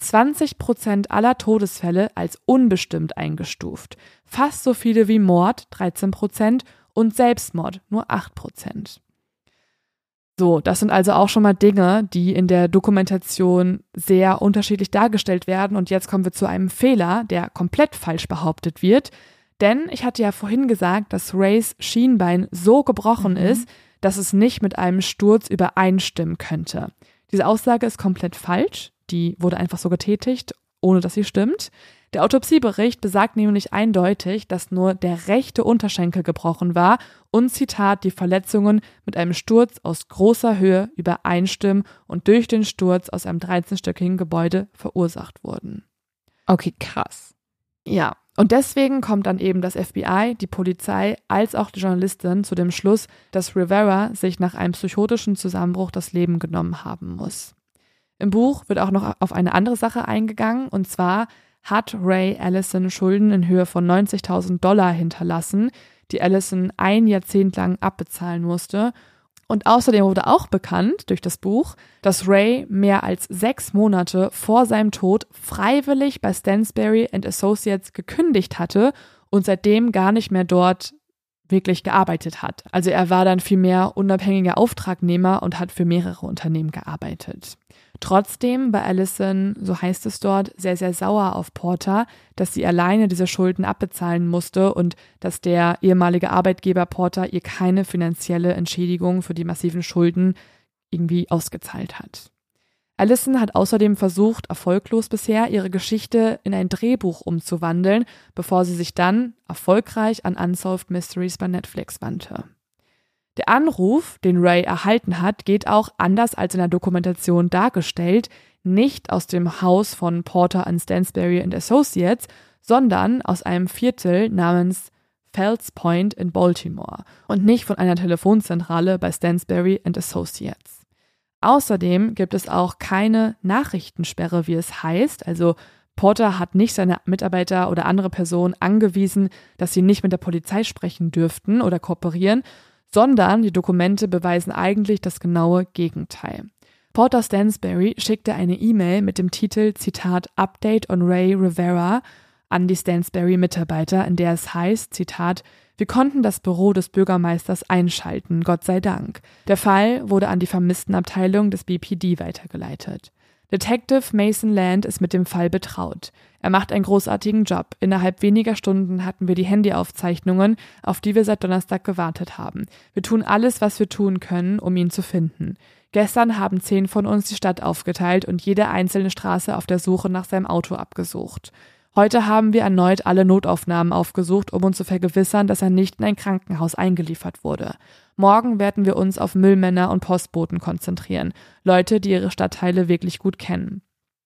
Speaker 1: 20% aller Todesfälle als unbestimmt eingestuft. Fast so viele wie Mord, 13%, und Selbstmord, nur 8%. So, das sind also auch schon mal Dinge, die in der Dokumentation sehr unterschiedlich dargestellt werden. Und jetzt kommen wir zu einem Fehler, der komplett falsch behauptet wird. Denn ich hatte ja vorhin gesagt, dass Rays Schienbein so gebrochen ist, dass es nicht mit einem Sturz übereinstimmen könnte. Diese Aussage ist komplett falsch. Die wurde einfach so getätigt, ohne dass sie stimmt. Der Autopsiebericht besagt nämlich eindeutig, dass nur der rechte Unterschenkel gebrochen war und, Zitat, die Verletzungen mit einem Sturz aus großer Höhe übereinstimmen und durch den Sturz aus einem 13-stöckigen Gebäude verursacht wurden.
Speaker 2: Okay, krass.
Speaker 1: Ja, und deswegen kommt dann eben das FBI, die Polizei als auch die Journalistin zu dem Schluss, dass Rivera sich nach einem psychotischen Zusammenbruch das Leben genommen haben muss. Im Buch wird auch noch auf eine andere Sache eingegangen, und zwar hat Ray Allison Schulden in Höhe von $90.000 hinterlassen, die Allison ein Jahrzehnt lang abbezahlen musste. Und außerdem wurde auch bekannt durch das Buch, dass Ray mehr als 6 Monate vor seinem Tod freiwillig bei Stansberry & Associates gekündigt hatte und seitdem gar nicht mehr dort wirklich gearbeitet hat. Also er war dann vielmehr unabhängiger Auftragnehmer und hat für mehrere Unternehmen gearbeitet. Trotzdem war Allison, so heißt es dort, sehr, sehr sauer auf Porter, dass sie alleine diese Schulden abbezahlen musste und dass der ehemalige Arbeitgeber Porter ihr keine finanzielle Entschädigung für die massiven Schulden irgendwie ausgezahlt hat. Allison hat außerdem versucht, erfolglos bisher, ihre Geschichte in ein Drehbuch umzuwandeln, bevor sie sich dann erfolgreich an Unsolved Mysteries bei Netflix wandte. Der Anruf, den Ray erhalten hat, geht auch, anders als in der Dokumentation dargestellt, nicht aus dem Haus von Porter & Stansberry & Associates, sondern aus einem Viertel namens Fells Point in Baltimore und nicht von einer Telefonzentrale bei Stansberry & Associates. Außerdem gibt es auch keine Nachrichtensperre, wie es heißt, also Porter hat nicht seine Mitarbeiter oder andere Personen angewiesen, dass sie nicht mit der Polizei sprechen dürften oder kooperieren, sondern die Dokumente beweisen eigentlich das genaue Gegenteil. Porter Stansberry schickte eine E-Mail mit dem Titel, Zitat, Update on Ray Rivera an die Stansberry-Mitarbeiter, in der es heißt, Zitat, wir konnten das Büro des Bürgermeisters einschalten, Gott sei Dank. Der Fall wurde an die Vermisstenabteilung des BPD weitergeleitet. Detective Mason Land ist mit dem Fall betraut. Er macht einen großartigen Job. Innerhalb weniger Stunden hatten wir die Handyaufzeichnungen, auf die wir seit Donnerstag gewartet haben. Wir tun alles, was wir tun können, um ihn zu finden. Gestern haben 10 von uns die Stadt aufgeteilt und jede einzelne Straße auf der Suche nach seinem Auto abgesucht. Heute haben wir erneut alle Notaufnahmen aufgesucht, um uns zu vergewissern, dass er nicht in ein Krankenhaus eingeliefert wurde. Morgen werden wir uns auf Müllmänner und Postboten konzentrieren, Leute, die ihre Stadtteile wirklich gut kennen.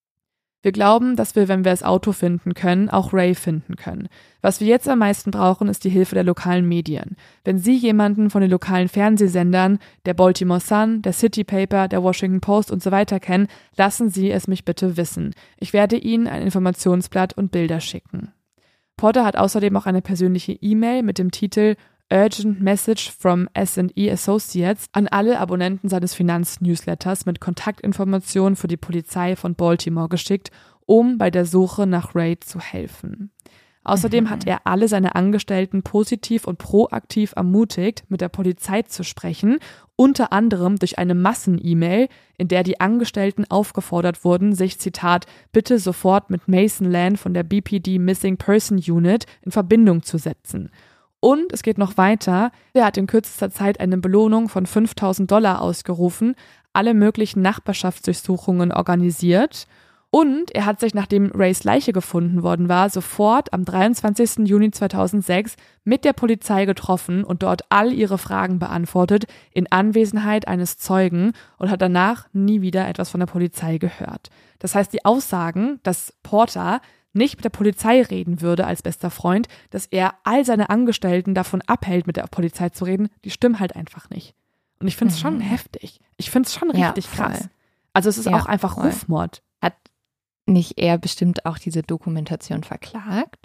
Speaker 1: Wir glauben, dass wir, wenn wir das Auto finden können, auch Ray finden können. Was wir jetzt am meisten brauchen, ist die Hilfe der lokalen Medien. Wenn Sie jemanden von den lokalen Fernsehsendern, der Baltimore Sun, der City Paper, der Washington Post und so weiter kennen, lassen Sie es mich bitte wissen. Ich werde Ihnen ein Informationsblatt und Bilder schicken. Porter hat außerdem auch eine persönliche E-Mail mit dem Titel Urgent Message from S&E Associates an alle Abonnenten seines Finanznewsletters mit Kontaktinformationen für die Polizei von Baltimore geschickt, um bei der Suche nach Ray zu helfen. Außerdem hat er alle seine Angestellten positiv und proaktiv ermutigt, mit der Polizei zu sprechen, unter anderem durch eine Massen-E-Mail, in der die Angestellten aufgefordert wurden, sich, Zitat, bitte sofort mit Mason Land von der BPD Missing Person Unit in Verbindung zu setzen. Und es geht noch weiter. Er hat in kürzester Zeit eine Belohnung von $5.000 ausgerufen, alle möglichen Nachbarschaftsdurchsuchungen organisiert. Und er hat sich, nachdem Rays Leiche gefunden worden war, sofort am 23. Juni 2006 mit der Polizei getroffen und dort all ihre Fragen beantwortet, in Anwesenheit eines Zeugen, und hat danach nie wieder etwas von der Polizei gehört. Das heißt, die Aussagen, dass Porter nicht mit der Polizei reden würde als bester Freund, dass er all seine Angestellten davon abhält, mit der Polizei zu reden, die stimmen halt einfach nicht. Und ich finde es schon heftig. Ich finde es schon richtig krass. Also es ist auch einfach Rufmord.
Speaker 2: Hat nicht er bestimmt auch diese Dokumentation verklagt?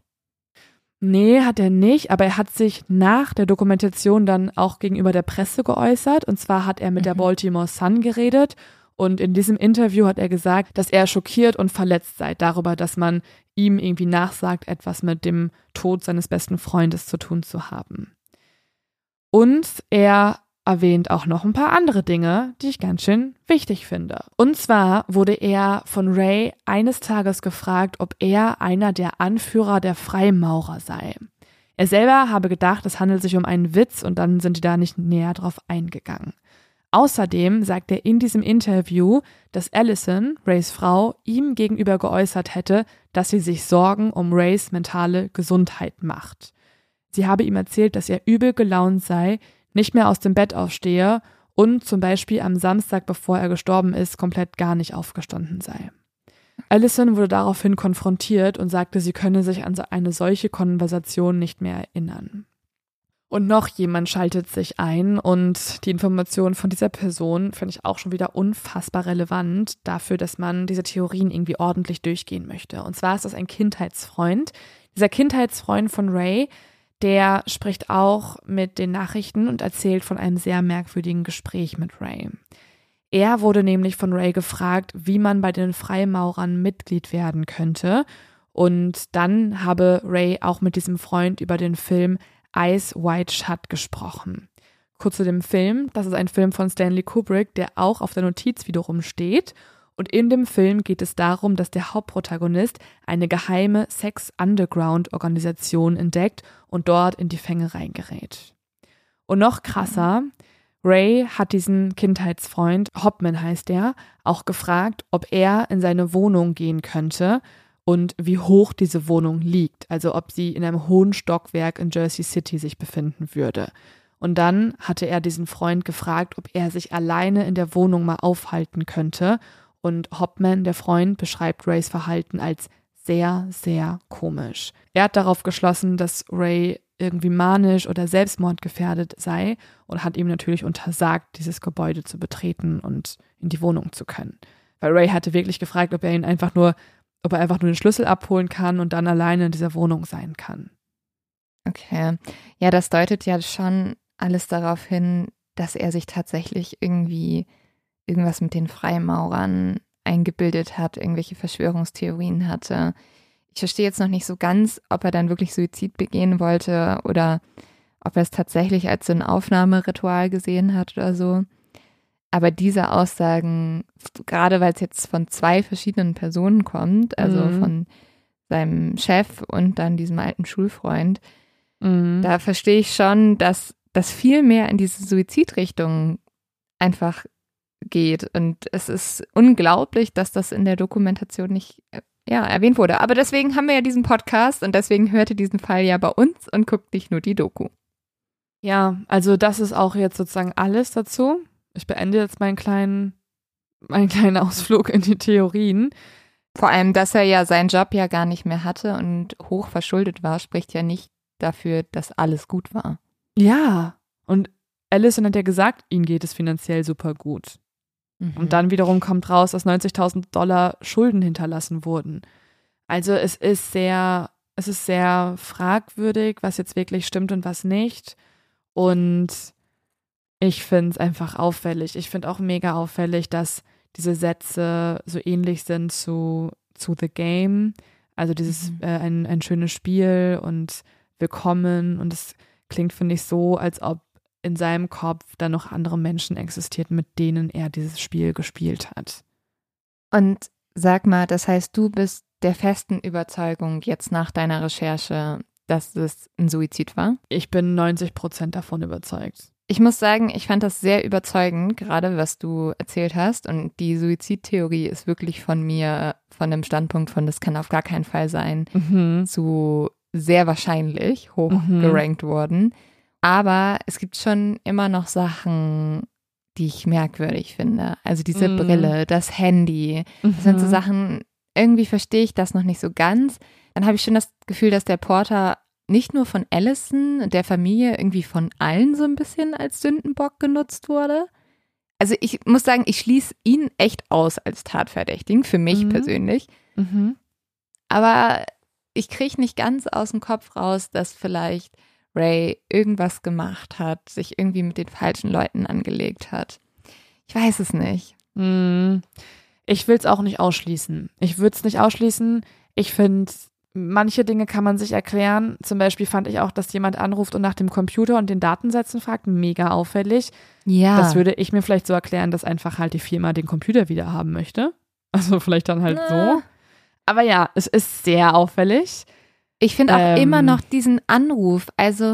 Speaker 1: Nee, hat er nicht, aber er hat sich nach der Dokumentation dann auch gegenüber der Presse geäußert. Und zwar hat er mit der Baltimore Sun geredet. Und in diesem Interview hat er gesagt, dass er schockiert und verletzt sei darüber, dass man ihm irgendwie nachsagt, etwas mit dem Tod seines besten Freundes zu tun zu haben. Und er erwähnt auch noch ein paar andere Dinge, die ich ganz schön wichtig finde. Und zwar wurde er von Ray eines Tages gefragt, ob er einer der Anführer der Freimaurer sei. Er selber habe gedacht, es handelt sich um einen Witz, und dann sind die da nicht näher drauf eingegangen. außerdem sagt er in diesem Interview, dass Allison, Rays Frau, ihm gegenüber geäußert hätte, dass sie sich Sorgen um Rays mentale Gesundheit macht. Sie habe ihm erzählt, dass er übel gelaunt sei, nicht mehr aus dem Bett aufstehe und zum Beispiel am Samstag, bevor er gestorben ist, komplett gar nicht aufgestanden sei. Allison wurde daraufhin konfrontiert und sagte, sie könne sich an eine solche Konversation nicht mehr erinnern. Und noch jemand schaltet sich ein und die Information von dieser Person finde ich auch schon wieder unfassbar relevant dafür, dass man diese Theorien irgendwie ordentlich durchgehen möchte. Und zwar ist das ein Kindheitsfreund. Dieser Kindheitsfreund von Ray, der spricht auch mit den Nachrichten und erzählt von einem sehr merkwürdigen Gespräch mit Ray. Er wurde nämlich von Ray gefragt, wie man bei den Freimaurern Mitglied werden könnte. Und dann habe Ray auch mit diesem Freund über den Film Eyes Wide Shut gesprochen. Kurz zu dem Film, das ist ein Film von Stanley Kubrick, der auch auf der Notiz wiederum steht. Und in dem Film geht es darum, dass der Hauptprotagonist eine geheime Sex-Underground-Organisation entdeckt und dort in die Fänge reingerät. Und noch krasser, Ray hat diesen Kindheitsfreund, Hopman heißt er, auch gefragt, ob er in seine Wohnung gehen könnte und wie hoch diese Wohnung liegt, also ob sie in einem hohen Stockwerk in Jersey City sich befinden würde. Und dann hatte er diesen Freund gefragt, ob er sich alleine in der Wohnung mal aufhalten könnte. Und Hopman, der Freund, beschreibt Rays Verhalten als sehr, sehr komisch. Er hat darauf geschlossen, dass Ray irgendwie manisch oder selbstmordgefährdet sei und hat ihm natürlich untersagt, dieses Gebäude zu betreten und in die Wohnung zu können. Weil Ray hatte wirklich gefragt, ob er einfach nur den Schlüssel abholen kann und dann alleine in dieser Wohnung sein kann.
Speaker 2: Okay. Ja, das deutet ja schon alles darauf hin, dass er sich tatsächlich irgendwie irgendwas mit den Freimaurern eingebildet hat, irgendwelche Verschwörungstheorien hatte. Ich verstehe jetzt noch nicht so ganz, ob er dann wirklich Suizid begehen wollte oder ob er es tatsächlich als so ein Aufnahmeritual gesehen hat oder so. Aber diese Aussagen, gerade weil es jetzt von 2 verschiedenen Personen kommt, also von seinem Chef und dann diesem alten Schulfreund, da verstehe ich schon, dass das viel mehr in diese Suizidrichtung einfach geht. Und es ist unglaublich, dass das in der Dokumentation nicht erwähnt wurde. Aber deswegen haben wir ja diesen Podcast und deswegen hört ihr diesen Fall ja bei uns und guckt nicht nur die Doku.
Speaker 1: Ja, also das ist auch jetzt sozusagen alles dazu. Ich beende jetzt meinen kleinen Ausflug in die Theorien.
Speaker 2: Vor allem, dass er ja seinen Job ja gar nicht mehr hatte und hoch verschuldet war, spricht ja nicht dafür, dass alles gut war.
Speaker 1: Ja, und Allison hat ja gesagt, ihnen geht es finanziell super gut. Und dann wiederum kommt raus, dass $90.000 Schulden hinterlassen wurden. Also es ist sehr fragwürdig, was jetzt wirklich stimmt und was nicht. Und ich finde es einfach auffällig. Ich finde auch mega auffällig, dass diese Sätze so ähnlich sind zu The Game. Also dieses ein schönes Spiel und willkommen. Und es klingt, finde ich, so, als ob in seinem Kopf dann noch andere Menschen existierten, mit denen er dieses Spiel gespielt hat.
Speaker 2: Und sag mal, das heißt, du bist der festen Überzeugung jetzt nach deiner Recherche, dass es ein Suizid war?
Speaker 1: Ich bin 90% davon überzeugt.
Speaker 2: Ich muss sagen, ich fand das sehr überzeugend, gerade was du erzählt hast. Und die Suizidtheorie ist wirklich von mir, von dem Standpunkt von, das kann auf gar keinen Fall sein, zu sehr wahrscheinlich hoch gerankt worden. Aber es gibt schon immer noch Sachen, die ich merkwürdig finde. Also diese Brille, das Handy, das sind so Sachen, irgendwie verstehe ich das noch nicht so ganz. Dann habe ich schon das Gefühl, dass der Porter nicht nur von Allison und der Familie, irgendwie von allen so ein bisschen als Sündenbock genutzt wurde. Also ich muss sagen, ich schließe ihn echt aus als Tatverdächtigen, für mich persönlich. Aber ich kriege nicht ganz aus dem Kopf raus, dass vielleicht Ray irgendwas gemacht hat, sich irgendwie mit den falschen Leuten angelegt hat. Ich weiß es nicht.
Speaker 1: Ich will es auch nicht ausschließen. Ich würde es nicht ausschließen. Ich finde, manche Dinge kann man sich erklären. Zum Beispiel fand ich auch, dass jemand anruft und nach dem Computer und den Datensätzen fragt. Mega auffällig.
Speaker 2: Ja.
Speaker 1: Das würde ich mir vielleicht so erklären, dass einfach halt die Firma den Computer wieder haben möchte. Also vielleicht dann halt so. Aber ja, es ist sehr auffällig.
Speaker 2: Ich finde auch immer noch diesen Anruf, also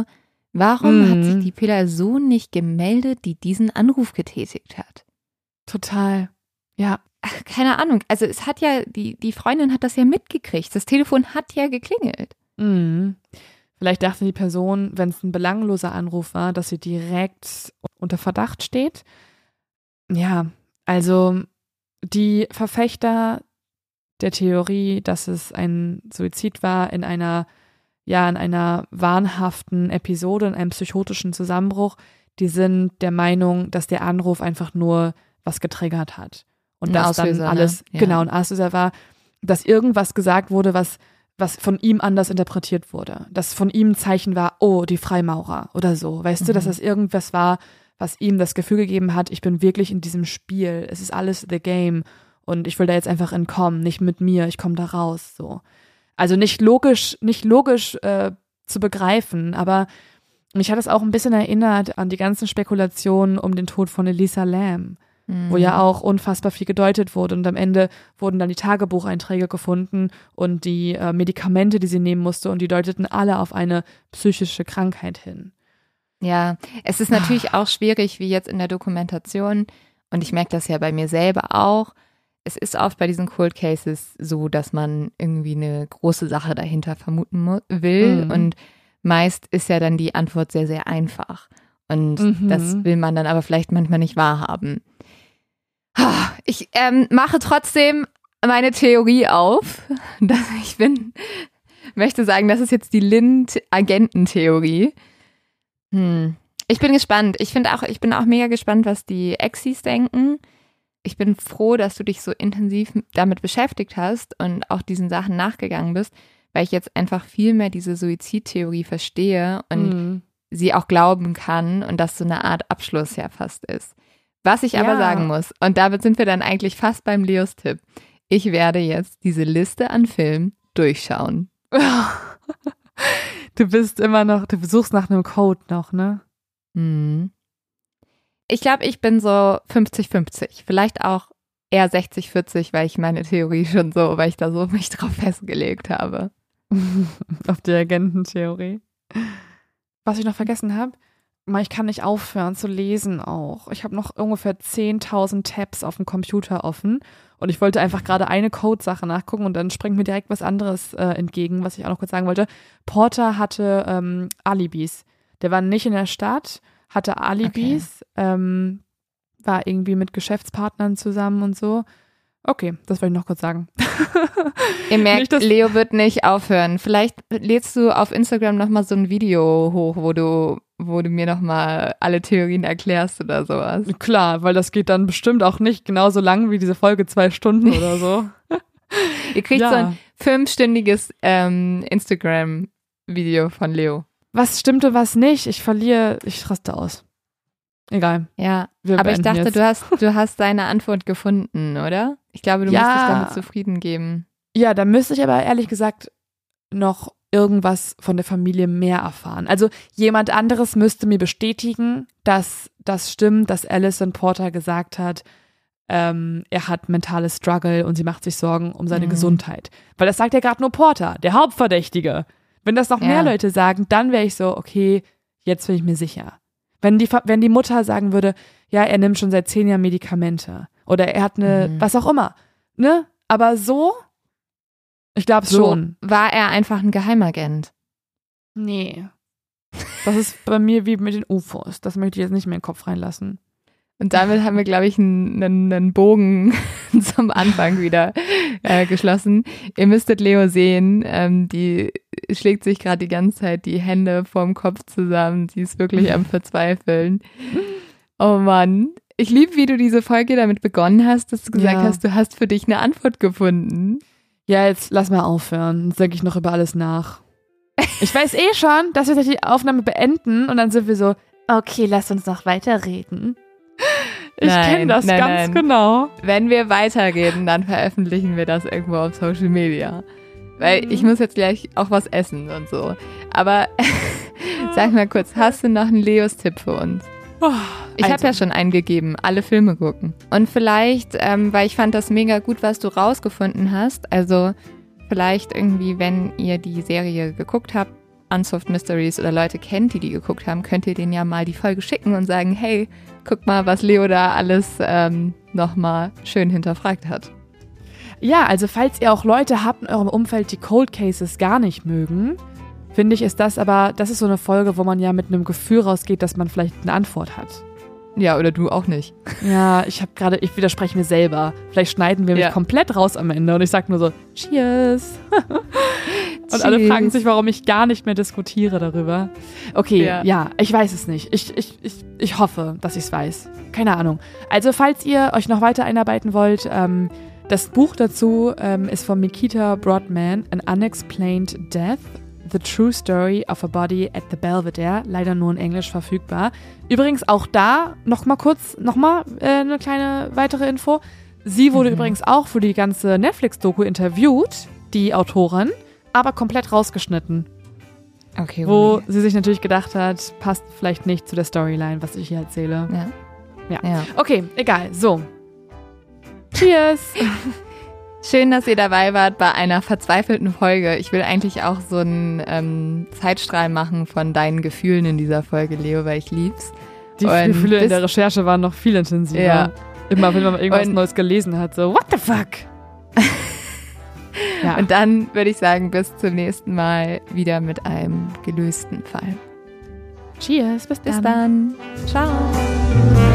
Speaker 2: Warum hat sich die Person nicht gemeldet, die diesen Anruf getätigt hat?
Speaker 1: Total, ja.
Speaker 2: Ach, keine Ahnung. Also es hat ja, die Freundin hat das ja mitgekriegt. Das Telefon hat ja geklingelt.
Speaker 1: Vielleicht dachte die Person, wenn es ein belangloser Anruf war, dass sie direkt unter Verdacht steht. Ja, also die Verfechter der Theorie, dass es ein Suizid war in einer wahnhaften Episode, in einem psychotischen Zusammenbruch, die sind der Meinung, dass der Anruf einfach nur was getriggert hat. Und dass dann alles, genau, ein Auslöser war, dass irgendwas gesagt wurde, was von ihm anders interpretiert wurde. Dass von ihm ein Zeichen war, oh, die Freimaurer oder so. Weißt du, dass das irgendwas war, was ihm das Gefühl gegeben hat, ich bin wirklich in diesem Spiel. Es ist alles the game. Und ich will da jetzt einfach entkommen, nicht mit mir, ich komme da raus. So. Also nicht logisch zu begreifen, aber mich hat es auch ein bisschen erinnert an die ganzen Spekulationen um den Tod von Elisa Lam. Wo ja auch unfassbar viel gedeutet wurde und am Ende wurden dann die Tagebucheinträge gefunden und die Medikamente, die sie nehmen musste und die deuteten alle auf eine psychische Krankheit hin.
Speaker 2: Ja, es ist natürlich auch schwierig, wie jetzt in der Dokumentation, und ich merke das ja bei mir selber auch, es ist oft bei diesen Cold Cases so, dass man irgendwie eine große Sache dahinter vermuten will und meist ist ja dann die Antwort sehr, sehr einfach und das will man dann aber vielleicht manchmal nicht wahrhaben. Ich mache trotzdem meine Theorie auf. Möchte sagen, das ist jetzt die Lind-Agententheorie. Ich bin gespannt. Ich bin auch mega gespannt, was die Exis denken. Ich bin froh, dass du dich so intensiv damit beschäftigt hast und auch diesen Sachen nachgegangen bist, weil ich jetzt einfach viel mehr diese Suizidtheorie verstehe und sie auch glauben kann und das so eine Art Abschluss ja fast ist. Was ich aber sagen muss, und damit sind wir dann eigentlich fast beim Leos Tipp, ich werde jetzt diese Liste an Filmen durchschauen.
Speaker 1: Du suchst nach einem Code noch, ne?
Speaker 2: Ich glaube, ich bin so 50-50, vielleicht auch eher 60-40, weil ich da so mich drauf festgelegt habe.
Speaker 1: Auf die Agententheorie. Was ich noch vergessen habe, ich kann nicht aufhören zu lesen auch. Ich habe noch ungefähr 10.000 Tabs auf dem Computer offen und ich wollte einfach gerade eine Codesache nachgucken und dann springt mir direkt was anderes entgegen, was ich auch noch kurz sagen wollte. Porter hatte Alibis. Der war nicht in der Stadt, hatte Alibis, war irgendwie mit Geschäftspartnern zusammen und so. Okay, das wollte ich noch kurz sagen.
Speaker 2: Ihr merkt, Leo wird nicht aufhören. Vielleicht lädst du auf Instagram nochmal so ein Video hoch, wo du mir nochmal alle Theorien erklärst oder sowas.
Speaker 1: Klar, weil das geht dann bestimmt auch nicht genauso lang wie diese Folge 2 Stunden oder so.
Speaker 2: Ihr kriegt so ein 5-stündiges Instagram-Video von Leo.
Speaker 1: Was stimmte, was nicht? Ich raste aus. Egal.
Speaker 2: Ja, aber ich dachte, du hast deine Antwort gefunden, oder? Ich glaube, du musst dich damit zufrieden geben.
Speaker 1: Ja, da müsste ich aber ehrlich gesagt noch irgendwas von der Familie mehr erfahren. Also jemand anderes müsste mir bestätigen, dass das stimmt, dass Alison Porter gesagt hat, er hat mentale Struggle und sie macht sich Sorgen um seine Gesundheit. Weil das sagt ja gerade nur Porter, der Hauptverdächtige. Wenn das noch mehr Leute sagen, dann wäre ich so, okay, jetzt bin ich mir sicher. Wenn die Mutter sagen würde, ja, er nimmt schon seit 10 Jahren Medikamente oder er hat was auch immer, ne? Aber so, ich glaube schon.
Speaker 2: War er einfach ein Geheimagent?
Speaker 1: Nee. Das ist bei mir wie mit den UFOs. Das möchte ich jetzt nicht mehr in den Kopf reinlassen.
Speaker 2: Und damit haben wir, glaube ich, einen Bogen zum Anfang wieder geschlossen. Ihr müsstet Leo sehen, die schlägt sich gerade die ganze Zeit die Hände vorm Kopf zusammen. Sie ist wirklich am Verzweifeln. Oh Mann. Ich liebe, wie du diese Folge damit begonnen hast, dass du gesagt hast, du hast für dich eine Antwort gefunden.
Speaker 1: Ja, jetzt lass mal aufhören. Jetzt denke ich noch über alles nach. Ich weiß schon, dass wir die Aufnahme beenden und dann sind wir so, okay, lass uns noch weiterreden. Ich kenne das ganz genau.
Speaker 2: Wenn wir weiterreden, dann veröffentlichen wir das irgendwo auf Social Media. Weil ich muss jetzt gleich auch was essen und so. Aber sag mal kurz, hast du noch einen Leos-Tipp für uns? Ich habe ja schon einen gegeben, alle Filme gucken. Und vielleicht, weil ich fand das mega gut, was du rausgefunden hast. Also vielleicht irgendwie, wenn ihr die Serie geguckt habt, Unsolved Mysteries oder Leute kennt, die geguckt haben, könnt ihr denen ja mal die Folge schicken und sagen, hey, guck mal, was Leo da alles nochmal schön hinterfragt hat.
Speaker 1: Ja, also falls ihr auch Leute habt in eurem Umfeld, die Cold Cases gar nicht mögen, finde ich, das ist so eine Folge, wo man ja mit einem Gefühl rausgeht, dass man vielleicht eine Antwort hat.
Speaker 2: Ja, oder du auch nicht.
Speaker 1: Ja, ich widerspreche mir selber. Vielleicht schneiden wir mich komplett raus am Ende und ich sage nur so, Cheers. Und alle fragen sich, warum ich gar nicht mehr diskutiere darüber. Okay, ja, ich weiß es nicht. Ich hoffe, dass ich es weiß. Keine Ahnung. Also, falls ihr euch noch weiter einarbeiten wollt, das Buch dazu ist von Mikita Broadman, An Unexplained Death, The True Story of a Body at the Belvedere, leider nur in Englisch verfügbar. Übrigens auch da nochmal eine kleine weitere Info. Sie wurde übrigens auch für die ganze Netflix-Doku interviewt, die Autorin, aber komplett rausgeschnitten.
Speaker 2: Okay.
Speaker 1: Wo sie sich natürlich gedacht hat, passt vielleicht nicht zu der Storyline, was ich hier erzähle. Ja. Okay, egal. So. Cheers!
Speaker 2: Schön, dass ihr dabei wart bei einer verzweifelten Folge. Ich will eigentlich auch so einen Zeitstrahl machen von deinen Gefühlen in dieser Folge, Leo, weil ich lieb's.
Speaker 1: Die Gefühle in der Recherche waren noch viel intensiver. Ja. Immer, wenn man irgendwas Neues gelesen hat, so, what the fuck?
Speaker 2: Ja. Und dann würde ich sagen, bis zum nächsten Mal wieder mit einem gelösten Fall.
Speaker 1: Cheers, bis
Speaker 2: dann. Ciao.